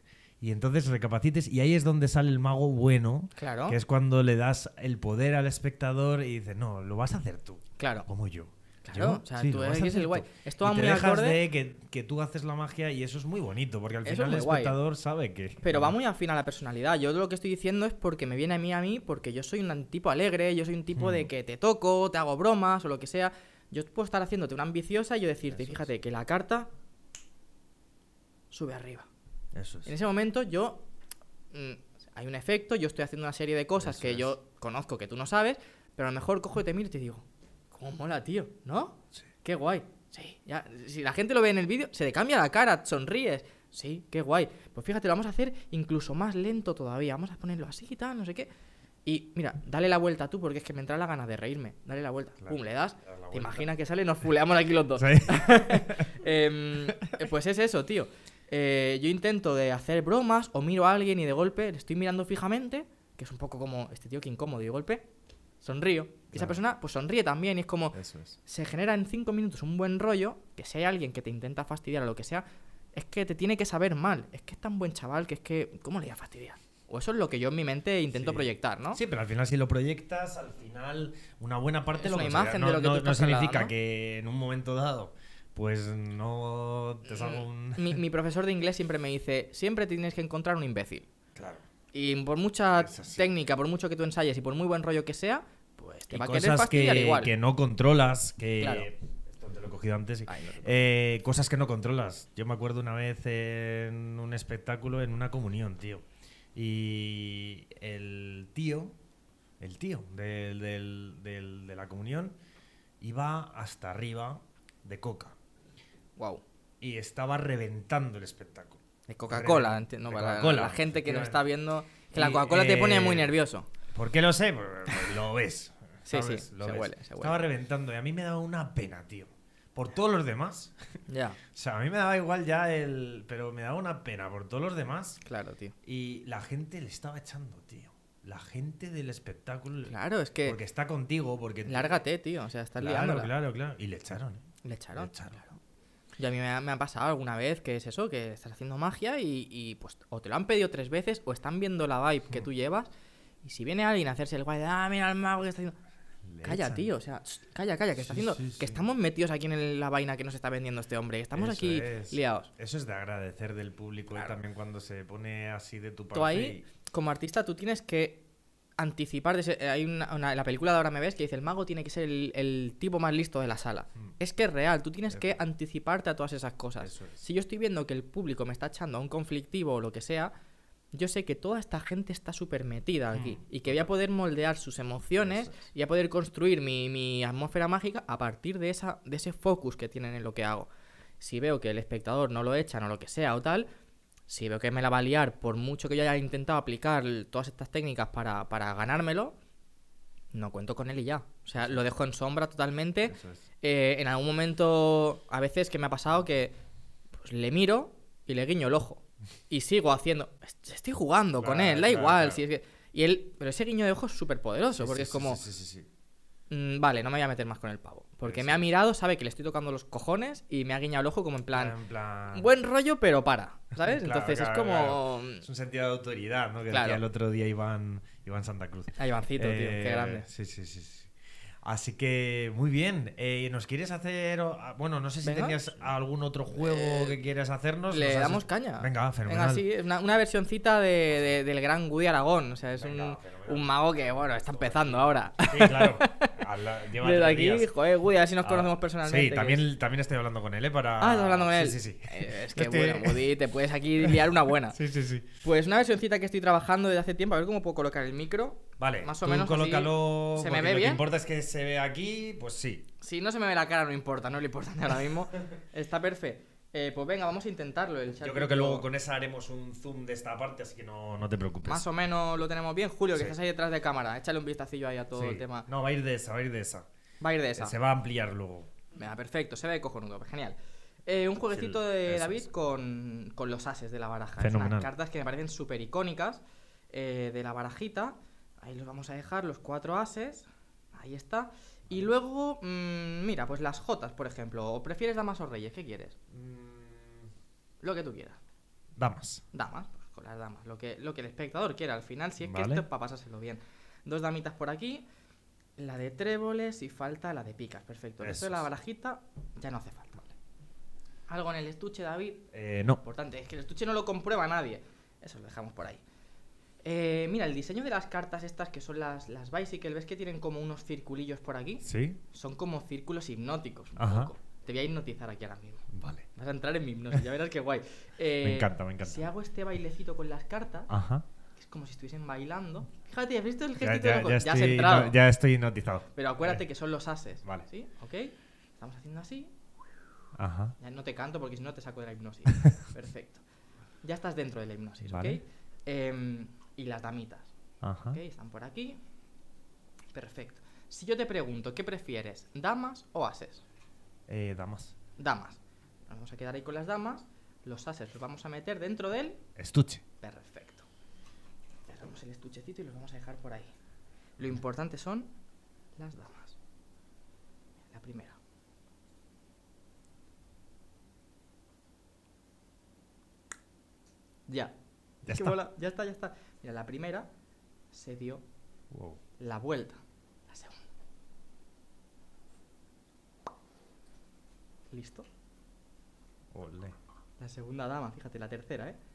Speaker 2: Y entonces recapacites y ahí es donde sale el mago bueno,
Speaker 1: Claro.
Speaker 2: que es cuando le das el poder al espectador y dices, no, lo vas a hacer tú,
Speaker 1: Claro.
Speaker 2: como yo.
Speaker 1: Claro,
Speaker 2: ¿Yo?
Speaker 1: o sea,
Speaker 2: Sí,
Speaker 1: tú
Speaker 2: lo vas a
Speaker 1: eres
Speaker 2: hacer
Speaker 1: el guay.
Speaker 2: tú.
Speaker 1: Esto
Speaker 2: Y
Speaker 1: va
Speaker 2: te
Speaker 1: muy
Speaker 2: dejas
Speaker 1: acorde.
Speaker 2: de que tú haces la magia y eso es muy bonito, porque al
Speaker 1: Eso
Speaker 2: final
Speaker 1: es
Speaker 2: el
Speaker 1: muy guay.
Speaker 2: espectador sabe que...
Speaker 1: Pero va muy afín a la personalidad. Yo lo que estoy diciendo es porque me viene a mí, porque yo soy un tipo alegre, yo soy un tipo de que te toco, te hago bromas o lo que sea. Yo puedo estar haciéndote una ambiciosa y yo decirte,
Speaker 2: Eso
Speaker 1: fíjate, que la carta sube arriba.
Speaker 2: Eso es.
Speaker 1: En ese momento yo... hay un efecto, yo estoy haciendo una serie de cosas
Speaker 2: Eso
Speaker 1: que
Speaker 2: es.
Speaker 1: yo conozco que tú no sabes, pero a lo mejor cojo y te miro y te digo, ¿cómo mola, tío? ¿No?
Speaker 2: Sí.
Speaker 1: Qué guay. Sí, ya, si la gente lo ve en el vídeo, se le cambia la cara, sonríes. Sí, qué guay. Pues fíjate, lo vamos a hacer incluso más lento todavía. Vamos a ponerlo así y tal, no sé qué. Y mira, dale la vuelta tú, porque es que me entra la gana de reírme. Dale la vuelta.
Speaker 2: Claro,
Speaker 1: Pum, le das.
Speaker 2: le das la
Speaker 1: Te
Speaker 2: vuelta.
Speaker 1: imaginas que sale, nos fuleamos aquí los dos.
Speaker 2: Sí.
Speaker 1: Pues es eso, tío. Yo intento de hacer bromas o miro a alguien y de golpe le estoy mirando fijamente, que es un poco como este tío que incómodo, y de golpe sonrío. Y esa
Speaker 2: Claro.
Speaker 1: persona pues sonríe también y es como
Speaker 2: Eso es.
Speaker 1: se genera en 5 minutos un buen rollo, que si hay alguien que te intenta fastidiar o lo que sea, es que te tiene que saber mal. Es que es tan buen chaval que es que, ¿cómo le voy a fastidiar? O eso es lo que yo en mi mente intento
Speaker 2: Sí.
Speaker 1: proyectar, ¿no?
Speaker 2: Sí, pero al final si lo proyectas, al final una buena parte
Speaker 1: Es
Speaker 2: lo
Speaker 1: una
Speaker 2: considera.
Speaker 1: imagen
Speaker 2: no,
Speaker 1: de lo que
Speaker 2: no-
Speaker 1: tú
Speaker 2: no
Speaker 1: estás
Speaker 2: significa
Speaker 1: trasladando.
Speaker 2: que en un momento dado pues no te salga un...
Speaker 1: Mi profesor de inglés siempre me dice, siempre tienes que encontrar un imbécil.
Speaker 2: Claro.
Speaker 1: Y por mucha
Speaker 2: Es así.
Speaker 1: técnica, por mucho que tú ensayes y por muy buen rollo que sea, pues te
Speaker 2: Y
Speaker 1: va a querer
Speaker 2: cosas
Speaker 1: fastidiar igual.
Speaker 2: que no controlas, que...
Speaker 1: Claro.
Speaker 2: Esto te lo he cogido antes. Sí.
Speaker 1: Ay, no te preocupes.
Speaker 2: Cosas que no controlas. Yo me acuerdo una vez en un espectáculo, en una comunión, tío. Y el tío de la comunión iba hasta arriba de coca.
Speaker 1: Wow.
Speaker 2: Y estaba reventando el espectáculo.
Speaker 1: De Coca-Cola,
Speaker 2: De
Speaker 1: no, para
Speaker 2: Coca-Cola,
Speaker 1: la gente que nos
Speaker 2: efectivamente.
Speaker 1: está viendo, que la
Speaker 2: Y,
Speaker 1: Coca-Cola te pone muy nervioso.
Speaker 2: ¿Por qué lo sé? Pues lo ves.
Speaker 1: Sí,
Speaker 2: ¿sabes?
Speaker 1: sí,
Speaker 2: Lo
Speaker 1: se
Speaker 2: ves.
Speaker 1: huele.
Speaker 2: Estaba reventando y a mí me daba una pena, tío. Por todos los demás.
Speaker 1: Ya,
Speaker 2: O sea, a mí me daba igual ya pero me daba una pena por todos los demás.
Speaker 1: claro, tío.
Speaker 2: Y la gente le estaba echando, tío. La gente del espectáculo.
Speaker 1: Claro, es que
Speaker 2: Porque está contigo, porque...
Speaker 1: lárgate, tío, o sea, estás
Speaker 2: Claro,
Speaker 1: liándola.
Speaker 2: claro. Y le echaron, ¿eh?
Speaker 1: Le echaron.
Speaker 2: Le echaron.
Speaker 1: Claro. Y a mí me ha pasado alguna vez que es eso, que estás haciendo magia y pues o te lo han pedido 3 veces o están viendo la vibe que tú llevas y si viene alguien a hacerse el guay de, mira el mago que está haciendo...
Speaker 2: Le
Speaker 1: Calla,
Speaker 2: echan.
Speaker 1: tío, o sea, calla, que está
Speaker 2: Sí,
Speaker 1: haciendo...
Speaker 2: sí, sí.
Speaker 1: Que estamos metidos aquí en la vaina que nos está vendiendo este hombre, que estamos
Speaker 2: Eso
Speaker 1: aquí
Speaker 2: es.
Speaker 1: liados.
Speaker 2: Eso es de agradecer del público
Speaker 1: Claro.
Speaker 2: también cuando se pone así de tu parte.
Speaker 1: Tú ahí, como artista, tú tienes que anticipar... hay en la película de Ahora me ves que dice, el mago tiene que ser el tipo más listo de la sala. Es que es real, tú tienes que anticiparte a todas esas cosas.
Speaker 2: Eso es.
Speaker 1: Si yo estoy viendo que el público me está echando a un conflictivo o lo que sea, yo sé que toda esta gente está súper metida aquí y que voy a poder moldear sus emociones
Speaker 2: Eso es.
Speaker 1: y a poder construir mi atmósfera mágica a partir de ese focus que tienen en lo que hago. Si veo que el espectador no lo echan o lo que sea o tal, Si veo que me la va a liar, por mucho que yo haya intentado aplicar todas estas técnicas para ganármelo, no cuento con él y ya. O sea, lo dejo en sombra totalmente.
Speaker 2: Eso es.
Speaker 1: En algún momento, a veces que me ha pasado que pues, le miro y le guiño el ojo. Y sigo haciendo. Estoy jugando con él, da igual.
Speaker 2: Claro.
Speaker 1: Si es que... Y él, pero ese guiño de ojo es súper poderoso,
Speaker 2: Sí,
Speaker 1: porque
Speaker 2: sí,
Speaker 1: es como,
Speaker 2: sí.
Speaker 1: vale, no me voy a meter más con el pavo. Porque
Speaker 2: Eso
Speaker 1: me ha
Speaker 2: es.
Speaker 1: mirado, sabe que le estoy tocando los cojones y me ha guiñado el ojo como en plan,
Speaker 2: En plan...
Speaker 1: buen rollo, pero para, ¿sabes?
Speaker 2: Claro,
Speaker 1: Entonces
Speaker 2: claro,
Speaker 1: es como...
Speaker 2: Es un sentido de autoridad, ¿no? Que
Speaker 1: Claro.
Speaker 2: decía el otro día Iván Santa Cruz.
Speaker 1: Ay, Ivancito, tío, qué grande.
Speaker 2: Sí. Así que, muy bien. ¿Nos quieres hacer...? Bueno, no sé si
Speaker 1: Venga.
Speaker 2: tenías algún otro juego que quieras hacernos.
Speaker 1: Le
Speaker 2: ¿Nos has-
Speaker 1: damos caña.
Speaker 2: Venga, fenomenal.
Speaker 1: Venga, sí, es una versioncita del gran Woody Aragón. O sea, es
Speaker 2: Venga, fenomenal.
Speaker 1: un mago que, bueno, está empezando ahora.
Speaker 2: Sí, claro. Lleva
Speaker 1: Desde
Speaker 2: 3
Speaker 1: aquí,
Speaker 2: días.
Speaker 1: joder, Woody, a ver si nos
Speaker 2: Ah,
Speaker 1: conocemos personalmente.
Speaker 2: Sí,
Speaker 1: que
Speaker 2: también estoy hablando con él, ¿eh? Para...
Speaker 1: Ah, estás hablando con él.
Speaker 2: Sí.
Speaker 1: Es que,
Speaker 2: Estoy-
Speaker 1: bueno, Woody, te puedes aquí liar una buena.
Speaker 2: Sí.
Speaker 1: Pues una versioncita que estoy trabajando desde hace tiempo, a ver cómo puedo colocar el micro.
Speaker 2: Vale,
Speaker 1: Más o
Speaker 2: tú
Speaker 1: menos así.
Speaker 2: colócalo.
Speaker 1: ¿Se me
Speaker 2: porque
Speaker 1: ve
Speaker 2: lo que
Speaker 1: bien?
Speaker 2: importa es que se vea aquí, pues sí.
Speaker 1: Si no se me ve la cara, no importa, no es lo importante ahora mismo. Está perfecto. Pues venga, vamos a intentarlo.
Speaker 2: Yo creo que luego con esa haremos un zoom de esta parte, así que no te preocupes.
Speaker 1: Más o menos lo tenemos bien. Julio, que
Speaker 2: Sí.
Speaker 1: estás ahí detrás de cámara, échale un vistacillo ahí a todo
Speaker 2: Sí.
Speaker 1: el tema.
Speaker 2: No, va a ir de esa.
Speaker 1: Va a ir de esa.
Speaker 2: Se va a ampliar luego.
Speaker 1: Venga, perfecto, se ve cojonudo, genial. Un jueguecito
Speaker 2: Sí,
Speaker 1: de
Speaker 2: eso
Speaker 1: David
Speaker 2: es.
Speaker 1: con los ases de la baraja.
Speaker 2: Fenomenal.
Speaker 1: Es unas cartas que me parecen súper icónicas de la barajita. Ahí los vamos a dejar, los 4 ases. Ahí está. Y luego, mira, pues las jotas, por ejemplo. ¿O prefieres damas o reyes? ¿Qué quieres? Lo que tú quieras.
Speaker 2: Damas.
Speaker 1: Damas, pues con las damas. Lo que el espectador quiera. Al final, si es que
Speaker 2: Vale.
Speaker 1: esto es para pasárselo bien. 2 damitas por aquí. La de tréboles y falta la de picas. Perfecto. El resto
Speaker 2: Eso
Speaker 1: de la
Speaker 2: es.
Speaker 1: barajita ya no hace falta. Algo en el estuche, David.
Speaker 2: No.
Speaker 1: Importante, es que el estuche no lo comprueba nadie. Eso lo dejamos por ahí. Mira, el diseño de las cartas estas que son las Bicycle, ¿ves que tienen como unos circulillos por aquí?
Speaker 2: ¿Sí?
Speaker 1: Son como círculos hipnóticos. Un
Speaker 2: Ajá.
Speaker 1: poco. Te voy a hipnotizar aquí ahora mismo.
Speaker 2: Vale.
Speaker 1: Vas a entrar en mi hipnosis, ya verás qué guay.
Speaker 2: Me encanta.
Speaker 1: Si hago este bailecito con las cartas,
Speaker 2: Ajá.
Speaker 1: que es como si estuviesen bailando. Fíjate, ¿has visto el
Speaker 2: Ya,
Speaker 1: gestito de loco? Ya has
Speaker 2: estoy,
Speaker 1: entrado.
Speaker 2: ya estoy hipnotizado.
Speaker 1: Pero acuérdate que son los ases.
Speaker 2: Vale.
Speaker 1: ¿Sí? ¿Ok? Estamos haciendo así.
Speaker 2: Ajá.
Speaker 1: Ya no te canto porque si no te saco de la hipnosis. Perfecto. Ya estás dentro de la hipnosis,
Speaker 2: Vale.
Speaker 1: ¿ok? Y las damitas,
Speaker 2: Ajá.
Speaker 1: ¿ok? Están por aquí. Perfecto. Si yo te pregunto, ¿qué prefieres? ¿Damas o ases?
Speaker 2: Damas.
Speaker 1: Damas. Nos vamos a quedar ahí con las damas. Los ases los vamos a meter dentro del...
Speaker 2: Estuche.
Speaker 1: Perfecto. Cerramos el estuchecito y los vamos a dejar por ahí. Lo importante son las damas. La primera. Ya.
Speaker 2: Ya
Speaker 1: Es que
Speaker 2: está.
Speaker 1: mola. Ya está. Mira, la primera se dio
Speaker 2: Wow.
Speaker 1: la vuelta. La segunda. ¿Listo?
Speaker 2: Ole.
Speaker 1: La segunda dama, fíjate, la tercera, ¿eh?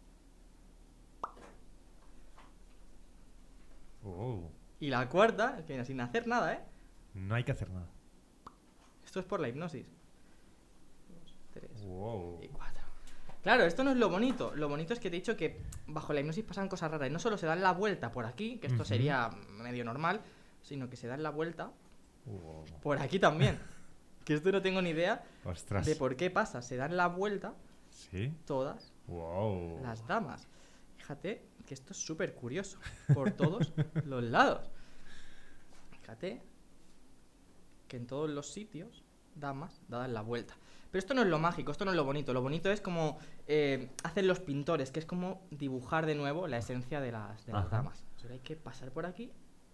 Speaker 2: Wow.
Speaker 1: Y la cuarta, mira, sin hacer nada, ¿eh?
Speaker 2: No hay que hacer nada.
Speaker 1: Esto es por la hipnosis. 2, 3
Speaker 2: Wow.
Speaker 1: y 4. Claro, esto no es lo bonito. Lo bonito es que te he dicho que bajo la hipnosis pasan cosas raras. Y no solo se dan la vuelta por aquí, que esto
Speaker 2: Ujú.
Speaker 1: sería medio normal, sino que se dan la vuelta
Speaker 2: Wow.
Speaker 1: por aquí también. Que esto no tengo ni idea
Speaker 2: Ostras.
Speaker 1: de por qué pasa. Se dan la vuelta
Speaker 2: Sí.
Speaker 1: todas
Speaker 2: Wow.
Speaker 1: las damas. Fíjate que esto es súper curioso por todos los lados. Fíjate que en todos los sitios damas dadas la vuelta. Pero esto no es lo mágico, esto no es lo bonito. Lo bonito es como hacen los pintores, que es como dibujar de nuevo la esencia de las
Speaker 2: Ajá.
Speaker 1: damas. Solo hay que pasar por aquí.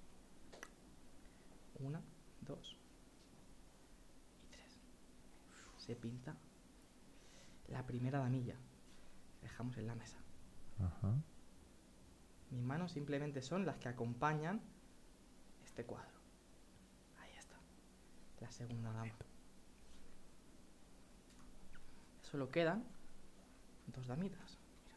Speaker 1: 1, 2 y 3. Se pinta la primera damilla. Dejamos en la mesa.
Speaker 2: Ajá.
Speaker 1: Mis manos simplemente son las que acompañan este cuadro. Ahí está. La segunda dama. Solo quedan 2 damitas. Mira.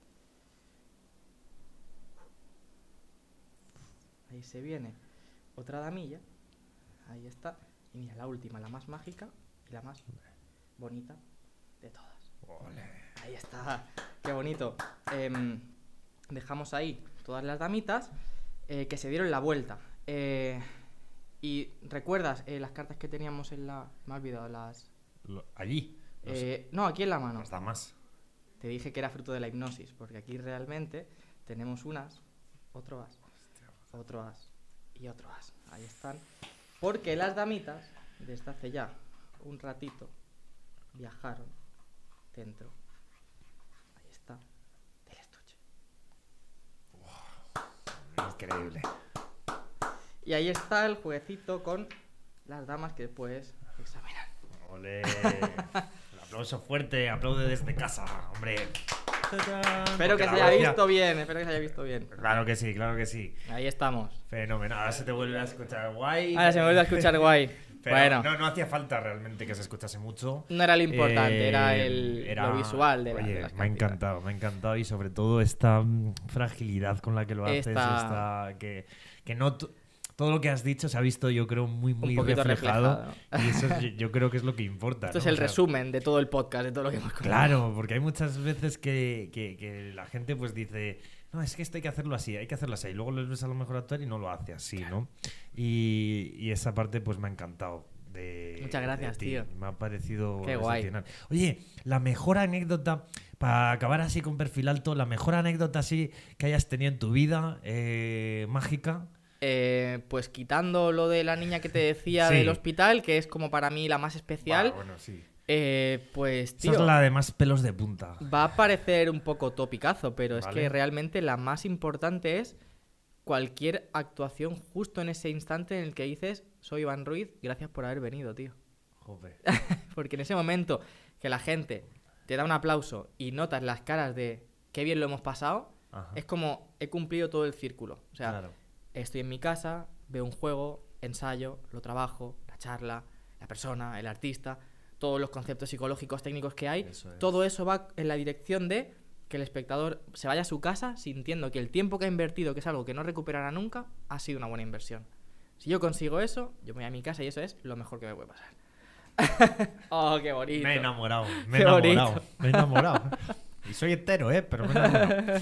Speaker 1: Ahí se viene otra damilla. Ahí está. Y mira, la última, la más mágica y la más bonita de todas.
Speaker 2: Ole.
Speaker 1: Ahí está, qué bonito. Dejamos ahí todas las damitas que se dieron la vuelta. Y recuerdas las cartas que teníamos en la... Me he olvidado las...
Speaker 2: Allí.
Speaker 1: no, aquí en la mano.
Speaker 2: Las damas.
Speaker 1: te dije que era fruto de la hipnosis, porque aquí realmente tenemos un as, otro as, otro as y otro as. Ahí están. Porque las damitas, desde hace ya un ratito, viajaron dentro. Ahí está. Del estuche.
Speaker 2: Increíble.
Speaker 1: Y ahí está el jueguecito con las damas que puedes examinar.
Speaker 2: ¡Ole! Un aplauso fuerte, aplaude desde casa, hombre.
Speaker 1: Espero que se haya visto bien, espero que se haya visto bien.
Speaker 2: Claro que sí, claro que sí.
Speaker 1: Ahí estamos.
Speaker 2: Fenomenal, ahora se te vuelve a escuchar guay.
Speaker 1: Ahora se me vuelve a escuchar guay.
Speaker 2: Pero
Speaker 1: Bueno,
Speaker 2: no hacía falta realmente que se escuchase mucho.
Speaker 1: no era lo importante, era lo visual de
Speaker 2: oye,
Speaker 1: las
Speaker 2: me ha encantado y sobre todo esta fragilidad con la que lo haces, que no todo lo que has dicho se ha visto, yo creo, muy
Speaker 1: un poquito
Speaker 2: reflejado,
Speaker 1: ¿no?
Speaker 2: y eso yo creo que es lo que importa.
Speaker 1: Esto
Speaker 2: ¿no?
Speaker 1: es el resumen de todo el podcast, de todo lo que hemos contado.
Speaker 2: Claro, porque hay muchas veces que la gente pues dice, no, es que esto hay que hacerlo así, hay que hacerlo así, y luego les ves a lo mejor actuar y no lo hace así, ¿no? Y esa parte pues me ha encantado.
Speaker 1: Muchas gracias, tío.
Speaker 2: Me ha parecido
Speaker 1: qué guay.
Speaker 2: Oye, la mejor anécdota, para acabar así con perfil alto, la mejor anécdota así que hayas tenido en tu vida, mágica.
Speaker 1: Pues quitando lo de la niña que te decía
Speaker 2: Sí.
Speaker 1: del hospital, que es como para mí la más especial,
Speaker 2: Bueno, sí.
Speaker 1: pues
Speaker 2: Esa
Speaker 1: tío,
Speaker 2: es la de más pelos de punta.
Speaker 1: va a parecer un poco topicazo, pero es
Speaker 2: Vale.
Speaker 1: que realmente la más importante es cualquier actuación justo en ese instante en el que dices, soy Iván Ruiz, gracias por haber venido, tío.
Speaker 2: Joder.
Speaker 1: Porque en ese momento que la gente te da un aplauso y notas las caras de qué bien lo hemos pasado,
Speaker 2: Ajá.
Speaker 1: es como he cumplido todo el círculo. O sea,
Speaker 2: Claro.
Speaker 1: estoy en mi casa, veo un juego, ensayo, lo trabajo, la charla, la persona, el artista, todos los conceptos psicológicos, técnicos que hay,
Speaker 2: Eso es.
Speaker 1: todo eso va en la dirección de que el espectador se vaya a su casa sintiendo que el tiempo que ha invertido, que es algo que no recuperará nunca, ha sido una buena inversión. Si yo consigo eso, yo me voy a mi casa y eso es lo mejor que me puede pasar. Oh, qué bonito.
Speaker 2: Me he enamorado,
Speaker 1: Qué bonito.
Speaker 2: me he enamorado. Y soy entero, pero me he enamorado.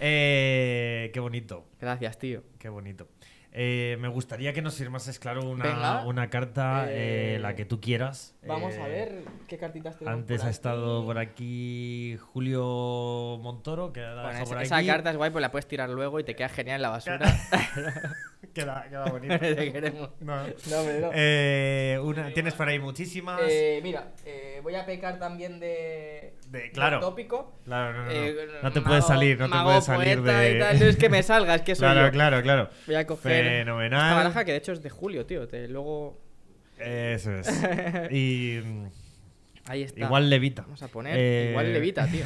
Speaker 2: Qué bonito,
Speaker 1: Gracias, tío.
Speaker 2: qué bonito. Me gustaría que nos firmases, claro,
Speaker 1: Venga.
Speaker 2: una carta, la que tú quieras.
Speaker 1: Vamos a ver qué cartitas tenemos.
Speaker 2: Antes
Speaker 1: por
Speaker 2: ha
Speaker 1: aquí.
Speaker 2: estado por aquí Julio Montoro, que la
Speaker 1: Bueno,
Speaker 2: dejado por
Speaker 1: esa
Speaker 2: aquí.
Speaker 1: carta es guay, pues la puedes tirar luego y te queda genial en la basura.
Speaker 2: Queda bonito.
Speaker 1: Te queremos.
Speaker 2: No.
Speaker 1: No, hombre, no.
Speaker 2: Tienes por ahí muchísimas.
Speaker 1: Mira, voy a pecar también
Speaker 2: Claro.
Speaker 1: de tópico.
Speaker 2: Claro, no. No te
Speaker 1: Mago-
Speaker 2: puedes salir, no te
Speaker 1: mago,
Speaker 2: puedes salir
Speaker 1: poeta
Speaker 2: de...
Speaker 1: y tal. No es que me salga, es que soy yo.
Speaker 2: Claro.
Speaker 1: Voy a coger
Speaker 2: Fenomenal.
Speaker 1: esta baraja que de hecho es de Julio, tío. Luego...
Speaker 2: Eso es. Y
Speaker 1: Ahí está.
Speaker 2: igual levita.
Speaker 1: Vamos a poner... Igual levita, tío.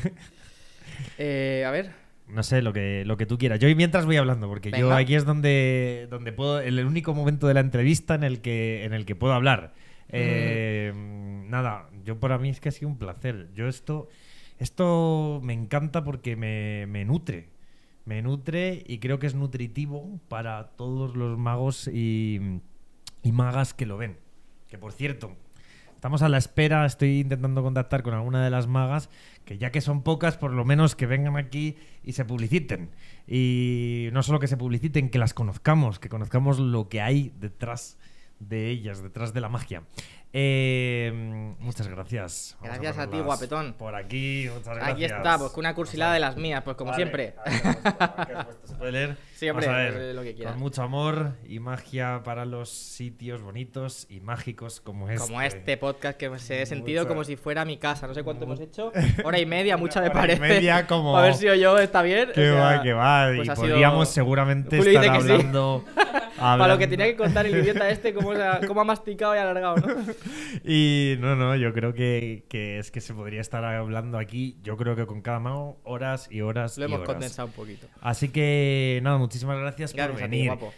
Speaker 1: A ver...
Speaker 2: No sé, lo que tú quieras. Yo y mientras voy hablando, porque yo
Speaker 1: Venga.
Speaker 2: aquí es donde puedo, el único momento de la entrevista en el que puedo hablar. Nada, yo para mí es que ha sido un placer. Yo esto me encanta porque me nutre. Me nutre y creo que es nutritivo para todos los magos y magas que lo ven. Que por cierto, estamos a la espera, estoy intentando contactar con alguna de las magas, que ya que son pocas, por lo menos que vengan aquí y se publiciten. Y no solo que se publiciten, que las conozcamos, que conozcamos lo que hay detrás de ellas, detrás de la magia. Muchas gracias. Vamos
Speaker 1: Gracias a ti,
Speaker 2: ponerlas
Speaker 1: guapetón.
Speaker 2: Por aquí, muchas gracias.
Speaker 1: Aquí está, pues con una cursilada de las mías, pues como
Speaker 2: Vale,
Speaker 1: siempre.
Speaker 2: aquí has puesto, ¿se puede leer?
Speaker 1: Sí, hombre,
Speaker 2: Vamos a ver,
Speaker 1: lo que quieras.
Speaker 2: con mucho amor y magia para los sitios bonitos y mágicos como este.
Speaker 1: Como este podcast que se he sentido
Speaker 2: Mucho.
Speaker 1: como si fuera mi casa. No sé cuánto hemos hecho. Hora y media, mucha me
Speaker 2: Hora y
Speaker 1: parece.
Speaker 2: media como-
Speaker 1: A ver si yo está bien.
Speaker 2: Que
Speaker 1: O sea,
Speaker 2: va, que va.
Speaker 1: pues
Speaker 2: y
Speaker 1: ha sido-
Speaker 2: podríamos seguramente
Speaker 1: Julio
Speaker 2: estar
Speaker 1: dice que sí.
Speaker 2: hablando...
Speaker 1: Para lo que tenía que contar el idiota este, cómo ha masticado y alargado, ¿no?
Speaker 2: Y no, yo creo que es que se podría estar hablando aquí, yo creo que con cada mago, horas y horas
Speaker 1: Lo
Speaker 2: y
Speaker 1: hemos
Speaker 2: horas.
Speaker 1: condensado un poquito.
Speaker 2: Así que, nada, muchísimas gracias
Speaker 1: Gracias
Speaker 2: por
Speaker 1: a ti,
Speaker 2: venir.
Speaker 1: guapo.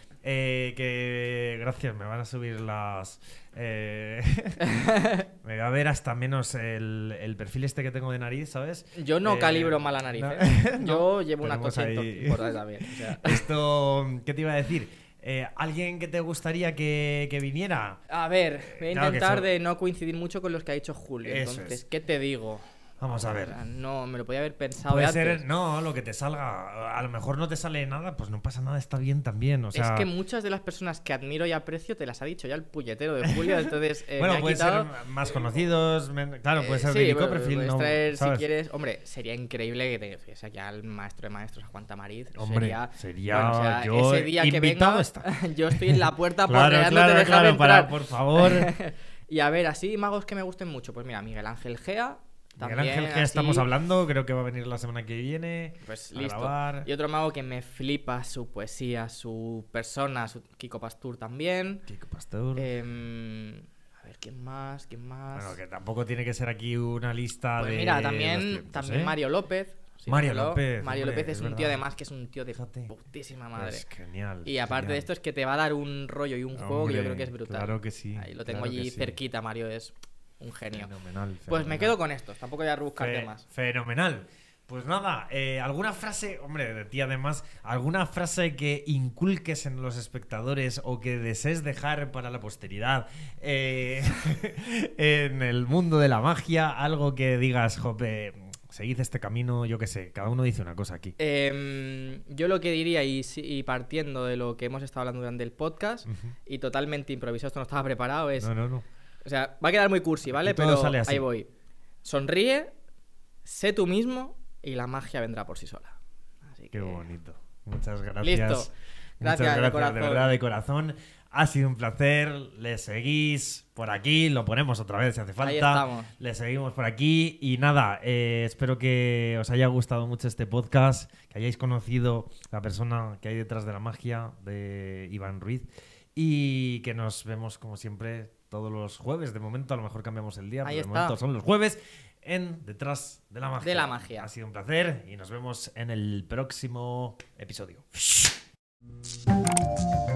Speaker 2: Que gracias, me van a subir las... me va a ver hasta menos el perfil este que tengo de nariz, ¿sabes?
Speaker 1: Yo no calibro mal la nariz,
Speaker 2: no-
Speaker 1: ¿eh?
Speaker 2: no,
Speaker 1: Yo llevo una
Speaker 2: tenemos
Speaker 1: cosa
Speaker 2: ahí-
Speaker 1: importante también. O sea.
Speaker 2: Esto, ¿qué te iba a decir? ¿Alguien que te gustaría que viniera?
Speaker 1: A ver, voy a
Speaker 2: Claro que
Speaker 1: intentar
Speaker 2: eso-
Speaker 1: de no coincidir mucho con los que ha dicho Julio.
Speaker 2: Eso
Speaker 1: Entonces,
Speaker 2: es.
Speaker 1: ¿qué te digo?
Speaker 2: Vamos a ver.
Speaker 1: No, me lo podía haber pensado
Speaker 2: Puede
Speaker 1: antes.
Speaker 2: ser, no, lo que te salga. A lo mejor no te sale nada, pues no pasa nada, está bien también. O sea,
Speaker 1: Es que muchas de las personas que admiro y aprecio te las ha dicho ya el puñetero de Julio, entonces me
Speaker 2: bueno,
Speaker 1: ha
Speaker 2: pueden
Speaker 1: quitado...
Speaker 2: ser más conocidos. Claro, puede ser
Speaker 1: sí,
Speaker 2: de
Speaker 1: bueno,
Speaker 2: Copperfield,
Speaker 1: puedes
Speaker 2: ¿no?
Speaker 1: traer,
Speaker 2: ¿sabes?
Speaker 1: si quieres... Hombre, sería increíble que te fuese aquí al maestro de maestros, a Juan Tamariz.
Speaker 2: Hombre, sería
Speaker 1: bueno, o sea,
Speaker 2: yo
Speaker 1: ese día que
Speaker 2: invitado
Speaker 1: venga,
Speaker 2: está.
Speaker 1: yo estoy en la puerta
Speaker 2: Claro,
Speaker 1: porreándote, déjame entrar.
Speaker 2: por favor.
Speaker 1: Y a ver, así magos que me gusten mucho. Pues mira, Miguel Ángel Gea.
Speaker 2: Miguel
Speaker 1: También,
Speaker 2: Ángel, que
Speaker 1: así,
Speaker 2: estamos hablando, creo que va a venir la semana que viene.
Speaker 1: Pues
Speaker 2: a
Speaker 1: listo.
Speaker 2: grabar.
Speaker 1: Y otro mago que me flipa su poesía, su persona, Kiko Pastur también.
Speaker 2: Kiko Pastor.
Speaker 1: A ver, ¿quién más?
Speaker 2: Bueno, que tampoco tiene que ser aquí una lista
Speaker 1: Pues
Speaker 2: de.
Speaker 1: mira,
Speaker 2: 200,
Speaker 1: también Mario López. Sí,
Speaker 2: Mario
Speaker 1: dímelo.
Speaker 2: López,
Speaker 1: Mario
Speaker 2: hombre,
Speaker 1: López es un tío,
Speaker 2: verdad.
Speaker 1: además, que es un tío de
Speaker 2: Fíjate.
Speaker 1: putísima madre.
Speaker 2: Es genial.
Speaker 1: Y aparte de esto es que te va a dar un rollo y un juego que yo
Speaker 2: Hombre,
Speaker 1: creo que es brutal.
Speaker 2: claro que sí,
Speaker 1: Ahí lo tengo
Speaker 2: claro que
Speaker 1: allí
Speaker 2: sí.
Speaker 1: cerquita, Mario es un genio.
Speaker 2: Fenomenal.
Speaker 1: Pues me quedo con estos, tampoco voy a rebuscarte
Speaker 2: Fe-
Speaker 1: más.
Speaker 2: Fenomenal. Pues nada, alguna frase, hombre, de ti además, alguna frase que inculques en los espectadores o que desees dejar para la posteridad en el mundo de la magia, algo que digas, jope, seguid este camino, yo qué sé, cada uno dice una cosa aquí.
Speaker 1: Yo lo que diría, y partiendo de lo que hemos estado hablando durante el podcast, y totalmente improvisado, esto no estaba preparado, es...
Speaker 2: No.
Speaker 1: O sea, va a quedar muy cursi, ¿vale?
Speaker 2: Aquí todo
Speaker 1: Pero
Speaker 2: sale así.
Speaker 1: ahí voy. Sonríe, sé tú mismo y la magia vendrá por sí sola. Así
Speaker 2: Qué
Speaker 1: que...
Speaker 2: bonito. Muchas gracias.
Speaker 1: Listo.
Speaker 2: Muchas
Speaker 1: Gracias, de
Speaker 2: de
Speaker 1: corazón.
Speaker 2: verdad, de corazón. Ha sido un placer. Le seguís por aquí. Lo ponemos otra vez si hace falta.
Speaker 1: Ahí estamos.
Speaker 2: Le seguimos por aquí. Y nada, espero que os haya gustado mucho este podcast. Que hayáis conocido la persona que hay detrás de la magia de Iván Ruiz. Y que nos vemos, como siempre, todos los jueves. De momento, a lo mejor cambiamos el día.
Speaker 1: Ahí
Speaker 2: pero de
Speaker 1: está.
Speaker 2: momento son los jueves en Detrás de la Magia.
Speaker 1: De la magia.
Speaker 2: Ha sido un placer y nos vemos en el próximo episodio.